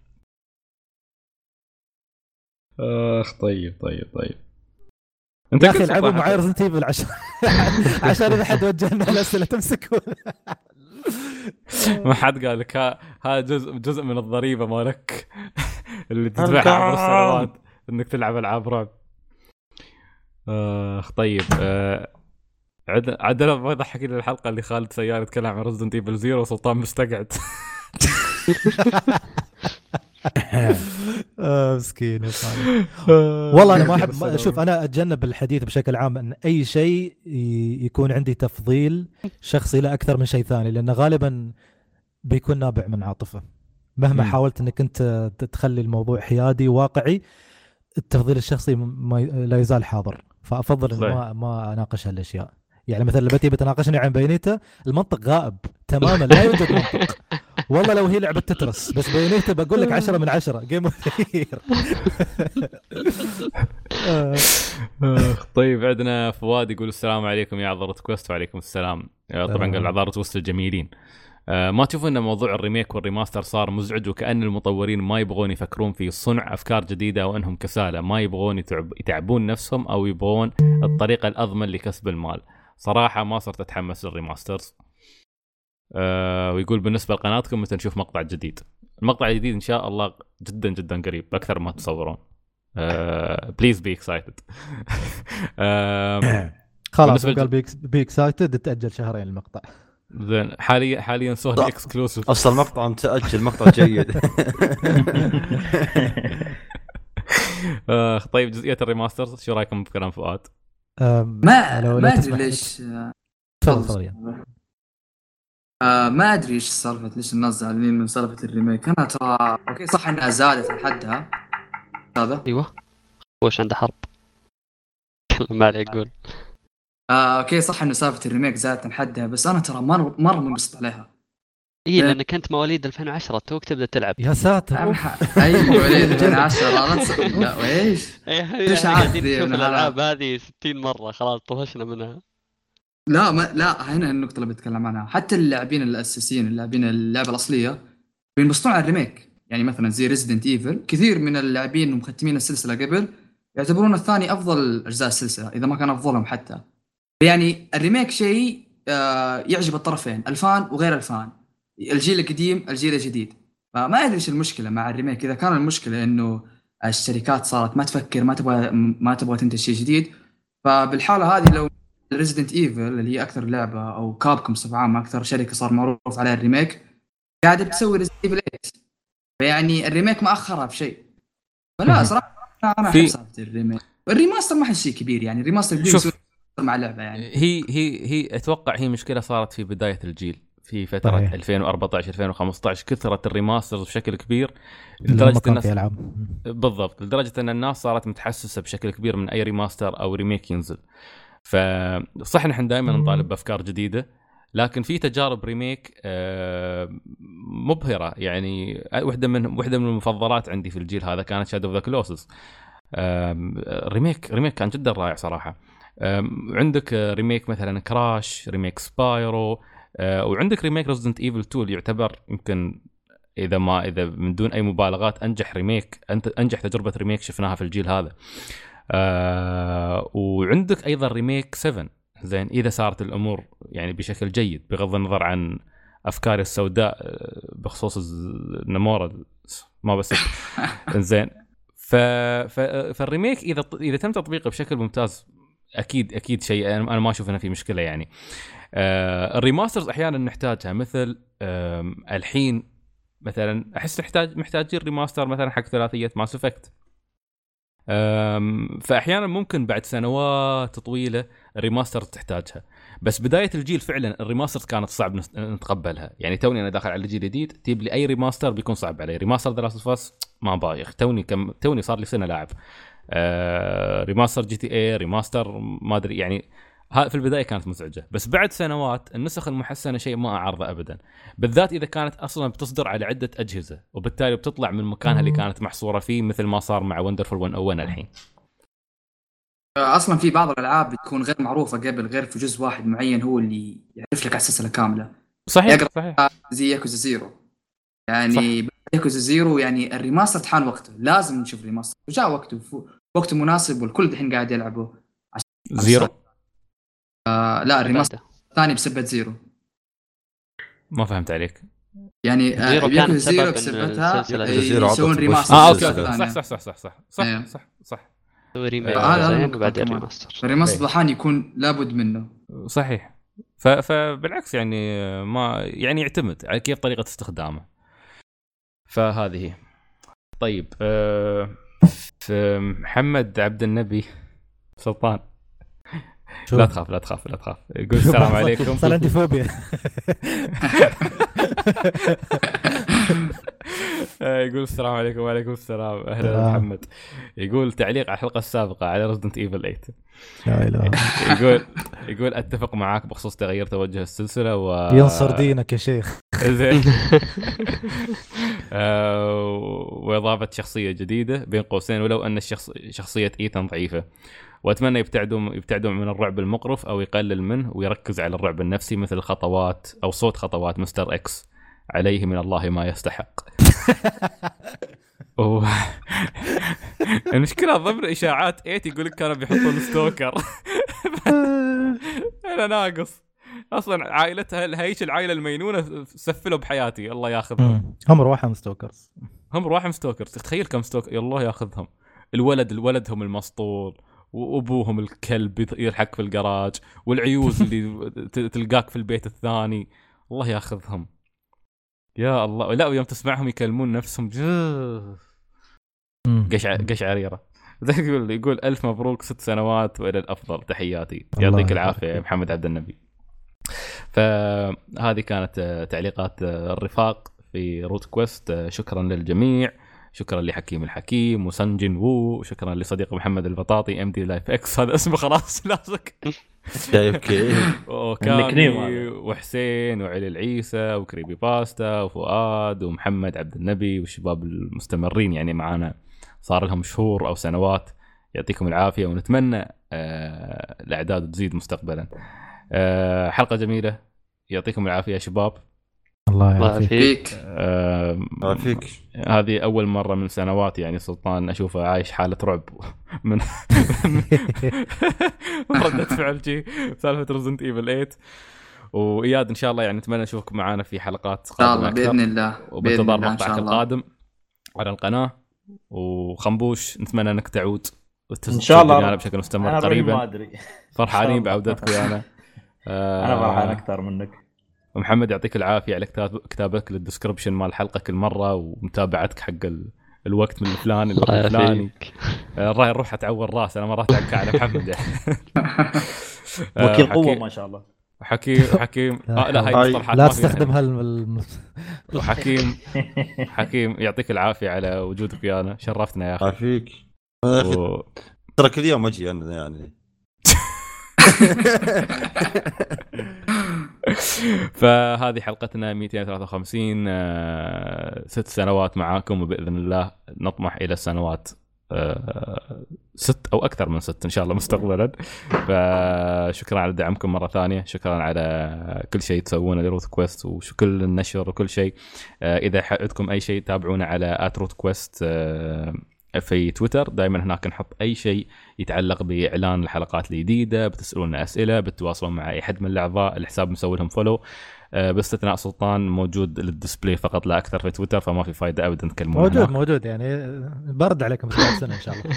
Speaker 1: اخ طيب طيب طيب انت
Speaker 3: يا اخي العبوا معي ريزنت ايفل عشان عشان اذا حد وجهنا الاسئله تمسكون.
Speaker 1: ما حد قال لك ها ها جزء جزء من الضريبه مالك اللي تدفعها عبر السنوات انك تلعب العاب رعب. اخ طيب آه عد عدل ما يضحك لي الحلقه اللي خالد سيار يتكلم عن ريزنت ايفل زيرو وسلطان مستقعد.
Speaker 3: آه مسكين يا صالح. والله انا ما احب، شوف انا اتجنب الحديث بشكل عام ان اي شيء يكون عندي تفضيل شخصي لا اكثر من شيء ثاني، لانه غالبا بيكون نابع من عاطفه. مهما م. حاولت انك انت تخلي الموضوع حيادي واقعي، التفضيل الشخصي ما لا يزال حاضر. فافضل ان ما ما اناقش هالاشياء. يعني مثلا لما تيجي تناقشني عن بينيتا، المنطق غائب تماما، لا يوجد منطق. والله لو هي لعبة تترس بس بينيتا بقول لك عشرة من عشرة جيم اوف ذا.
Speaker 1: طيب عندنا فؤاد يقول السلام عليكم يا عذرة كويست. وعليكم السلام. طبعا قال عذرة وسط الجميلين. ما تشوفون ان موضوع الريميك والريماستر صار مزعج، وكأن المطورين ما يبغون يفكرون في صنع افكار جديدة، وانهم كسالى ما يبغون يتعب يتعبون نفسهم او يبغون الطريقة الاضمن لكسب المال؟ صراحة ما صرت اتحمس للريماسترز. أه ويقول بالنسبة لقناتكم متى نشوف مقطع جديد؟ المقطع الجديد ان شاء الله جدا جدا قريب اكثر ما تصورون. بليز بي اكسايتد.
Speaker 3: خلاص قال بي اكسايتد تأجل شهرين المقطع.
Speaker 1: زين حاليا حاليا سوني اكسكلوسيف.
Speaker 4: اصل المقطع متأجل، مقطع جيد.
Speaker 1: آه طيب جزئية الريماستر شو رايكم بكلام فؤاد؟
Speaker 5: ما ما ادري ليش
Speaker 3: تفضل.
Speaker 5: آه ما ادري ايش السالفه، ليش الناس زعلانين من سالفه الريميك. انا ترى اوكي صح انها زادت لحدها هذا.
Speaker 2: ايوه وش عنده حرب ما عليه يقول.
Speaker 5: آه اوكي صح انه سالفه الريميك زادت لحدها، بس انا ترى مره مره منبسط عليها.
Speaker 2: اي لانك انت مواليد ألفين وعشرة توك تبدا تلعب.
Speaker 3: يا ساتر.
Speaker 5: اي مواليد ألفين وعشرة. لا وايش
Speaker 2: ايش قاعدين نشوف الالعاب هذه ستين مره خلاص طفشنا منها.
Speaker 5: لا ما لا هنا النقطه اللي بتكلم عنها، حتى اللاعبين الاساسيين اللاعبين اللعبه الاصليه بينبسطون على الريميك. يعني مثلا زي ريزيدنت ايفل، كثير من اللاعبين ومختمين السلسله قبل يعتبرون الثاني افضل اجزاء السلسله اذا ما كان افضلهم حتى. يعني الريميك شيء يعجب الطرفين، الفان وغير الفان، الجيل القديم الجيل الجديد. فما ادري ايش المشكله مع الريميك. اذا كان المشكله انه الشركات صارت ما تفكر ما تبغى ما تبغى تنتج شيء جديد، فبالحاله هذه لو ريزيدنت ايفل اللي هي اكثر لعبه او كابكوم بصفه عامه اكثر شركه صار معروف عليها الريميك قاعده بتسوي ريزيدنت ايفل ثمانية، فيعني الريميك ما اخرها بشيء. فلا صراحه انا احب سالفه الريميك. الريماستر ما حد شيء كبير، يعني الريماستر بيسوي مع لعبه. يعني
Speaker 1: هي هي هي اتوقع هي مشكله صارت في بدايه الجيل في فتره صحيح. ألفين وأربعة عشر ألفين وخمسة عشر كثرت الريماسترز بشكل كبير لدرجه الناس بالضبط لدرجه ان الناس صارت متحسسه بشكل كبير من اي ريماستر او ريميك ينزل. فصح نحن دائما نطالب بافكار جديده، لكن في تجارب ريميك مبهره. يعني واحده من واحده من المفضلات عندي في الجيل هذا كانت شادو اوف ذا كلوسس. ريميك ريميك كان جدا رائع صراحه. عندك ريميك مثلا كراش، ريميك سبايرو، وعندك ريميك ريزيدنت ايفل اثنين يعتبر يمكن اذا ما اذا من دون اي مبالغات انجح ريميك انت انجح تجربه ريميك شفناها في الجيل هذا. آه وعندك ايضا ريميك سبعة. زين اذا صارت الامور يعني بشكل جيد بغض النظر عن افكاري السوداء بخصوص النمورة ما بس انزين. ف... ف... فالريميك اذا اذا تم تطبيقه بشكل ممتاز اكيد اكيد شيء انا ما اشوف انه في مشكله يعني. آه الريماسترز احيانا نحتاجها، مثل آه الحين مثلا احس نحتاج محتاجين ريماستر مثلا حق ثلاثيه ماس افكت. فاحيانا ممكن بعد سنوات طويله الريماستر تحتاجها، بس بدايه الجيل فعلا الريماستر كانت صعب نتقبلها. يعني توني انا داخل على الجيل الجديد تجيب لي اي ريماستر بيكون صعب علي. ريماستر ذا لاست اوف اس ما بايخ، توني كم توني صار لي سنه لاعب. آه ريماستر جي تي اي، ريماستر ما ادري يعني ها في البدايه كانت مزعجه، بس بعد سنوات النسخ المحسنه شيء ما اعرضه ابدا، بالذات اذا كانت اصلا بتصدر على عده اجهزه وبالتالي بتطلع من مكانها اللي كانت محصوره فيه، مثل ما صار مع وندرفul مية وواحد الحين.
Speaker 5: اصلا في بعض الالعاب بتكون غير معروفه قبل، غير في جزء واحد معين هو اللي يعرف لك على السلسله كامله.
Speaker 1: صحيح صحيح
Speaker 5: زي ياكوزا زيرو يعني. ياكوزا زيرو يعني الريماستر تحان وقته، لازم نشوف ريماستر، وجاء وقته وقت مناسب والكل دحين قاعد يلعبه.
Speaker 1: زيرو
Speaker 5: آه لا الريماستر الثاني بسبة زيرو.
Speaker 1: ما فهمت عليك
Speaker 5: يعني
Speaker 2: زيرو
Speaker 5: آه
Speaker 2: كان
Speaker 5: زيرو
Speaker 2: بسببها
Speaker 5: بسبتها
Speaker 4: زيرو
Speaker 5: يسوون ريماستر.
Speaker 1: اه اوكي صح صح صح صح صح صح صح صح
Speaker 2: سوي ريميك
Speaker 5: آه
Speaker 2: زين وبعدين ريماستر.
Speaker 5: الريماستر ضحان يكون لابد منه.
Speaker 1: صحيح. فبالعكس يعني ما يعني يعتمد على كيف طريقه استخدامه. فهذه طيب. آه محمد عبد النبي سلطان، لا تخاف لا تخاف لا تخاف، يقول السلام عليكم.
Speaker 3: صار عندي فوبيا.
Speaker 1: يقول السلام عليكم. وعليكم السلام، اهلا محمد. يقول تعليق على الحلقه السابقه على ريزدنت ايفل ثمانية.
Speaker 3: لا اله.
Speaker 1: يقول يقول اتفق معاك بخصوص تغيير توجه السلسله و
Speaker 3: ينصر دينك يا شيخ.
Speaker 1: زين. واضافه شخصيه جديده بين قوسين، ولو ان الشخص شخصيه ايثان ضعيفه، واتمنى يبتعدوا يبتعدوا من الرعب المقرف او يقلل منه ويركز على الرعب النفسي مثل خطوات او صوت خطوات مستر اكس، عليه من الله ما يستحق. و... المشكله ضمن اشاعات ايت يقول لك كانوا بيحطون ستوكر. انا ناقص اصلا عائلتها هيش العائله المينونه سفلوا بحياتي الله ياخذهم.
Speaker 3: هم رواحهم ستوكرز،
Speaker 1: هم رواحهم ستوكرز. تخيل كم ستوكر الله ياخذهم. الولد الولدهم المسطول، وابوهم الكلب يلحق في الجراج، والعيوز اللي تلقاك في البيت الثاني، الله ياخذهم يا الله. لا ويوم تسمعهم يكلمون نفسهم قشع قشعريره. يقول يقول الف مبروك ست سنوات والى الافضل، تحياتي يعطيك العافيه يا محمد عبد النبي. فهذه كانت تعليقات الرفاق في روت كويست. شكرا للجميع، شكرا لحكيم الحكيم وسنجن وو، وشكرا لصديق محمد البطاطي ام دي لايف اكس، هذا اسمه خلاص لازق.
Speaker 4: شايف كيف؟
Speaker 1: وكامي وحسين وعلي العيسى وكريبي باستا وفؤاد ومحمد عبد النبي والشباب المستمرين يعني معنا صار لهم شهور او سنوات. يعطيكم العافيه، ونتمنى آه الاعداد تزيد مستقبلا. آه حلقه جميله، يعطيكم العافيه يا شباب.
Speaker 3: الله يعافيك.
Speaker 1: آه
Speaker 4: يعافيك.
Speaker 1: هذه اول مره من سنوات يعني سلطان اشوفه عايش حاله رعب من ردة فعل شيء سالفه ريزدنت ايفل ثمانية. واياد ان شاء الله يعني نتمنى نشوفك معنا في حلقات قادمه اكثر
Speaker 5: باذن الله،
Speaker 1: وبانتظار مقطعك القادم على القناه. وخنبوش نتمنى انك تعود
Speaker 6: ان شاء الله
Speaker 1: بشكل مستمر قريبا.
Speaker 6: ما ادري
Speaker 1: فرحانين بعودتك ويانا.
Speaker 6: آه انا فرحان اكثر منك.
Speaker 1: ومحمد يعطيك العافيه على كتابك للديسكربشن مال الحلقه كل مره، ومتابعتك حق ال... الوقت من الفلاني الوقت الفلاني. الراي نروح اتعور راس انا ما راح اتعكى على محمد يعني.
Speaker 6: وكيل قوه ما شاء الله.
Speaker 1: حكيم حكيم آه لا هاي مصطلحات
Speaker 3: لا تستخدم هال.
Speaker 1: وحكيم حكيم يعطيك العافيه على وجودك ويانا، شرفتنا يا اخي.
Speaker 4: عافيك.
Speaker 1: و...
Speaker 4: ترى كل يوم اجي انا يعني.
Speaker 1: فهذه حلقتنا مئتين وثلاثة وخمسين. ست سنوات معاكم، وبإذن الله نطمح إلى سنوات ست أو أكثر من ست إن شاء الله مستقبلا. فشكرا على دعمكم مرة ثانية، شكرا على كل شيء تسوونه لروت كويست وكل النشر وكل شيء. إذا عندكم أي شيء تابعونا على آت روت كويست في تويتر، دائما هناك نحط أي شيء يتعلق بإعلان الحلقات الجديدة. بتسألونا أسئلة، بتتواصلون مع أي حد من الأعضاء، الحساب مسوي لهم فولو. باستثناء سلطان موجود للديسبلاي فقط لا اكثر في تويتر، فما في فائده ابدا تكلمون
Speaker 3: موجود
Speaker 1: هناك.
Speaker 3: موجود يعني برد عليكم بعد سنه ان شاء الله.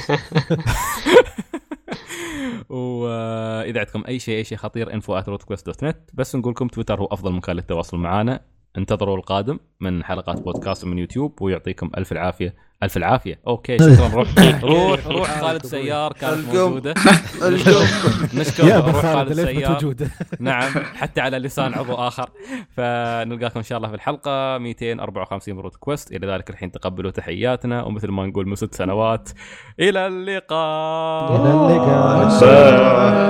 Speaker 1: واذا عندكم اي شيء اي شيء خطير انفو آت روتكويست دوت نت. بس نقول لكم تويتر هو افضل مكان للتواصل معنا. انتظروا القادم من حلقات بودكاست ومن يوتيوب، ويعطيكم الف العافيه. الف العافيه. اوكي شكرا. روح روح روح خالد سيار كانت موجوده. نشكر روح خالد سيار. نعم حتى على لسان عضو اخر. فنلقاكم ان شاء الله في الحلقه مئتين وأربعة وخمسين روت كويست. الى ذلك الحين تقبلوا تحياتنا، ومثل ما نقول من ست سنوات الى اللقاء.
Speaker 3: الى اللقاء.